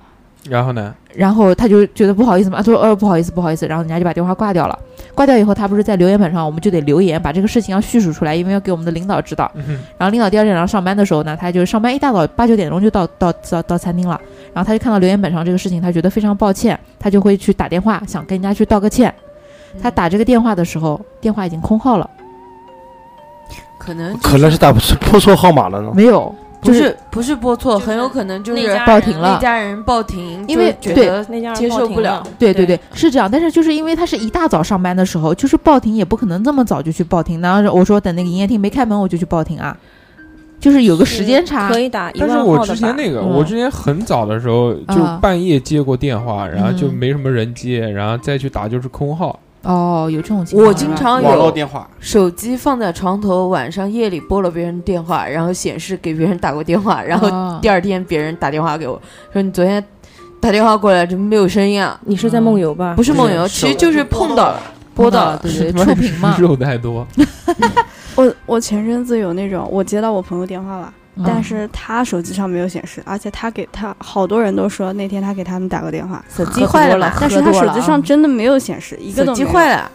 A: 然后呢？
D: 然后他就觉得不好意思嘛，他说呃不好意思不好意思，然后人家就把电话挂掉了。挂掉以后，他不是在留言板上，我们就得留言把这个事情要叙述出来，因为要给我们的领导知道。
A: 嗯、
D: 然后领导第二天早上上班的时候呢，他就上班一大早八九点钟就到到到到餐厅了，然后他就看到留言板上这个事情，他觉得非常抱歉，他就会去打电话想跟人家去道个歉。他打这个电话的时候，电话已经空号了，
I: 可能
E: 可能是打拨错号码了呢。
D: 没有。
I: 不是不是拨错，很有可能就是
D: 报停了，
I: 那家人报停，
D: 因为
I: 觉得接受不了。
D: 对对对，是这样。但是就是因为他是一大早上班的时候，就是报停也不可能这么早就去报停。然后我说等那个营业厅没开门我就去报停啊，就是有个时间差。
F: 可以打一万
A: 但是我之前那个，
D: 嗯、
A: 我之前很早的时候就半夜接过电话，
D: 嗯、
A: 然后就没什么人接，然后再去打就是空号。
D: 哦，有这种情况。
I: 我经常有
C: 网络电话，
I: 手机放在床头，晚上夜里拨了别人电话，然后显示给别人打过电话，然后第二天别人打电话给我说你昨天打电话过来怎么没有声音啊？
F: 你是在梦游吧？
I: 不是梦游，其实就是碰到了，拨到了，
D: 对对，触屏嘛。
A: 肉太多。
H: 我我前阵子有那种，我接到我朋友电话了。嗯、但是他手机上没有显示，而且他给他好多人都说那天他给他们打个电话，
I: 手机坏了，
H: 但是他手机上真的没有显示，一个都没有。
I: 手机坏了。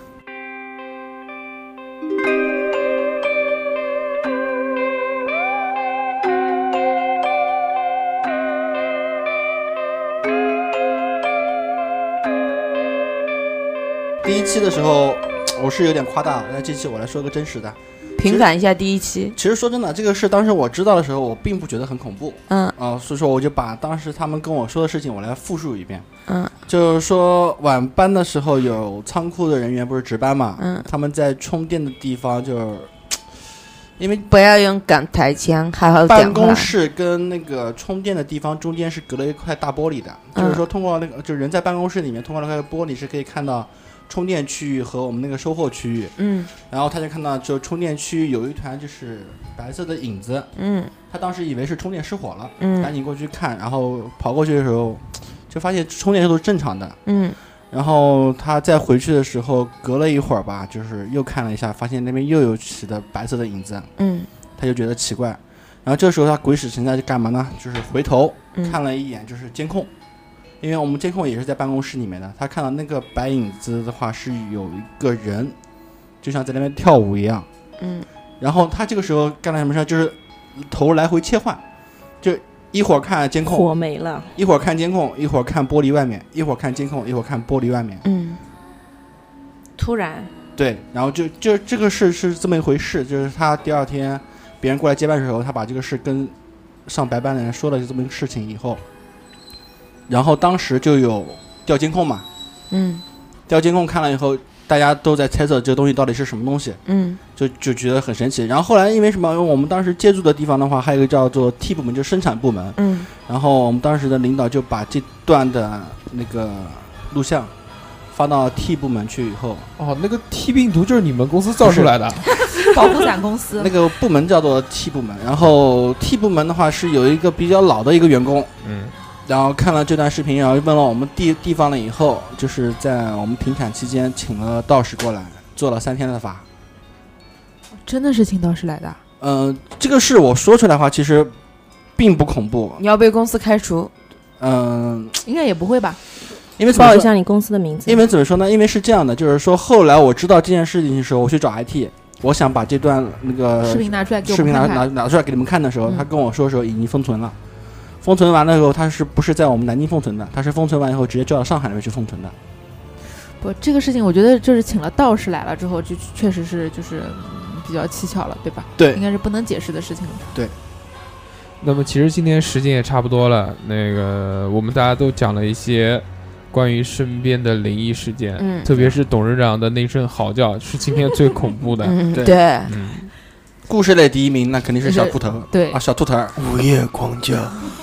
C: 第一期的时候我是有点夸大，那这期我来说个真实的。
I: 平反一下第一期。
C: 其实说真的，这个事当时我知道的时候，我并不觉得很恐怖。
I: 嗯
C: 啊、呃，所以说我就把当时他们跟我说的事情，我来复述一遍。
I: 嗯，
C: 就是说晚班的时候有仓库的人员不是值班嘛？
I: 嗯，
C: 他们在充电的地方就是因为
I: 不要用港台腔，好好讲。
C: 办公室跟那个充电的地方中间是隔了一块大玻璃的，
I: 嗯、
C: 就是说通过那个，就是人在办公室里面通过那块玻璃是可以看到充电区域和我们那个收货区域。
I: 嗯，
C: 然后他就看到就充电区域有一团就是白色的影子。
I: 嗯，
C: 他当时以为是充电失火了，
I: 嗯，
C: 赶紧过去看，然后跑过去的时候就发现充电都是正常的。
I: 嗯，
C: 然后他再回去的时候隔了一会儿吧，就是又看了一下，发现那边又有起的白色的影子。
I: 嗯，
C: 他就觉得奇怪，然后这时候他鬼使神差就干嘛呢？就是回头看了一眼就是监控。嗯，因为我们监控也是在办公室里面的，他看到那个白影子的话是有一个人就像在那边跳舞一样。
I: 嗯，
C: 然后他这个时候干了什么事？就是头来回切换，就一会儿看监控
F: 火没了，
C: 一会儿看监控，一会儿看玻璃外面，一会儿看监控，一会儿看玻璃外面。
I: 嗯，
F: 突然
C: 对，然后就就这个事是这么一回事，就是他第二天别人过来接班的时候，他把这个事跟上白班的人说了这么一个事情以后，然后当时就有调监控嘛。
I: 嗯，
C: 调监控看了以后，大家都在猜测这个东西到底是什么东西。
I: 嗯，
C: 就就觉得很神奇。然后后来因为什么？因为我们当时接触的地方的话，还有一个叫做 T 部门，就是生产部门。
I: 嗯，
C: 然后我们当时的领导就把这段的那个录像发到 T 部门去以后，
A: 哦，那个 T 病毒就是你们公司造出来的，
D: 保护伞公司
C: 那个部门叫做 T 部门。然后 T 部门的话是有一个比较老的一个员工，
A: 嗯，
C: 然后看了这段视频，然后问了我们地地方了以后，就是在我们停产期间请了道士过来做了三天的法。
D: 真的是请道士来的？
C: 嗯、呃，这个事我说出来的话，其实并不恐怖。
I: 你要被公司开除？
C: 嗯、呃，
D: 应该也不会吧。
C: 因为
F: 报一下你公司的名字。
C: 因为怎么说呢？因为是这样的，就是说后来我知道这件事情的时候，我去找 I T， 我想把这段那个
D: 视频拿出来给我
C: 视频拿
D: 们看看
C: 拿拿出来给你们看的时候，
D: 嗯
C: 他跟我说的时候已经封存了。封存完了以后，他是不是在我们南京封存的？他是封存完以后直接叫到上海那边去封存的。
D: 不，这个事情我觉得就是请了道士来了之后，就确实是就是比较蹊跷了，对吧？
C: 对，
D: 应该是不能解释的事情了。
C: 对。
A: 那么其实今天时间也差不多了，那个我们大家都讲了一些关于身边的灵异事件，
I: 嗯，
A: 特别是董事长的那声嚎叫是今天最恐怖的。
I: 嗯，
C: 对，
I: 对
A: 嗯，
C: 故事类第一名那肯定是小秃头，
D: 对
C: 啊，小秃头儿。
E: 午夜狂叫。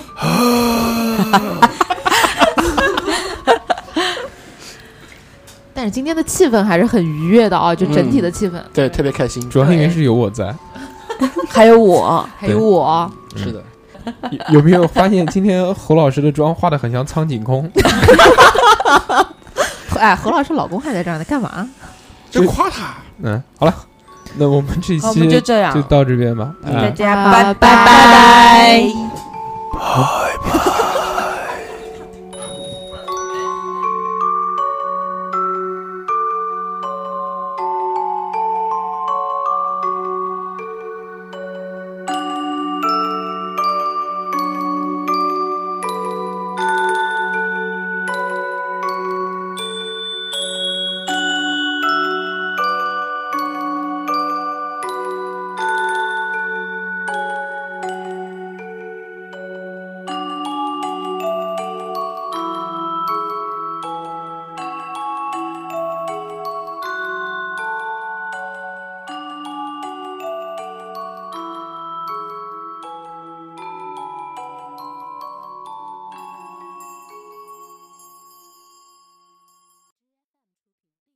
D: 但是今天的气氛还是很愉悦的啊，就整体的气氛。
C: 嗯、对，特别开心。
A: 主要因为是有我在，
I: 还有我，
D: 还有我。
C: 是的。
A: 有没有发现今天侯老师的妆画的很像苍井空？
D: 哎，侯老师老公还在这儿呢，干嘛？
C: 就夸他。
A: 嗯，好了，那我们这期
I: 我们就这样
A: 就到这边吧。
I: 大家
A: 啊
I: 拜拜
D: 拜拜
E: 拜拜。